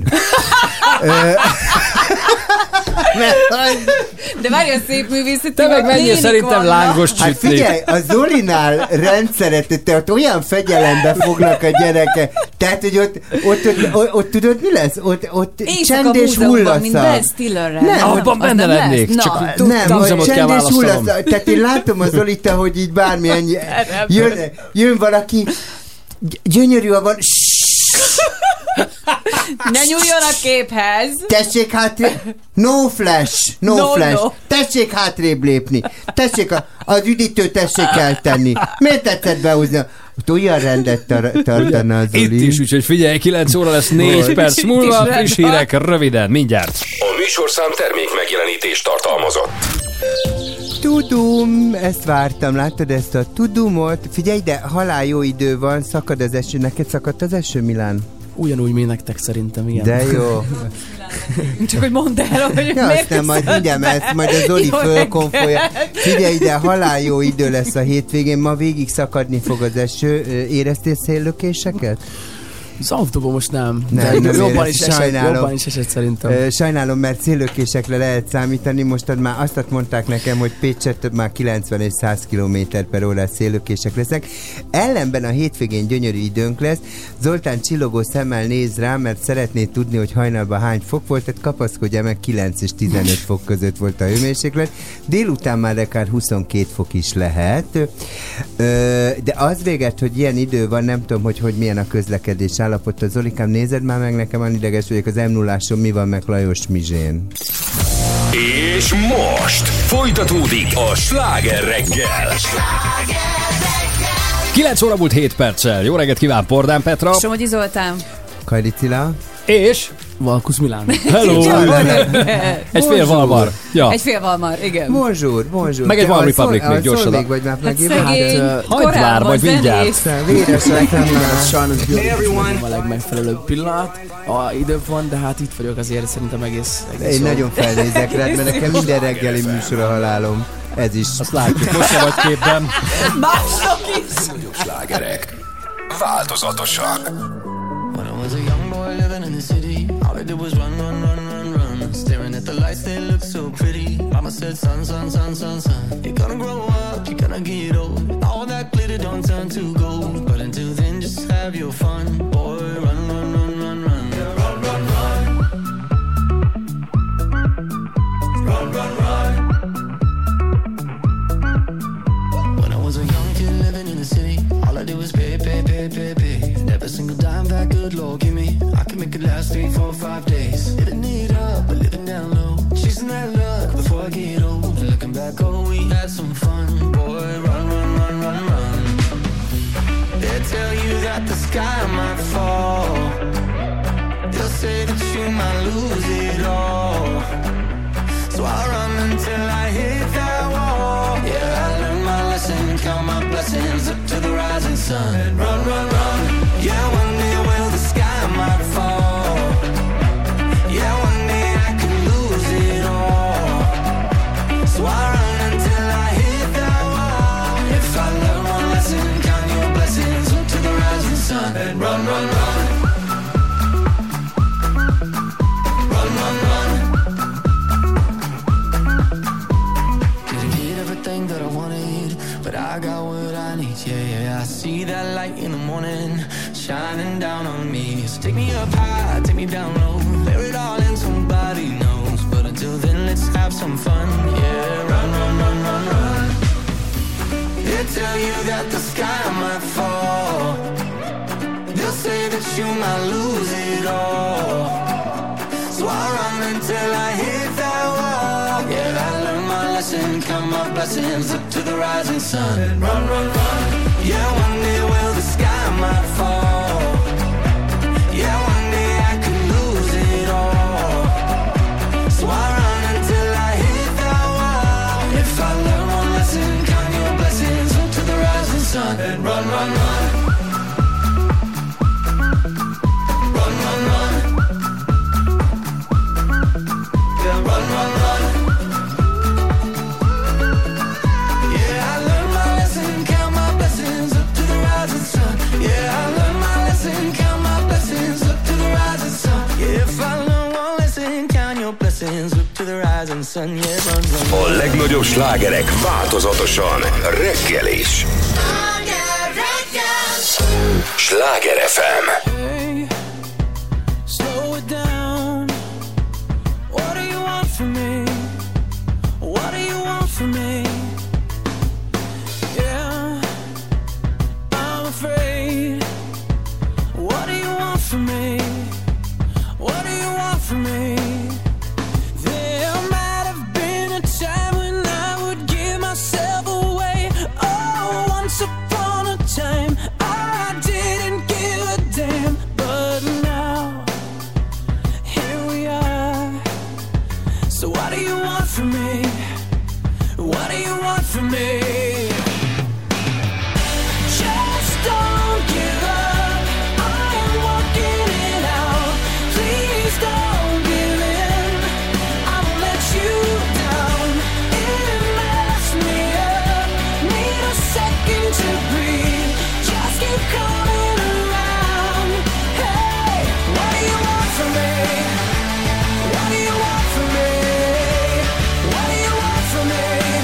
De várj, a szép művészeti, te meg menjél szerintem lángos csütték. Hát figyelj, a Zolinál rendszeret, te ott olyan fegyelembe fognak a gyereke. Tehát, hogy ott, ott, ott, ott, ott tudod, mi lesz? Ott, ott csend és hullaszak. Mint Ben Stillerrel. Nem, abban benne lennék. Na, csak nem, ott csend és hullaszak. Tehát én látom a Zolita, hogy így bármilyen jön, jön valaki, gyönyörű a van, ne nyúljon a képhez! Tessék hátrébb! No flash! No, no flash! No. Tessék hátrébb lépni! Tessék, a, az üdítőt tessék eltenni! Miért tetszett behúzni? Ott olyan rendet tar- tartana az Itt is, úgyhogy figyelj, kilenc óra lesz négy perc múlva, friss hírek röviden, mindjárt. A műsorszám termék megjelenítést tartalmazott. Tudum, ezt vártam, láttad ezt a tudumot? Figyelj, de halál jó idő van, szakad az eső. Neked szakadt az eső, Milán? Ugyanúgy, mi nektek szerintem, igen. De jó. Csak hogy mondd el, hogy ja, miért aztán majd mindjárt, ezt majd a Zoli fölkonfolja. Figyelj ide, halál jó idő lesz a hétvégén, ma végig szakadni fog az eső. Éreztél széllökéseket? Az autóban most nem, nem, de nem jobban, is esett, jobban is esett szerintem. Sajnálom, mert széllökésekre lehet számítani. Most már azt mondták nekem, hogy Pécset már kilencven és száz kilométer per órás széllökések lesznek. Ellenben a hétvégén gyönyörű időnk lesz. Zoltán csillogó szemmel néz rá, mert szeretné tudni, hogy hajnalban hány fok volt, tehát kapaszkodja meg, kilenc és tizenöt fok között volt a hőmérséklet. Délután már akár huszonkét fok is lehet. De az véget, hogy ilyen idő van, nem tudom, hogy, hogy milyen a közlekedés állapota. Zolikám, nézed már meg, nekem van ideges vagyok, az em nulláson mi van meg Lajos Mizsén. És most folytatódik a Sláger reggel. kilenc óra múlt hét perccel. Jó reggelt kíván, Pordán Petra. Somogyi Zoltán. Kajdi Cilla. És Valkusz Milán. Hello! Egy fél Valmar. Ja. Egy fél Valmar, igen. Bonjour, bonjour. Meg egy One Republic még gyorsan. Még vagy már hát szegény, hát, hagyd vár, majd mindjárt. Véresek nem már. Sajnos nem a legmegfelelőbb pillanat. A idő van, de hát itt vagyok azért szerintem egész. egész Én nagyon felnézek rád, mert nekem minden reggeli műsor a halálom. Ez is. Azt látjuk, most se vagy képben. Mások is. Nagyobb slágerek. Változatosan. When I was a young boy living in the city, all I did was run, run, run, run, run. Staring at the lights, they look so pretty. Mama said, son, son, son, son, son, you're gonna grow up, you're gonna get old. All that glitter don't turn to gold. But until then, just have your fun. Boy, run, run, run, run, run. Yeah, run, run, run. Run, run, run. When I was a young kid living in the city, all I did was pay, pay, pay, pay, pay. Every single dime that good Lord give me, I can make it last three, four, five days. Living it up, but living down low. Chasing that luck before I get old. And looking back, oh, we had some fun. Boy, run, run, run, run, run. They'll tell you that the sky might fall. They'll say that you might lose it all. So I run until I hit that wall. Yeah, I learned my lesson, count my blessings up to the rising sun. Run, run, run. Yeah, one day will the sky might fall. Yeah, one day I could lose it all. So I run until I hit that wall. If I learn one lesson, count your blessings up to the rising sun. Run, run, run. Run, run, run. Didn't get everything that I wanted, but I got what I need. Yeah, yeah, I see that light in the morning shining down on me. So take me up high, take me down low, bear it all in, somebody knows. But until then, let's have some fun. Yeah, run, run, run, run, run. They tell you that the sky might fall. They'll say that you might lose it all. So I run until I hit that wall. Yeah, I learned my lesson, count my blessings up to the rising sun. Run, run, run. Yeah, one day will the sky might fall. Yeah, one day I could lose it all. So I run until I hit that wall. If I learn one lesson, count your blessings up to the rising sun. Run, run, run. Run, run, run. Yeah, run, run, run. Yeah, I learned my lesson, count my blessings up to the rising sun. Yeah, I learned my lesson, count my blessings up to the rising sun. Yeah, if I learn one lesson, count your blessings up to the rising sun. Yeah, run, run, run. A legnagyobb slágerek változatosan reggel is. Sláger ef em. Hey, slow it down. What do you want from me? What do you want from me? Yeah, I'm afraid. What do you want from me? What do you want from me? There might have been a time when I would give myself away. Oh, once upon a time I from me? What do you want from me? Just don't give up. I am walking it out. Please don't give in. I won't let you down. It messed me up. Need a second to breathe. Just keep coming around. Hey, what do you want from me? What do you want from me? What do you want from me?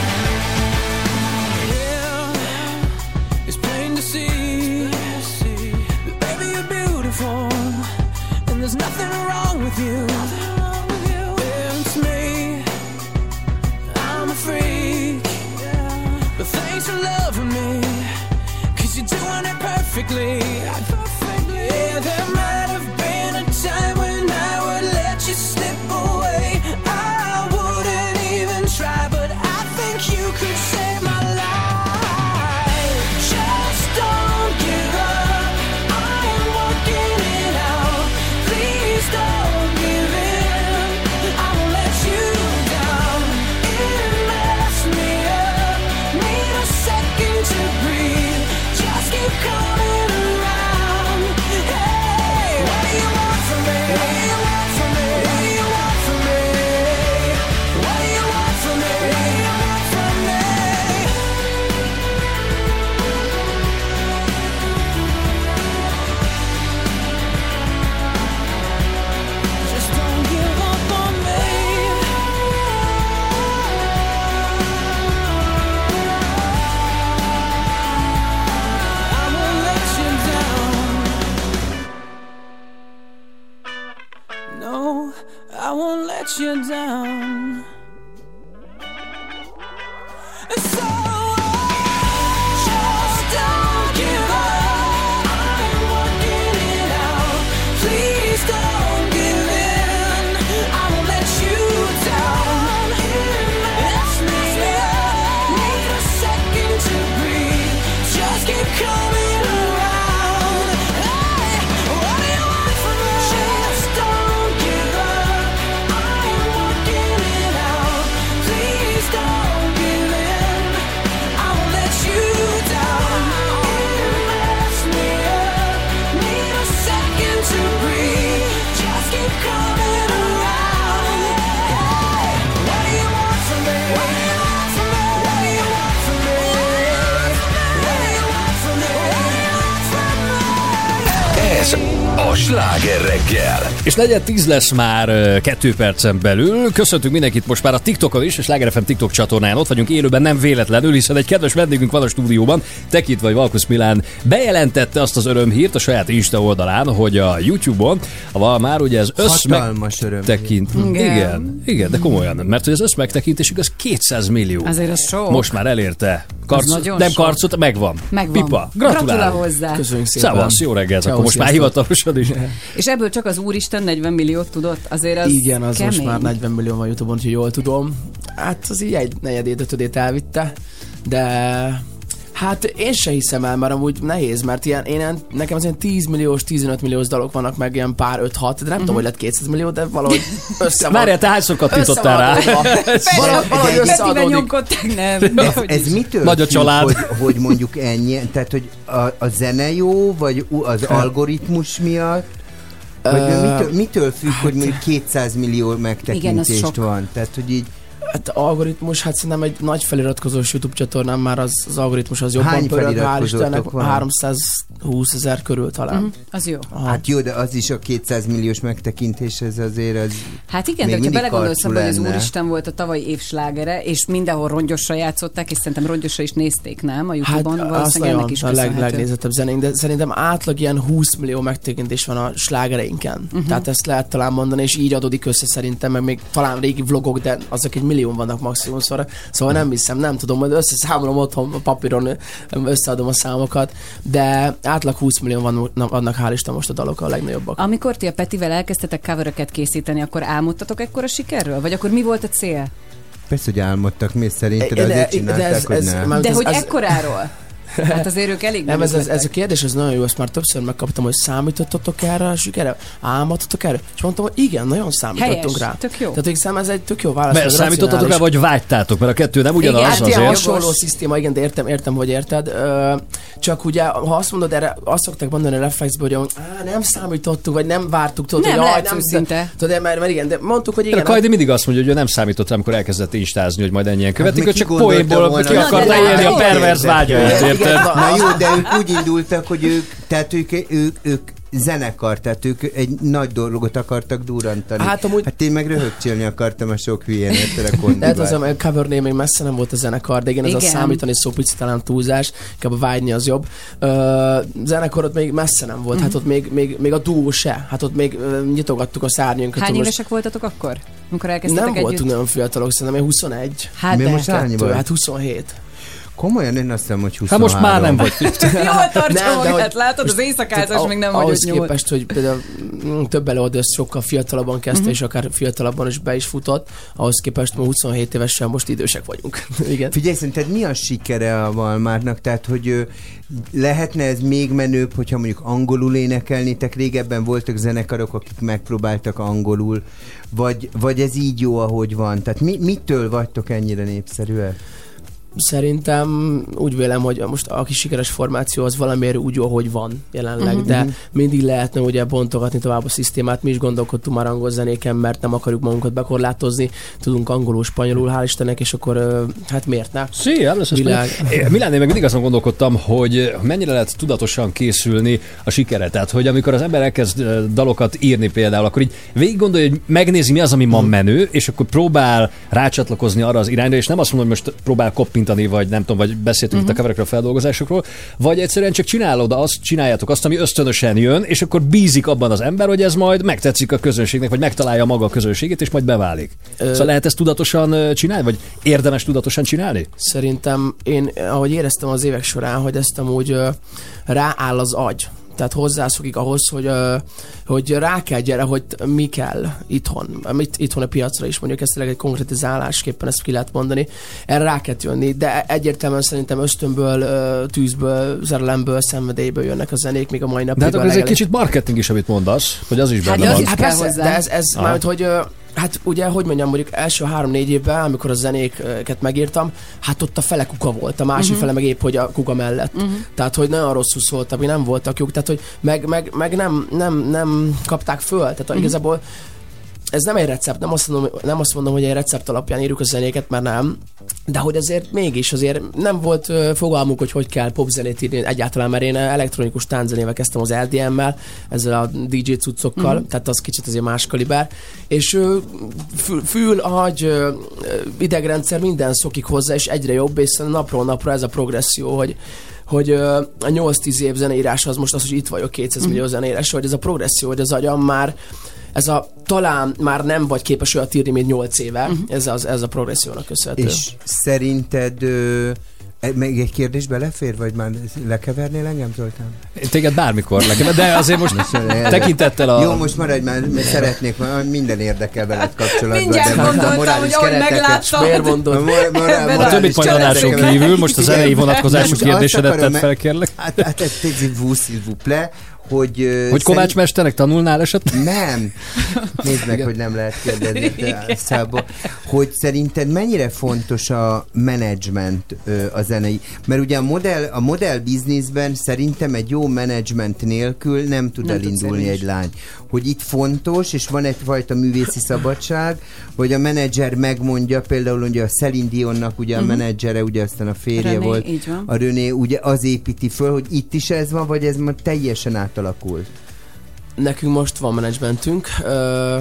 Yeah, it's plain to see that baby you're beautiful, and there's nothing wrong with you. It's me, I'm a freak, but thanks for loving me, 'cause you're doing it perfectly. Yeah, there might have been a time when I would let you slip away. I wouldn't even try, but I think you could save my life. Just don't give up. I am working it out. Please don't give in. I won't let you down. It messed me up. Need a second to breathe. Just keep coming around. Hey, what do you want from me? What do you want from me? What do you want from me? What do you want from me? What do you want from me? Just don't give up on me. I won't let you down. No, I won't let you down. So just don't give up. I'm working it out. Please don't give in. I won't let you down. It messed me up. Need a second to breathe. Just keep coming around. Hey, what do you want from me? Just don't give up. I am working it out. Please don't give in. I won't let you down. It messed me up. Need a second to breathe. Just keep coming around. Hey, what do you want from me? What do you want from me? What do you want from me? What do you want from me? What do you want from me? Ez a Sláger reggel. És negyed tíz lesz már ö, kettő percen belül. Köszöntünk mindenkit most már a TikTokon is, és Sláger ef em TikTok csatornán ott vagyunk élőben, nem véletlenül, hiszen egy kedves vendégünk van a stúdióban, Tekint vagy Valkusz Milán bejelentette azt az örömhírt a saját Insta oldalán, hogy a YouTube-on a, már ugye ez Hatalmas összmegtekint. örömhír. Igen. Igen. igen, igen, de komolyan, mert hogy az összmegtekintésük az kétszáz millió. Azért az sok. Most már elérte. Karc, nagyon nem sok. karcot, megvan. Megvan. Pipa, Gratulál gratulálok. hozzá. Köszönjük szépen. Szevasz, jó reggel, Ciao, akkor most már sziasztok. hivatalosan is. És ebből csak az Úristen negyven milliót tudott, azért az Igen, az kemény. most már negyven millió van YouTube-on, úgyhogy jól tudom. Hát az így egy negyedét, ötödét elvitte, de hát én se hiszem el, mert amúgy nehéz, mert ilyen, én, nekem az ilyen tíz milliós, tizenöt milliós dalok vannak, meg ilyen pár öt-hat, de nem uh-huh. tudom, hogy lett kétszáz millió, de valahogy össze van. Várjál, te hányszor kattintottál rá? Valahogy, valahogy összeadódik. nyomkodták, nem. Ez, ez mitől Nagy a függ, család. Hogy, hogy mondjuk ennyi, tehát hogy a, a zene jó, vagy az algoritmus miatt? Vagy Ö, mitől, mitől függ, hogy mondjuk kétszáz millió Igen, megtekintést az sok. van? Tehát, hogy így Hát algoritmus, hát szerintem egy nagy feliratkozós YouTube csatornán már az, az algoritmus az jobban Hány pörög, hál' feliratkozótok Istennek, van? háromszázhúsz ezer körül talán. Mhm, az jó. Aha. hát jó, de az is a kétszáz milliós megtekintés, ez azért az... Hát igen, még de ha mindig belegondolsz karcsú abba, hogy az lenne. Úristen volt a tavalyi év slágere, és mindenhol rongyosra játszották, és szerintem rongyosra is nézték, nem? A Hát YouTube-on azt valószínűleg ennek nagyon is a leg, köszönhető. legnézettebb zenénk, de szerintem átlag ilyen húsz millió megtekintés van a slágereinken. Uh-huh. Tehát ezt lehet talán mondani, és így adódik össze szerintem, meg még talán régi vlogok, de azok egy millió vannak maximum szóra. Szóval nem hiszem, nem tudom, majd összeszámolom otthon a papíron, összeadom a számokat, de átlag húsz millió van, vannak hál' Isten most a dalok a legnagyobbak. Amikor ti a Petivel elkezdtetek coveröket készíteni, akkor álmodtatok ekkora sikerről? Vagy akkor mi volt a cél? Persze, hogy álmodtak, mi szerinted De- azért de csinálták, ez- hogy ez ne. már- De ez- hogy ez- ekkoráról? Hát azért ők elég nem, ez, ez, ez a kérdés, ez nagyon jó, ezt már többször megkaptam, hogy számítottatok erre a sikerre? Álmodtatok erre? És mondtam, hogy igen, nagyon számítottunk helyes, rá. Tök jó. Tehát szerintem ez egy tök jó válasz. Mert számítottatok rá, vagy vágytátok, mert a kettő nem ugyanaz igen, azért. Igen, hasonló szisztéma, igen, de értem, értem, hogy érted. Ö, csak ugye, ha azt mondod erre, azt szokták mondani a reflexből, hogy á, nem számítottuk, vagy nem vártuk, tudod, nem, hogy lehet nem szinte. Tudod, mert, mert igen, de mondtuk, hogy igen. A Kajdi mindig azt mondja, hogy ő nem számított rá, amikor elkezdett instázni, hogy majd ennyien követik, hogy csak poénból ki akarta élni a pervers vágyait, érted? Na jó, de ők úgy indultak, hogy ők, tehát ők, ők, ők zenekar, tehát ők egy nagy dolgot akartak durrantani. Hát, amúgy... hát én meg röhögcsélni akartam a sok hülyén, érted a kondibát. Lehet az a covernél még messze nem volt a zenekar, de igen, igen. Ez a számítani szó picit talán túlzás, inkább a vágyni az jobb. Uh, zenekar ott még messze nem volt, mm-hmm. hát ott még, még, még a duó se, hát ott még uh, nyitogattuk a szárnyunkat. Hány most... évesek voltatok akkor? Amikor elkezdtetek nem együtt? voltunk nagyon fiatalok, szerintem én huszonegy. Hát de. Most hát huszonhét. Komolyan, én azt hiszem, hogy huszonhárom. Hát most már nem vagy. Jól tartja magát, látod, az éjszakázás még nem vagy ahhoz nyúl. képest, hogy például több előadó sokkal fiatalabban kezdte, uh-huh. és akár fiatalabban is be is futott, ahhoz képest ma huszonhét évesen most idősek vagyunk. Igen. Figyelj, szerinted mi a sikere a Valmárnak? Tehát, hogy lehetne ez még menőbb, hogyha mondjuk angolul énekelnétek? Régebben voltak zenekarok, akik megpróbáltak angolul, vagy, vagy ez így jó, ahogy van? Tehát mi, mitől vagytok ennyire népszerűek? Szerintem úgy vélem, hogy most a kis sikeres formáció az valamiért úgy jó, hogy van jelenleg, uh-huh. de mindig lehetne ugye bontogatni tovább a szisztémát. Mi is gondolkodtunk már angol zenéken, mert nem akarjuk magunkat bekorlátozni. Tudunk angolul, spanyolul, hál' Istennek, és akkor hát miért ne? Szí, Világ... Milánnél meg mindig azon gondolkodtam, hogy mennyire lehet tudatosan készülni a sikere. Tehát, hogy amikor az ember elkezd dalokat írni például, akkor így végig gondolja, hogy megnézi, mi az, ami ma menő, és akkor próbál rácsatlakozni arra az irányra, és nem azt mondom, hogy most próbál kopni, vagy nem tudom, vagy beszéltünk uh-huh. itt a coverekről, a feldolgozásokról, vagy egyszerűen csak csinálod azt, csináljátok azt, ami ösztönösen jön, és akkor bízik abban az ember, hogy ez majd megtetszik a közönségnek, vagy megtalálja maga a közönségét, és majd beválik. Ö... Szóval lehet ezt tudatosan csinálni, vagy érdemes tudatosan csinálni? Szerintem én, ahogy éreztem az évek során, hogy ezt amúgy rááll az agy. Tehát hozzászokik ahhoz, hogy, uh, hogy rá kell gyere, hogy mi kell itthon. Mit itthon a piacra is, mondjuk ezt egy konkretizálásképpen ezt ki lehet mondani. Erre rá kell jönni, de egyértelműen szerintem ösztönből, uh, tűzből, szerelemből, szenvedélyből jönnek a zenék, még a mai napig. De hát akkor ez egy kicsit marketing is, amit mondasz, hogy az is benne hát van. Hát persze, de ez, ez mármint, hogy... Uh, Hát ugye, hogy mondjam, mondjuk első három-négy évben, amikor a zenéket megírtam, hát ott a fele kuka volt, a másik uh-huh. fele meg épp, hogy a kuka mellett. Uh-huh. Tehát, hogy nagyon rosszul szóltak, mi nem voltak jók, tehát, hogy meg, meg, meg nem, nem, nem kapták föl. Tehát uh-huh. igazából ez nem egy recept, nem azt, mondom, nem azt mondom, hogy egy recept alapján írjuk a zenéket, mert nem, de hogy azért mégis azért nem volt uh, fogalmunk, hogy hogy kell popzenét írni egyáltalán, mert én elektronikus tánczenével kezdtem az el dé em-mel, ezzel a dé dzsé cuccokkal, uh-huh. tehát az kicsit azért más kaliber, és uh, fül, fül, agy, uh, idegrendszer, minden szokik hozzá, és egyre jobb, és napról napra ez a progresszió, hogy hogy uh, a nyolc-tíz év zeneírás az most az, hogy itt vagyok kétszáz millió uh-huh. zeneírás, hogy ez a progresszió, hogy az agyam már ez a talán már nem vagy képes olyat írni, mint nyolc éve, uh-huh. ez, az, ez a progressziónak köszönhető. És szerinted ö, még egy kérdés belefér, vagy már lekevernél engem, Zoltán? Téged bármikor lekever, de azért most tekintettel a... Jó, most maradj már, mert szeretnék, minden érdekel veled kapcsolatban. Mindjárt gondoltam, hogy ahogy megláttad. Miért mondod? A többit majd adáson kívül, most a zenei vonatkozású kérdésedet tett fel, kérlek. Hát, hát ez tényleg vous, s'il vous plaît, hogy... Hogy Kovács szerint... mesternek tanulnál esetleg? Nem. Nézd meg, hogy nem lehet kérdezni. Hogy szerinted mennyire fontos a menedzsment a zenei? Mert ugye a modell, a modell bizniszben szerintem egy jó menedzsment nélkül nem tud nem elindulni egy lány. Hogy itt fontos, és van egyfajta művészi szabadság, vagy a menedzser megmondja, például ugye a Celine Dionnak ugye uh-huh. a menedzsere, ugye aztán a férje René, volt, a René, ugye az építi föl, hogy itt is ez van, vagy ez már teljesen átalakult? Nekünk most van menedzsmentünk. Ö,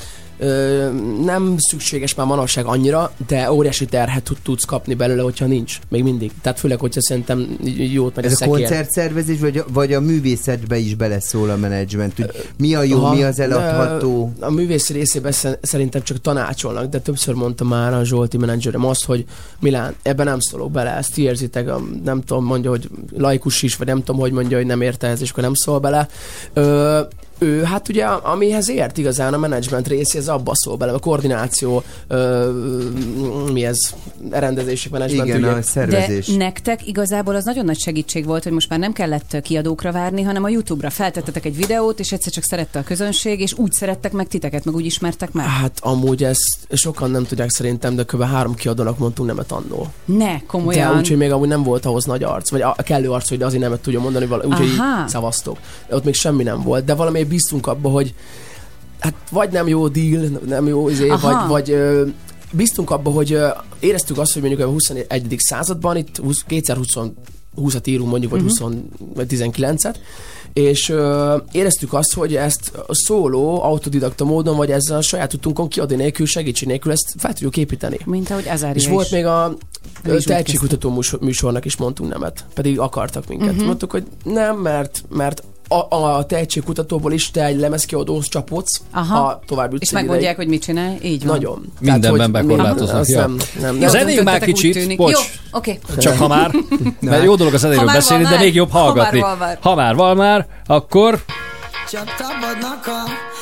ö, nem szükséges már manapság annyira, de óriási terhet tudsz kapni belőle, hogyha nincs. Még mindig. Tehát főleg, hogyha szerintem jót megy a szekér. Ez a koncertszervezés, vagy a, vagy a művészetbe is beleszól a menedzsment? Mi a jó, ha, mi az eladható? A művész részében szerintem csak tanácsolnak, de többször mondta már a Zsolti menedzserem azt, hogy Milán, ebben nem szólok bele, ezt érzitek, nem tudom, mondja, hogy laikus is, vagy nem tudom, hogy mondja, hogy nem érte ez, és akkor nem szól bele. Ö, Ő, hát ugye, amihez ért igazán a menedzsment része, ez abba szól bele, a koordináció, ö, mi ez, rendezési menedzsment. Igen, a szervezés. De nektek igazából az nagyon nagy segítség volt, hogy most már nem kellett kiadókra várni, hanem a YouTube-ra feltettetek egy videót, és egyszer csak szerette a közönség, és úgy szerettek meg titeket, meg úgy ismertek meg. Hát amúgy ezt sokan nem tudják szerintem, de kb. három kiadónak mondtunk nemet annól. Ne, komolyan. De úgyhogy még amúgy nem volt ahhoz nagy arc, vagy a kellő arc, hogy azért nemet tudja mondani, úgyhogy szavaztok. Ott még semmi nem volt, de valami bíztunk abba, hogy hát vagy nem jó deal, nem jó izé, vagy, vagy ö, bíztunk abba, hogy ö, éreztük azt, hogy mondjuk a huszonegyedik században itt kétezer-húszat írunk mondjuk, vagy uh-huh. húsz vagy tizenkilencet, és ö, éreztük azt, hogy ezt a szóló, autodidakta módon, vagy ezzel a saját utunkon kiadni nélkül, segítség nélkül ezt fel tudjuk építeni. Mint ahogy Azária És is. volt még a tehetségkutató műsornak is mondtunk nemet, pedig akartak minket. Uh-huh. Mondtuk, hogy nem, mert, mert A, a tehetségkutatóból is te egy lemezkiadóhoz csapodsz, ha tovább jutsz. És megmondják, hogy mit csinál, így van. Nagyon. Mindenben bekorlátoznak. Ja. Nem, nem, nem. Zenéljünk már kicsit, bocs. Jó, oké. Okay. Csak ha már, mert jó dolog a zenéről beszélni, de még jobb hallgatni. Ha már, ha már van már, akkor... Csak tapadnak a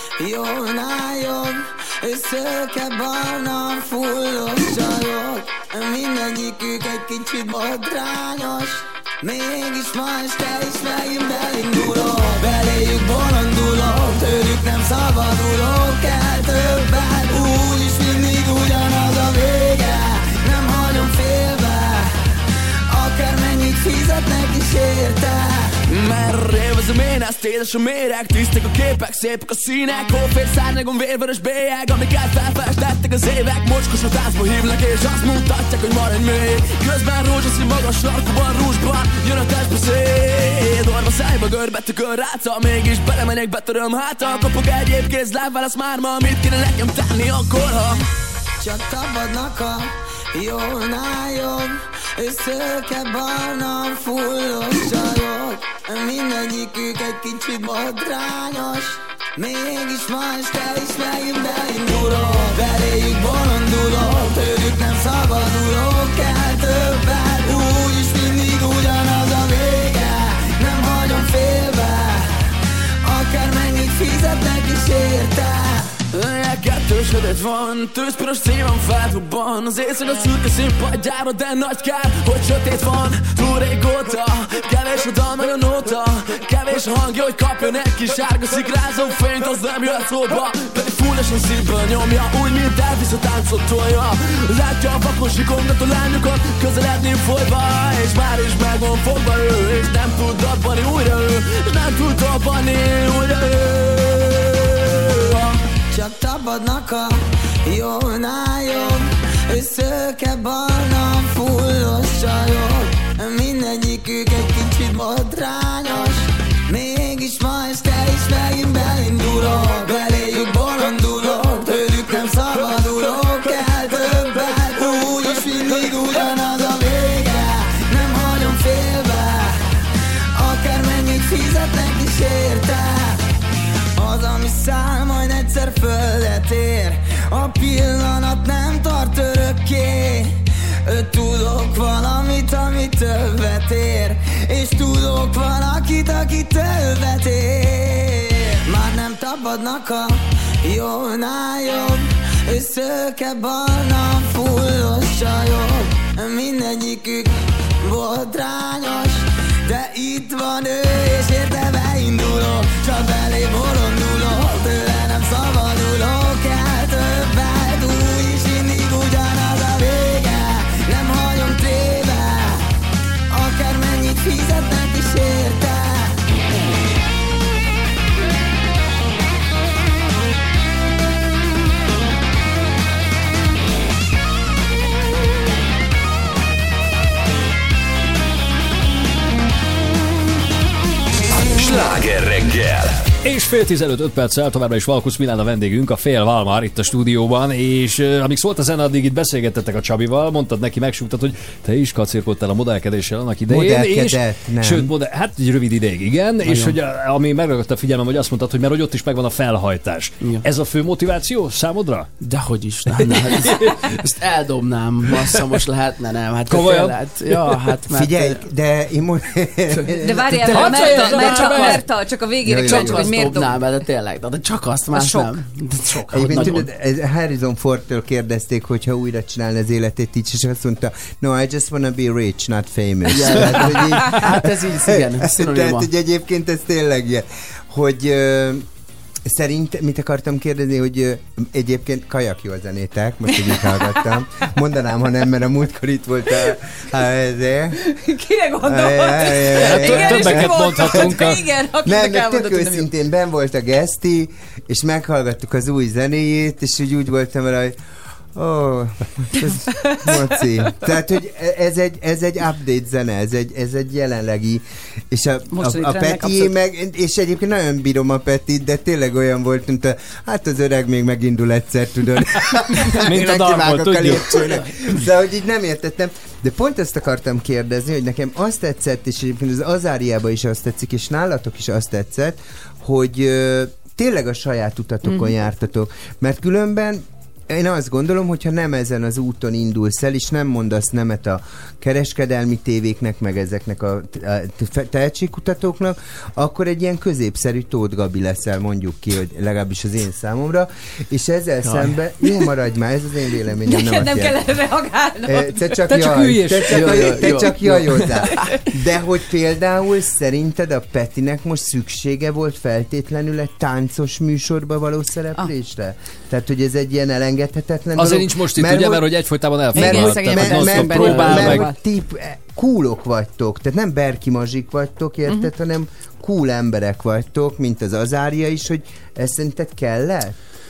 jónájon, összöke barna fullos csajok, mindegyikük egy kicsit botrányos. Mégis ma este is megint beindulok, beléjük bolondulok, tőlük nem szabadulok, kell többet, úgyis mindig ugyanaz a vége, nem hagyom félbe, akármennyit fizetnek is érte. Merre ez a ménász, tédes a méreg, tisztek a képek, szépek a színek, hófér szárnyagon vérvörös bélyeg, amiket felfestettek az évek, mocskos a táncba hívnak és azt mutatják, hogy maradj még. Közben rózsaszín magas sarkúban, rúzsban jön a testbeszéd, orva szájba görbetükön ráca, mégis belemegyek, betöröm hátra, kapok egyéb kézláb, válasz már ma, mit kéne nekem tenni akkor, ha csak tapadnak a jónájon, összöke barna fullos csajok, mindegyikük egy kicsit botrányos, mégis ma este is megint beindulok, beléjük bolondulok, tőlük nem szabadulok, kell többet, úgyis mindig ugyanaz a vége, nem hagyom félbe, akármennyit fizetnek is érte. Kettős sötét van, tűzpiros szívem felrobban, az éjszaka szürke színpadjára, de nagy kár, hogy sötét van. Túl régóta, kevés a dal meg a nóta, kevés a hangja, hogy kapjon egy kis sárga szikrázó fényt, az nem jött szóba, pedig fúlesen szívből nyomja, úgy mint elvisz a táncot tolja. Látja a vakon sikongató lányokat, közeledni folyva, és már is meg van fogva ő, és nem tud dobani újra ő, és nem tud dobani újra ő. Csak tapadnak a jónájon, összöke barna fullos csajok, mindegyikük egy kicsit botrányos, mégis ma este is megint beindulok, beléjük bolondulok, tőlük nem szabadulok, kell többet, úgyis mindig ugyanaz a vége, nem hagyom félbe, akármennyit fizetnek is érte. Az, ami száll, majd egyszer földet ér, a pillanat nem tart örökké. Tudok valamit, ami többet ér, és tudok valakit, aki többet ér. Már nem tapadnak a jónájon, összöke barna fullos csajok, mindegyikük botrányos, de itt van ő, és érte beindulok, csak belé bolondulok, tőle nem szabadulok, kell többet, úgyis mindig ugyanaz a vége, nem hagyom trébe, akármennyit fizetnek is érte. Sláger reggel! És fél tizenöt, öt perccel továbbra is Valkusz Milán a vendégünk, a Fél Valmar itt a stúdióban, és uh, amíg szólt a zene, addig itt beszélgettetek a Csabival, mondtad neki, megsúgtad, hogy te is kacérkodtál a modellkedéssel annak idején. Modellkedett, nem. Sőt, modell, hát egy rövid ideig, igen, nagyon. És hogy a, ami megragadta a figyelmem, hogy azt mondtad, hogy mert hogy ott is megvan a felhajtás. Ja. Ez a fő motiváció számodra? Dehogy is, nem, nem. Ezt, ezt eldobnám, bassza, most lehetne, nem. Hát komolyan? Hát, ja, hát mert... Figyelj, de én most... De várjál, mert, mert, mert, csak, mert csak a végére kíváncsi, hogy dobnál be, de tényleg, de csak azt más sok. nem. De sok, Egyébként nagyon. tudod, ez Harrison Fordtől kérdezték, hogyha újra csinálna az életét így, és azt mondta, no, I just wanna be rich, not famous. Yeah. Tehát, hogy így, Hát ez így, igen, szinonima. Tehát, hogy egyébként ez tényleg ilyen, hogy ö, szerint, mit akartam kérdezni, hogy ö, egyébként kajak jó zenétek, most így hallgattam. Mondanám, ha nem, mert a múltkor itt volt a... a ezért. Kire gondolod? Többeket mondhatunk. A... Igen, nem, meg tök őszintén benn volt a Geszti, és meghallgattuk az új zenéjét, és úgy, úgy voltam vele, hogy ó, oh, ez moci. Tehát, hogy ez egy, ez egy update zene, ez egy, ez egy jelenlegi, és a, a, a Peti meg, és egyébként nagyon bírom a Petit, de tényleg olyan volt, mint a, hát az öreg még megindul egyszer, tudod. Mint a dalból, tudjuk. De hogy így nem értettem. De pont ezt akartam kérdezni, hogy nekem azt tetszett, és egyébként az Azáriában is azt tetszik, és nálatok is azt tetszett, hogy ö, tényleg a saját utatokon mm. jártatok. Mert különben én azt gondolom, hogyha nem ezen az úton indulsz el, és nem mondasz nemet a kereskedelmi tévéknek, meg ezeknek a tehetségkutatóknak, akkor egy ilyen középszerű Tóth Gabi leszel, mondjuk ki, hogy legalábbis az én számomra, és ezzel Jaj. szemben, jó, maradj már, ez az én véleményem, nem, nem kell reagálnom. Te csak te jaj, hülyés. te csak, jó, jó, jó, te jó, csak jó. jajozzál. De hogy például szerinted a Petinek most szüksége volt feltétlenül egy táncos műsorba való szereplésre? Ah. Tehát, hogy ez egy ilyen elengedhetetlen Azért dolog. nincs most itt, mert ugye, hogy, mert hogy egyfolytában elfoglalt. mert, mert, mert, mert, próbál mert, meg. Ti coolok vagytok, tehát nem Berki Mazsik vagytok, érted, uh-huh. hanem cool emberek vagytok, mint az Azária is, hogy ez szerinted kellett?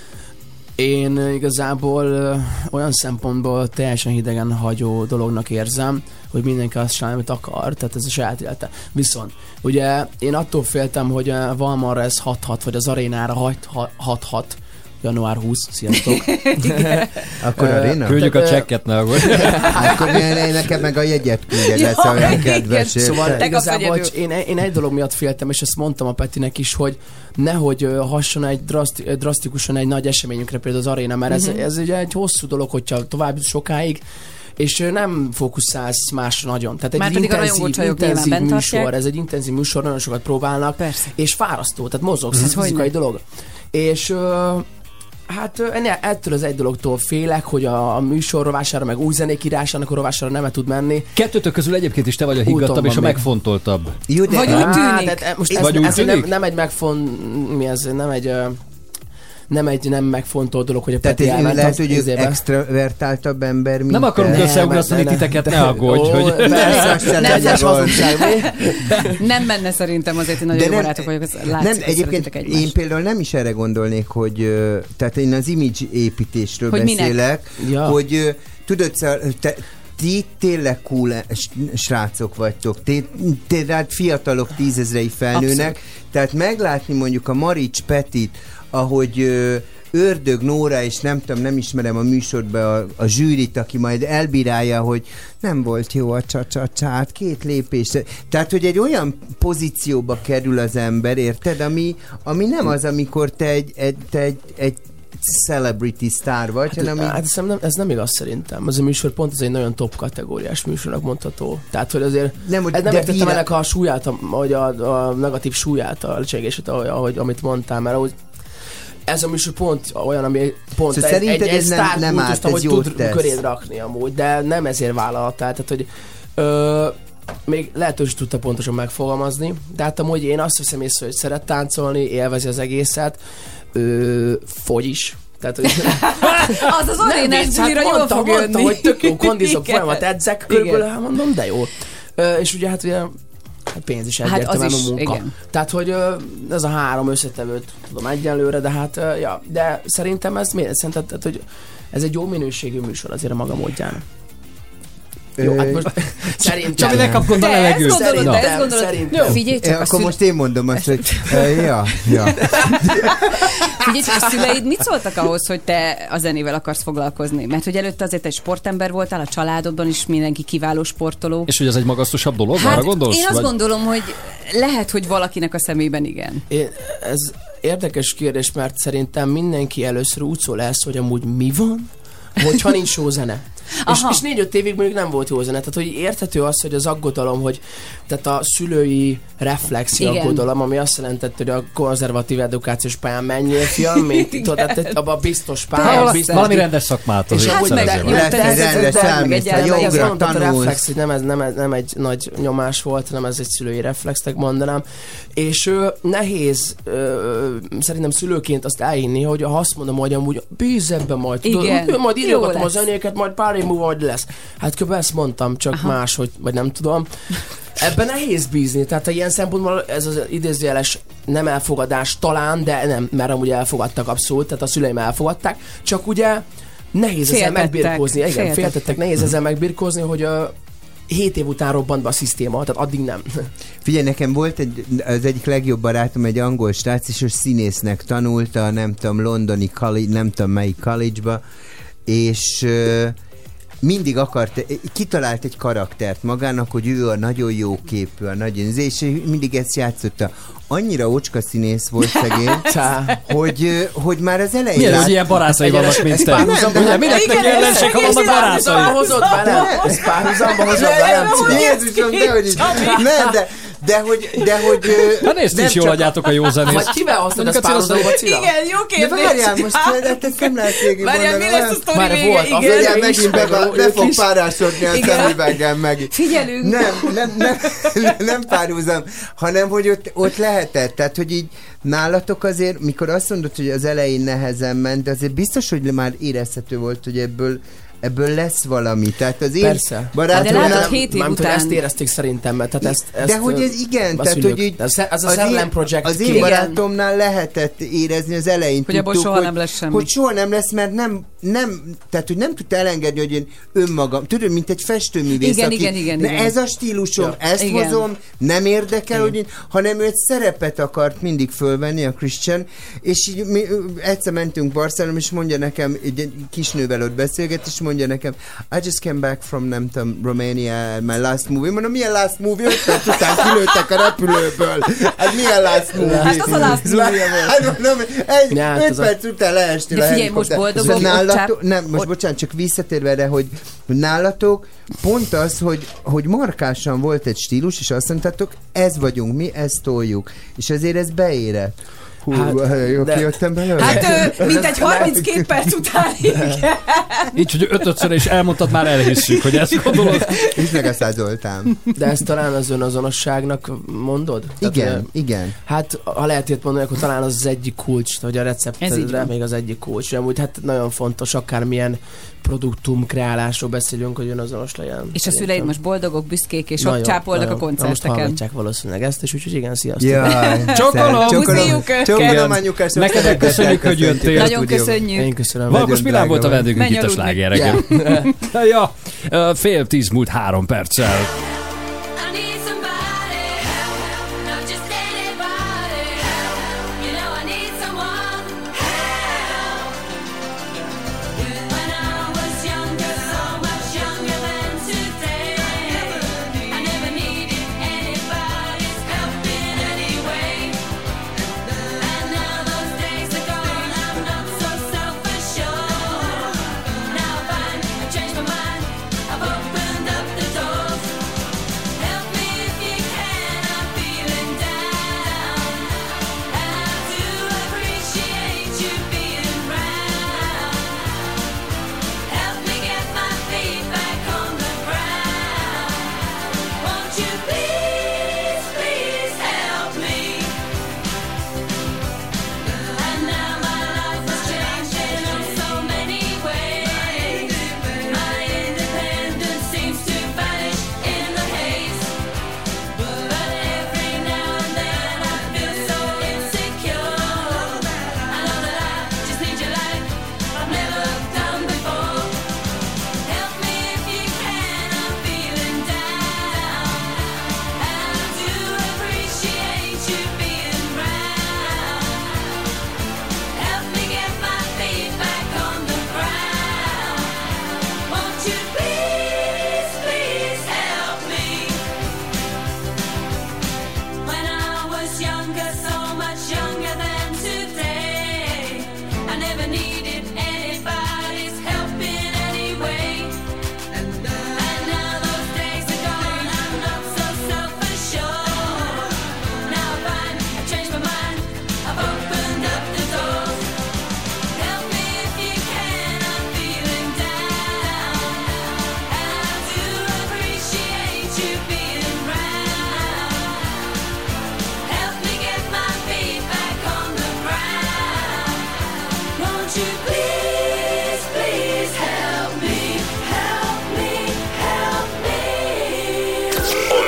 Én igazából ö, olyan szempontból teljesen hidegen hagyó dolognak érzem, hogy mindenki azt csinálja, amit akar, tehát ez a saját élete. Viszont, ugye én attól féltem, hogy uh, Valmarra ez hathat, vagy az arénára hathat, január huszadika, sziasztok. Akkor aréna? Küldjük a csekket, ne aggódj. Akkor nekem meg a jegyet küldjed, lesz olyan kedves. Szóval igazából én, én egy dolog miatt féltem, és ezt mondtam a Petinek is, hogy nehogy hasson egy draszti, drasztikusan egy nagy eseményünkre, például az aréna, mert ez, ez ugye egy hosszú dolog, hogyha tovább sokáig, és nem fókuszálsz másra nagyon. Tehát egy Már intenzív, intenzív műsor, tartják. ez egy intenzív műsor, nagyon sokat próbálnak, Persze. és fárasztó, tehát mozogsz, ez fizikai dolog. És hát ettől az egy dologtól félek, hogy a, a műsor rovására, meg új zenék írásának a rovására nem tud menni. Kettőtök közül egyébként is te vagy a higgadtabb és a megfontoltabb. Jó, de vagy úgy tűnik. Hát, most ez, vagy úgy ez tűnik? Nem, nem egy megfon... Mi ez? Nem egy... nem egy nem megfontolt dolog, hogy a Tehát Peti ez elment. lehet, hogy ő extravertáltabb ember, mint nem akarunk összeugrasztani titeket, ne aggódj, hogy... Nem menne szerintem azért, hogy nagyon barátok vagyok, látszik, hogy egyébként én például nem is erre gondolnék, hogy tehát én az image építésről hogy beszélek, ja. hogy tudod, te, ti tényleg cool srácok vagytok, ti rád fiatalok tízezrei felnőnek, abszolút. Tehát meglátni mondjuk a Marics Petit, ahogy ö, Ördög Nóra, és nem tudom, nem ismerem a műsorban a, a zsűrit, aki majd elbírálja, hogy nem volt jó a csa-csa-csát, két lépés. Tehát, hogy egy olyan pozícióba kerül az ember, érted, ami, ami nem az, amikor te egy, egy, te egy, egy celebrity sztár vagy, hát, hanem... Hát ez nem, ez nem igaz szerintem. Az a műsor pont az egy nagyon top kategóriás műsornak mondható. Tehát, hogy azért nem, hogy nem értettem víre... ennek a súlyát, a, a, a negatív súlyát, a lecsegését, ahogy, amit mondtál, mert ahogy ez a műsor pont olyan, ami pont szóval egy, egy, egy sztár nem, nem állt, hogy tud köréd rakni amúgy, de nem ezért vállaltál. Tehát, hogy ö, még lehet, hogy is tudta pontosan megfogalmazni, de hát amúgy én azt hiszem észre, hogy szeret táncolni, élvezi az egészet, ö, fogy is. Tehát, hogy az az arénás gyűlire jól fog jönni. Mondta, hogy tök jó kondízok, folyamat edzek, körülbelül mondom, de jó. Ö, és ugye hát ugye hát pénz is egyértelműen hát a munka. Igen. Tehát, hogy ö, ez a három összetevőt tudom egyenlőre, de hát, ö, ja, de szerintem ez miért? Szerintem, tehát, hogy ez egy jó minőségű műsor azért a maga módján. Jó, hát most szerintem. Csak ne kapkodna a levegőt. Ezt gondolod, de ezt gondolod. Szerintem. Figyelj csak, ja, akkor most én mondom azt, hogy uh, ja, ja. Figyelj csak, a szüleid mit szóltak ahhoz, hogy te a zenével akarsz foglalkozni? Mert hogy előtte azért egy sportember voltál, a családodban is mindenki kiváló sportoló. És hogy ez egy magasztosabb dolog? Hát, arra gondolsz? Én azt vagy? gondolom, hogy lehet, hogy valakinek a szemében igen. Én, ez érdekes kérdés, mert szerintem mindenki először úgy szól ezt, hogy amúgy mi van, hogyha nincs jó zene. És, és négy-öt évig mondjuk nem volt jó zene. Tehát, hogy érthető az, hogy az aggodalom, hogy tehát a szülői reflexi igen. aggodalom, ami azt jelentett, hogy a konzervatív edukációs pályán menjél, fiam, mint tudod, abban a biztos pályán. Biztos, valami rendes szakmát. És hát meg rendes elmész, a jogra tanulsz. Nem, ez, nem, nem egy nagy nyomás volt, nem ez egy szülői reflexnek mondanám. És ö, nehéz ö, szerintem szülőként azt elhinni, hogy ha azt mondom, hogy amúgy bízz ebben majd, tudod, majd írogatom az zenéket, majd pár év múlva majd lesz. Hát kb. Ezt mondtam, csak aha. más, hogy, vagy nem tudom. Ebben nehéz bízni, tehát ilyen szempontból ez az idézőjeles nem elfogadás talán, de nem, mert amúgy elfogadtak abszolút, tehát a szüleim elfogadták, csak ugye nehéz ezzel megbirkózni. Igen, féltettek. féltettek, nehéz ezzel megbirkózni, hogy a hét év után robbant be a szisztéma, tehát addig nem. Figyelj, nekem volt egy, az egyik legjobb barátom, egy angol srác, és ő színésznek tanulta, nem tudom, londoni college, nem tudom melyik college-ba, és uh, mindig akart, kitalált egy karaktert magának, hogy ő a nagyon jó képű, a nagyon, és mindig ezt játszotta. Annyira ocska színész volt szegény, hogy, hogy már az elején... Milyen, hogy ilyen barátai vannak, mint te? Minek neki ellenség, ha vannak barátai? Hozott velem, ezt párhuzamba hozott velem. Jézusom, de hogy is. Nem, de... De hogy... De hogy ha nézd is, jól adjátok a jó zenészt. Vagy kivel hoztad ezt párhuzamba, Cilla? Igen, jó kérdés. De várjál most, ezt nem lehet végig mondani. Várjál, mi lesz a sztori vége? Igen, megint be fog párásodni a szemüveggel meg. Figyelünk. Nem, nem, nem, nem párhuzam, hanem hogy ott, ott lehetett. Tehát, hogy így nálatok azért, mikor azt mondod, hogy az elején nehezen ment, de azért biztos, hogy már érezhető volt, hogy ebből ebből lesz valami. Tehát az én barátomnál... De hét év után... ezt érezték szerintem, mert tehát ezt, ezt... De hogy ez igen, tehát hogy így... Ez, ez a Szellem Project. Az én barátomnál lehetett érezni az elején. Hogy abból soha nem lesz semmi. Hogy soha nem lesz, mert nem, nem, tehát hogy nem tudta elengedni, hogy én önmagam, tudod, mint egy festőművész, igen, aki, igen, igen, na igen. ez a stílusom, ja. ezt igen. hozom, nem érdekel, hogy én, hanem ő egy szerepet akart mindig fölvenni, a Christian, és így mi, egyszer mentünk Barcelona, és mondja nekem, egy kisnővel ott beszélget, és mondja nekem, I just came back from, nem tudom, Romania, my last movie. Mondom, milyen last movie? Öt perc után kilőttek a repülőből. Hát milyen last movie? Hát az a last movie hát mondom, egy, ja, öt perc a... után leestél a helikopter. Most boldogok, nálatok, nem, most ott... bocsánat, csak visszatérve erre, hogy nálatok pont az, hogy, hogy markásan volt egy stílus, és azt mondtátok, ez vagyunk mi, ezt toljuk. És ezért ez beérett. Hú, hát, jó, de... kijöttem belőle? Hát ő, mint egy harminckét perc után, igen. Így, hogy ötötször is elmondtad, már elhisszük, hogy ezt gondolod. Így megaszázoltám. De ezt talán az önazonosságnak mondod? Igen, Tehát, igen. Hát, ha lehet ilyet mondani, akkor talán az az egyik kulcs, hogy a receptedre még az egyik kulcs. Amúgy hát nagyon fontos, akármilyen produktum kreálásról beszélünk, hogy önazonos legyen. És a szüleid most boldogok, büszkék, és nagyon, ott csápolnak a koncerteken. Most hallgatják valószínűleg ezt, és úgyhogy igen, sziasztok. Csokolom! Csókolom, csókolom anyukás. Neked köszönjük, hogy jöttél. Nagyon köszönjük. Én köszönöm. Valkos Milán volt a vendégünk itt a Sláger reggel. Ja, fél tíz múlt három perccel.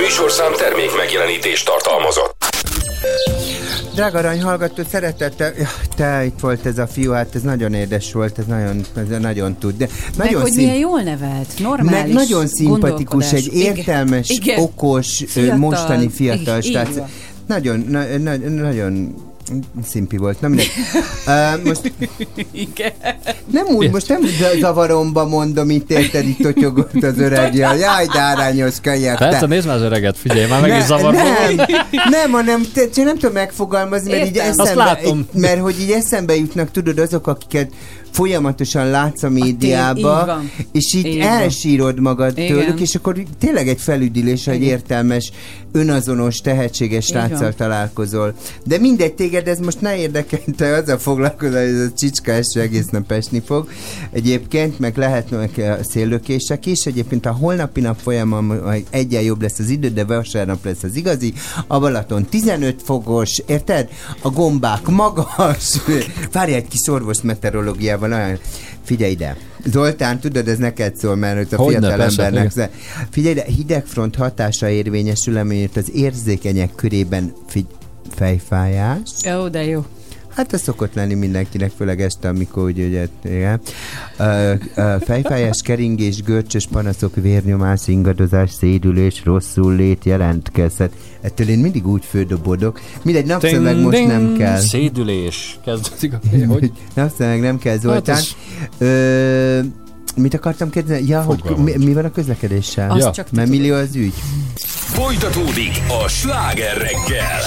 műsorszám termék megjelenítést tartalmazott. Drága arany hallgató, szeretettel, ja, te itt volt ez a fiú, hát ez nagyon édes volt, ez nagyon, ez nagyon tud. De meg nagyon hogy szín... milyen jól nevelt, normális meg nagyon szimpatikus, egy értelmes, igen. okos, fiatal. mostani fiatal Igen. stác. Nagyon, na, na, nagyon szimpi volt. Na mindegy. Uh, most... Igen. Nem úgy, most nem zavaromba mondom, itt érted, itt totyogott az öreg. Jaj, de arányos kölyek. Persze, nézd már az öreget, figyelj, már meg ne, is zavar. Nem, nem, hanem te, te nem tudom megfogalmazni, mert így eszembe, mert hogy így eszembe jutnak, tudod, azok, akiket folyamatosan látsz a médiába, a tény, így és így, így elsírod magad igen. tőlük, és akkor tényleg egy felüdülés, egy értelmes, önazonos, tehetséges sráccal találkozol. De mindegy, téged ez most ne érdekel, te azzal foglalkozol, hogy ez a csicska eső egész nap esni fog. Egyébként meg lehetnek széllökések is, egyébként a holnapi nap folyamán egyen jobb lesz az idő, de vasárnap lesz az igazi. A Balaton tizenöt fokos, érted? A gombák magas. Várj egy kis orvos meteorológiával. Olyan. Figyelj ide. Zoltán, tudod, ez neked szól, mert a fiatal embernek. Figyelj ide, hidegfront hatása érvényesül, amelyet az érzékenyek körében figy- fejfájás. Jó, de jó. Hát ez szokott lenni mindenkinek, főleg este, amikor úgy, ugye, igen. Uh, uh, fejfájás, keringés, görcsös panaszok, vérnyomás, ingadozás, szédülés, rosszul lét jelentkezhet. Ettől én mindig úgy fődobodok. Mindegy, napszemeg ding, most ding, nem kell. Szédülés. Kezdődik a hogy? Napszemeg nem kell, Zoltán. Hát az... Ö, mit akartam kérdezni? Ja, hogy mi, mi van a közlekedéssel? Ja. Mert millió az ügy. Folytatódik a Sláger reggel.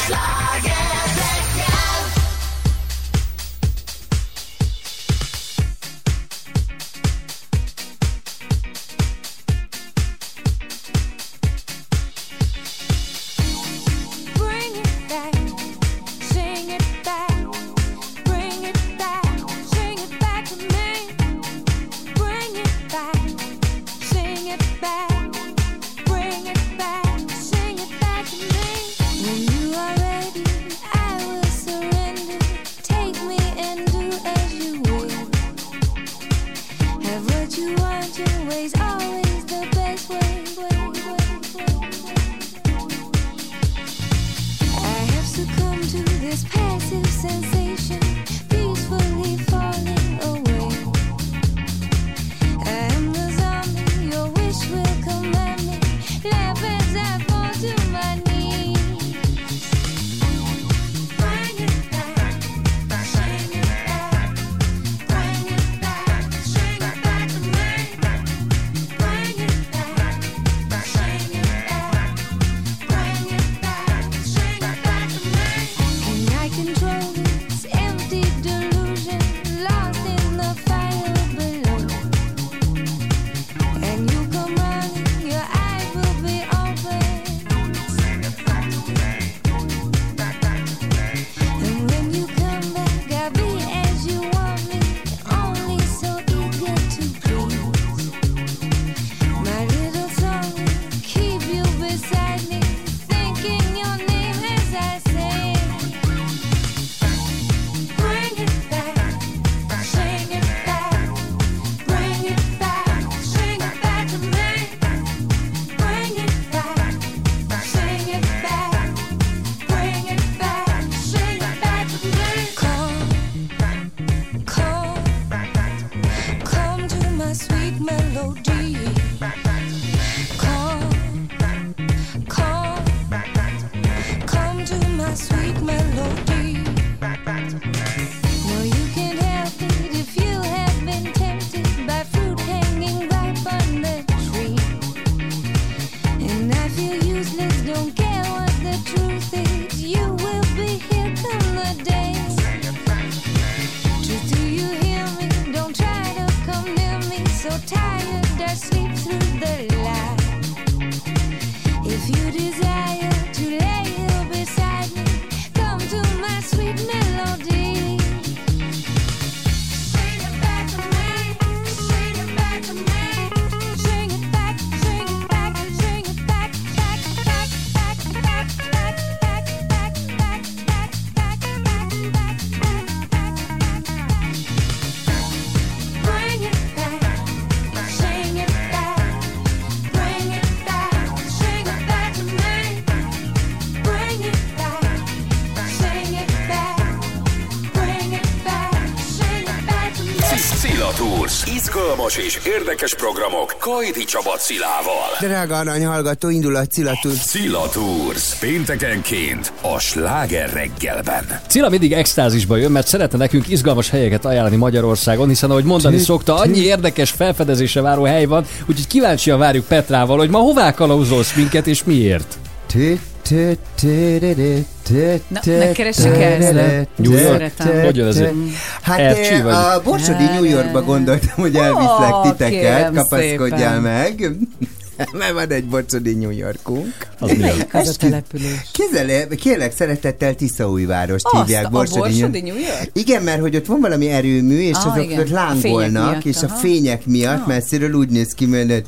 Szila Tours. Izgalmas és érdekes programok Kajdi Csaba Cilával. Drága arany hallgató, indul a Szila Tours. Szila Tours. Péntekenként a Sláger reggelben. Cilla mindig extázisba jön, mert szeretne nekünk izgalmas helyeket ajánlani Magyarországon, hiszen ahogy mondani szokta, annyi érdekes felfedezésre váró hely van, úgyhogy kíváncsian várjuk Petrával, hogy ma hová kalauzolsz minket és miért. Na, megkeressük ezt. New York? Hogy jön ez? Hát a Borsodi New Yorkba gondoltam, hogy elviszlek titeket, kapaszkodjál meg. Mert van egy Borsodi New Yorkunk. Az mi az a település? Kézzel, kérlek, szeretettel Tiszaújvárost hívják. Azt, Borsodi a Borsodi New York? Igen, mert hogy ott van valami erőmű, és ah, azok ott lángolnak, a és aha. a fények miatt ah. messziről úgy néz ki, mert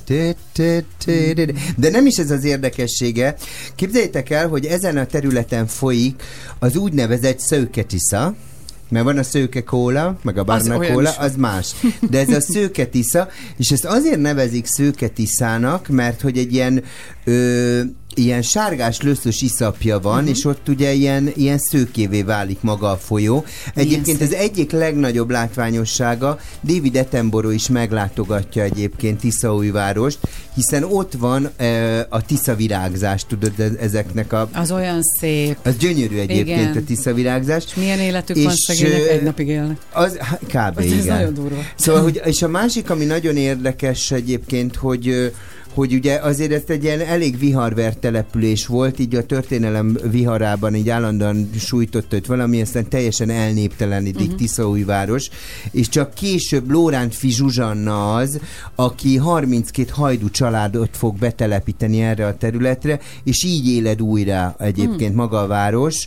de nem is ez az érdekessége. Képzeljétek el, hogy ezen a területen folyik az úgynevezett Szőke Tisza, mert van a szőke kóla, meg a barna az kóla, az más. De ez a Szőke Tisza, és ezt azért nevezik Szőke Tiszának, mert hogy egy ilyen ö, ilyen sárgás löszös iszapja van, uh-huh. és ott ugye ilyen, ilyen szőkévé válik maga a folyó. Egyébként ez egyik legnagyobb látványossága, David Attenborough is meglátogatja egyébként Tiszaújvárost, hiszen ott van e, a tiszavirágzás, tudod, ezeknek a... Az olyan szép. Az gyönyörű egyébként. Igen. A tiszavirágzás. És milyen életük és van szegények, egy napig élnek. Az kb. Az igen. Ez nagyon durva. Szóval, hogy, és a másik, ami nagyon érdekes egyébként, hogy hogy ugye azért ez egy ilyen elég viharvert település volt, így a történelem viharában így állandóan sújtott őt valami, aztán teljesen elnéptelenedik uh-huh. Tiszaújváros, és csak később Lórántfi Zsuzsanna az, aki harminckét hajdú családot fog betelepíteni erre a területre, és így éled újra egyébként uh-huh. maga a város.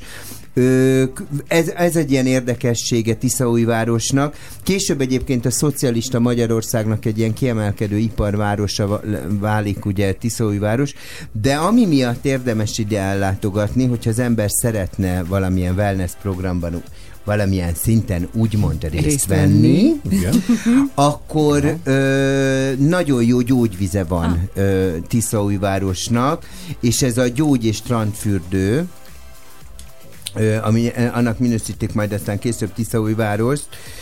Ez, ez egy ilyen érdekessége Tiszaújvárosnak. Később egyébként a szocialista Magyarországnak egy ilyen kiemelkedő iparvárosa válik ugye Tiszaújváros, de ami miatt érdemes ide ellátogatni, hogyha az ember szeretne valamilyen wellness programban valamilyen szinten úgymond részt, részt venni, akkor ö, nagyon jó gyógyvize van ö, Tiszaújvárosnak, és ez a gyógy- és strandfürdő, ami annak minősítik majd aztán később Tiszaújvárost.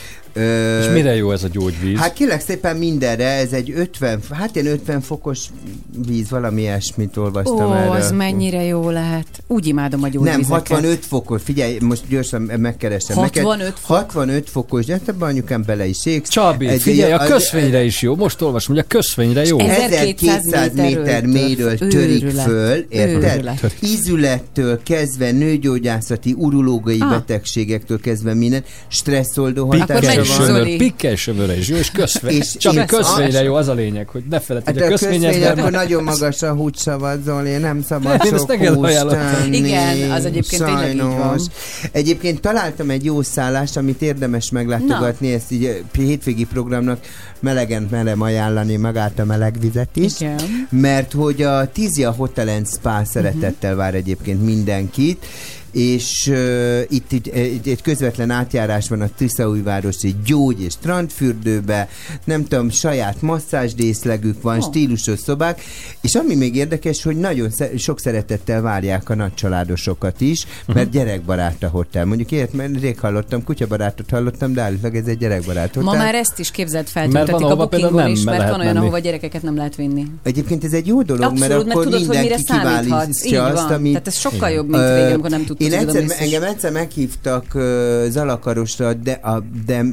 Ö, és mire jó ez a gyógyvíz? Hát kérlek szépen mindenre, ez egy ötven, hát ilyen ötven fokos víz, valami ilyesmit olvastam Ó, erre. az mennyire jó lehet. Úgy imádom a gyógyvizeket. Nem, hatvanöt fokos, figyelj, most gyorsan megkeresem. hatvanöt fok? hatvanöt fokos, de ebben anyukám bele is égsz. Csabi, egy, figyelj, a köszvényre is jó. Most olvasom, hogy a köszvényre jó. ezerkétszáz méter mélyről törik föl, érted? Ízülettől kezdve, nőgyógyászati, urológiai ah. betegségektől kezdve minden, stresszoldó hatása. Pikkel sömörre is jó, és köszvény. És csak a köszvényre jó, az a lényeg, hogy ne feled, hogy hát a köszvényhez... akkor nagyon magas a húgysavat, Zoli, nem szabad sok húst tenni. Igen, az egyébként tényleg így van. Egyébként találtam egy jó szállást, amit érdemes meglátogatni, Na. ezt így hétvégi programnak melegen merem ajánlani magát a meleg vizet is, Igen. mert hogy a Tizia Hotel and Spa szeretettel uh-huh. vár egyébként mindenkit, és uh, itt, itt, itt egy közvetlen átjárás van a Tiszaújvárosi gyógy- és strandfürdőbe, nem tudom, saját masszázsdészlegük van, oh. stílusos szobák, és ami még érdekes, hogy nagyon sze- sok szeretettel várják a nagycsaládosokat is, mert uh-huh. gyerekbarát a hotel. Mondjuk ilyet, mert rég hallottam, kutyabarátot hallottam, de állítólag ez egy gyerekbarát hotel. Ma már ezt is képzelt feltüntetik a bookingon is, mert van olyan, ahova gyerekeket nem lehet vinni. Egyébként ez egy jó dolog, Abszolút, mert akkor tudod, mindenki kiválítja azt, ami... Tehát ez sokkal jobb, mint végül, amikor nem tudod. Én egyszer, engem egyszer meghívtak uh, Zalakarosra, de a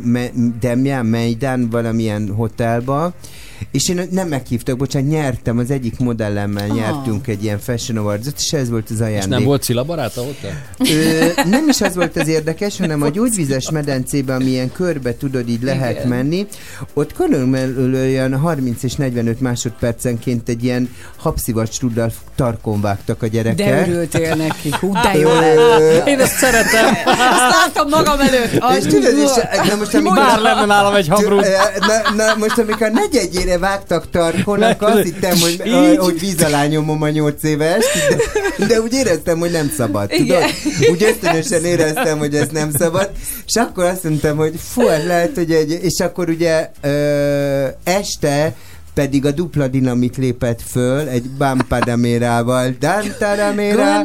Demján Mejdán valamilyen hotelba, és én nem meghívtak, bocsánat, nyertem, az egyik modellemmel ah. nyertünk egy ilyen Fashion Awards-ot, és ez volt az ajándék. És nem volt Cilla barát a hotel? Ö, nem is az volt az érdekes, hanem a gyógyvizes medencében, amilyen körbe tudod, így lehet Igen. menni, ott körülbelül olyan harminc és negyvenöt másodpercenként egy ilyen habszivacsruddal tarkon vágtak a gyerekek. De örültél neki, hú, de jó lett. Én ezt szeretem. Ezt láttam magam előtt. És tudod, és, na most, amikor, bár lenne nálam egy habrút. Na, na, most amikor negyedjére vágtak tarkonak, azt hittem, hogy, hogy víz alá nyomom a nyolc éves, de, de úgy éreztem, hogy nem szabad, tudod? Igen. Úgy ösztönösen éreztem, hogy ez nem szabad, és akkor azt mondtam, hogy fú, ez lehet, hogy egy, és akkor ugye ö, este pedig a dupla dinamit lépett föl egy Bampadamérával. Dantaramera,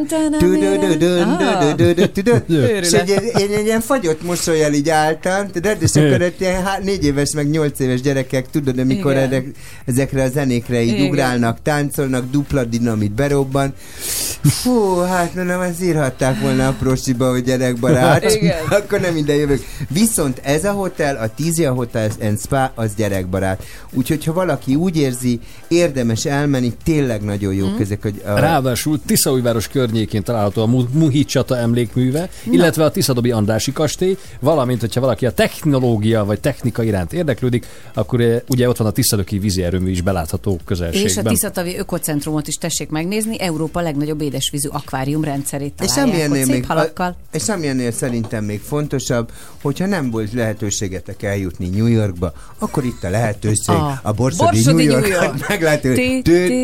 és én egy ilyen fagyott mosolyjal így álltam, és akkor ilyen négy éves meg nyolc éves gyerekek, tudod, amikor ezekre a zenékre így igen. ugrálnak, táncolnak, dupla dinamit berobban. Fú, hát nem, ezt írhatták volna a prosiba, hogy gyerekbarát. Akkor nem ide jövök. Viszont ez a hotel, a Tizia Hotels and Spa, az gyerekbarát. Úgyhogy, ha valaki úgy érzi, érdemes elmenni, tényleg nagyon jók mm. ezek. Hogy a... Ráadásul Tiszaújváros környékén található a Muhit csata emlékműve, Na. illetve a Tiszadobi Andrássy kastély, valamint, hogyha valaki a technológia vagy technika iránt érdeklődik, akkor ugye ott van a Tiszalöki vízi erőmű is belátható közelségben. És a Tiszatavi Ökocentrumot is tessék megnézni, Európa legnagyobb édesvízű akvárium rendszerét találják ott szép halakkal. A, és amilyennél szerintem még fontosabb, hogyha nem volt lehetőségetek eljutni New Yorkba, akkor itt a lehetőség a, a Borsodi, Borsodi New York meglátni.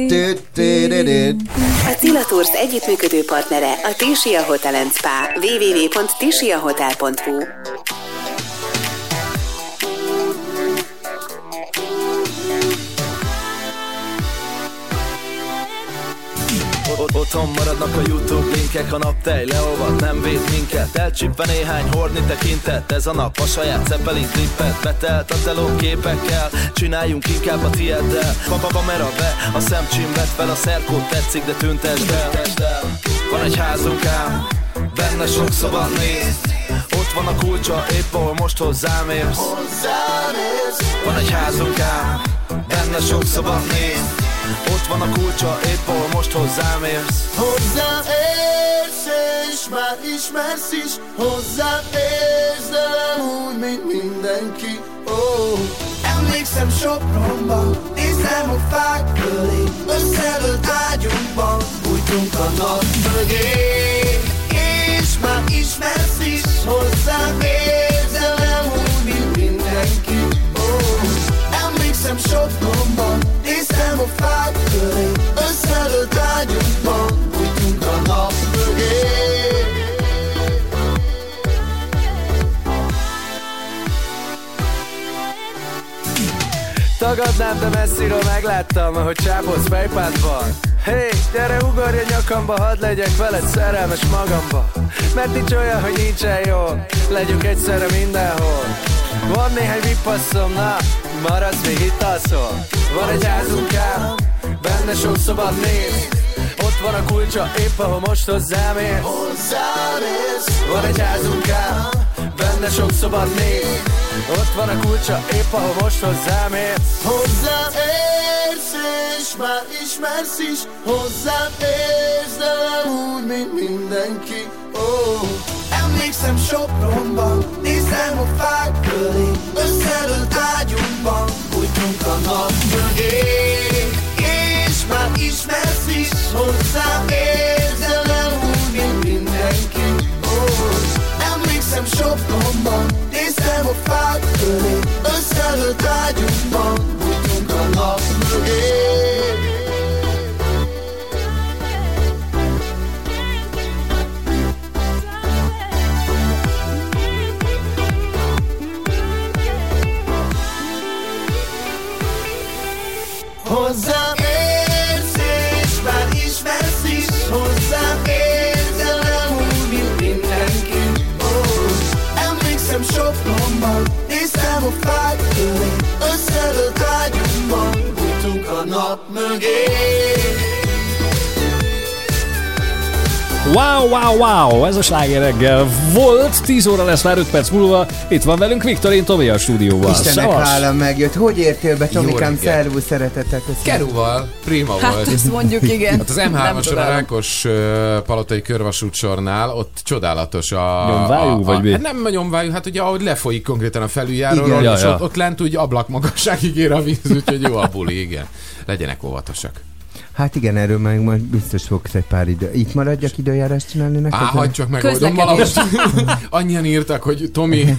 A Tilla Tours együttműködő partnere a Tisia Hotel and Spa. double-u double-u double-u pont tisia hotel pont hu. Otthon maradnak a YouTube linkek, a naptej leolvad, nem véd minket. Elcsípve néhány horni tekintet, ez a nap a saját Zeppelin klippet. Betelt a teló képekkel, csináljunk inkább a tieddel. Papa kamera be, a szemcsim vett fel, a szerkót tetszik, de tüntesd el. Van egy házunk ám, benne sok szoba nézd. Ott van a kulcsa, épp ahol most hozzám érsz. Van egy házunk ám, benne sok szoba nézd. Ott van a kulcsa, épp ahol most hozzám érsz. Hozzám érsz, és már ismersz is. Hozzám érsz, de nem úgy, mint mindenki. Oh. Emlékszem Sopronban, nézem a fák köré. Összedőlt ágyunkban, bújtunk a nap mögé. És már ismersz is. Hozzám érsz, de nem úgy, mint mindenki. Oh. Emlékszem Sopronban, néztem a fák köré, összelőtt ágyunkban, bújtunk a nap mögé. Tagadnám, de messziről megláttam, ahogy csápolsz fejpádban. Hé, hey, gyere ugorj a nyakamba, hadd legyek veled szerelmes magamba. Mert nincs olyan, hogy nincsen jól, legyünk egyszerre mindenhol. Van néhány vipasszom, na, maradsz még itt alszol. Van egy házunk ám, benne sok szoba néz. Ott van a kulcsa, épp ahol most hozzám érsz. Van egy házunk ám, benne sok szoba néz. Ott van a kulcsa, épp ahol most hozzám érsz. Hozzám érsz, és már ismersz is. Hozzám érsz, de nem úgy, mint mindenki. Oh. Emlékszem Sopronban, nézem a fák köré. Összedőlt ágyunkban, bújtunk a nap mögé. És már ismersz is. Hozzám érsz, de nem úgy, mint mindenki. Oh. Emlékszem Sopronban, néztem a fák köré. Összedőlt ágyunkban, bújtunk a nap mögé. Hozzám érsz, és már ismersz is. Hozzám érsz, de nem úgy, mint mindenki. Oh. Emlékszem Sopronban, néztem a fák köré. Összedőlt ágyunkban, bújtunk a nap mögé. Wow, wow, wow! Ez a Sláger reggel volt, tíz óra lesz már öt perc múlva. Itt van velünk Viktorin Tomi a stúdióban. Istennek hála megjött. Hogy értél be, Tomikám? Szervusz, szeretettel köszönöm. Kerúval, prima hát, volt. Hát azt mondjuk, igen. Hát az em hármason a Rákos uh, palotai körvasútsornál ott csodálatos a... Nyomvájú, vagy mi? Hát nem a nyomvájú, hát ugye ahogy lefolyik konkrétan a felüljáróról, igen, és ja, ott, ja. ott lent úgy ablakmagasságig ér a víz, úgyhogy jó a buli, igen. Legyenek óvatosak. Hát igen, erről majd, majd biztos fogsz egy pár idő. Itt maradjak időjárást csinálni neked? Á, hagyd csak megoldom valahogy. Annyian írtak, hogy Tomi...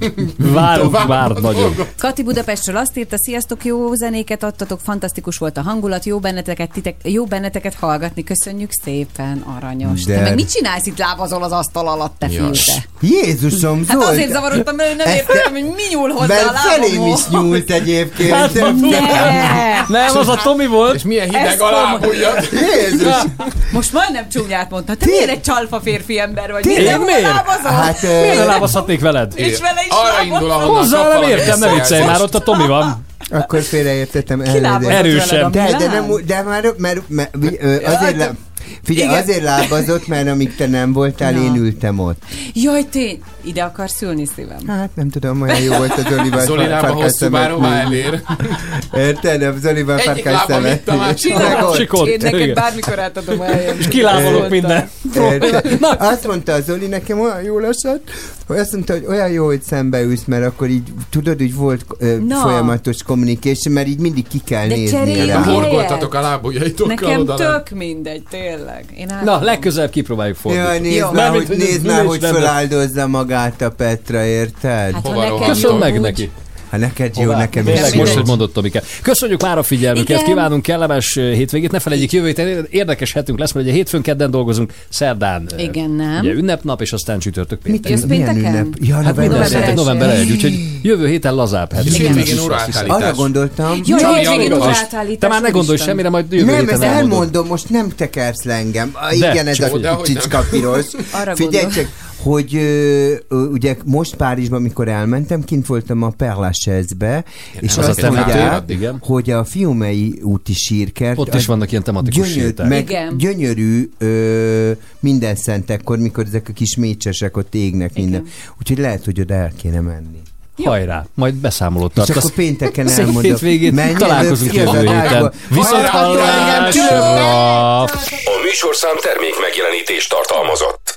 Várunk már nagyon. Kati Budapestről azt írta, sziasztok, jó zenéket adtatok, fantasztikus volt a hangulat, jó benneteket, titek, jó benneteket hallgatni, köszönjük szépen, aranyos. De... Te meg mit csinálsz itt, lábazol az asztal alatt, te fülke? Jézusom, hát azért zavarodtam, mert nem értettem, hogy mi nyúl hozzá a lábamhoz. Mert felém is nyúlt egyébként. Hát, nem, az a Tomi volt. És milyen hideg a lábujjad. Jézus. Most majdnem csúnyát mondta. Te miért egy csalfa férfi ember vagy? Én miért? miért? Hát, miért lábazhatnék veled? És vele is arra indul, ahonnan hozzá nem értem, ne viccelj, már ott a Tomi van. Akkor félreértettem. Erősen. De, de, nem, de már, mert, mert azért... Le, Figyelj, igen. Azért lábazott, mert amíg te nem voltál, no. én ültem ott. Jaj, tény! Ide akarsz ülni, szívem? Hát nem tudom, olyan jó volt a Zolival. Zolinába hosszú báróvá elér. Érted? A Zolival farkás szemet. Csinálom, én neked bármikor átadom a helyem. És kilávolok minden. Azt mondta a Zoli nekem, olyan jól esett, hogy azt mondta, hogy olyan jó, hogy szembeülsz, mert akkor így, tudod, hogy volt no. folyamatos communication, mert így mindig ki kell de nézni rá. Horgoltatok a lábujjaitokkal nekem oda. Nekem tök mindegy, tényleg. Én na, legközelebb kipróbáljuk fordítani. Jaj, nézd már, hogy, nézd már, hogy feláldozza magát a Petra, érted? Hát, ha köszönöm meg neki. Ha neked jó, Hová? nekem is. is. Most, hogy mondott Tomike. Köszönjük már a figyelmüket, igen. Kívánunk kellemes hétvégét, ne felejtjük, jövő héten érdekes hetünk lesz, mert ugye hétfőn, kedden dolgozunk, szerdán igen, nem. Ugye ünnepnap, és aztán csütörtök péntek. Mit jössz pénteken? Ja, hát november, november elegy, úgyhogy jövő héten lazább het. Arra gondoltam. Jó, hétvégén óraátállítás. Te már ne gondolj semmire, majd jövő héten nem, ezt elmondom, most nem tekersz le engem. Igen, ez a csicskapiros. Figyelj csak, hogy ö, ö, ugye most Párizsban, amikor elmentem, kint voltam a Père Lachaise-be, és az azt mondják, hogy a Fiumei úti sírkert... Ott is vannak ilyen tematikus sírták. Meg igen. gyönyörű ö, minden szentekkor, mikor ezek a kis mécsesek ott égnek igen. minden. Úgyhogy lehet, hogy oda el kéne menni. Jó. Hajrá, majd beszámolót tartasz. És akkor pénteken elmondom. Hétvégét találkozunk jövő héten. Viszont hallásra! A műsorszám termék megjelenítést tartalmazott.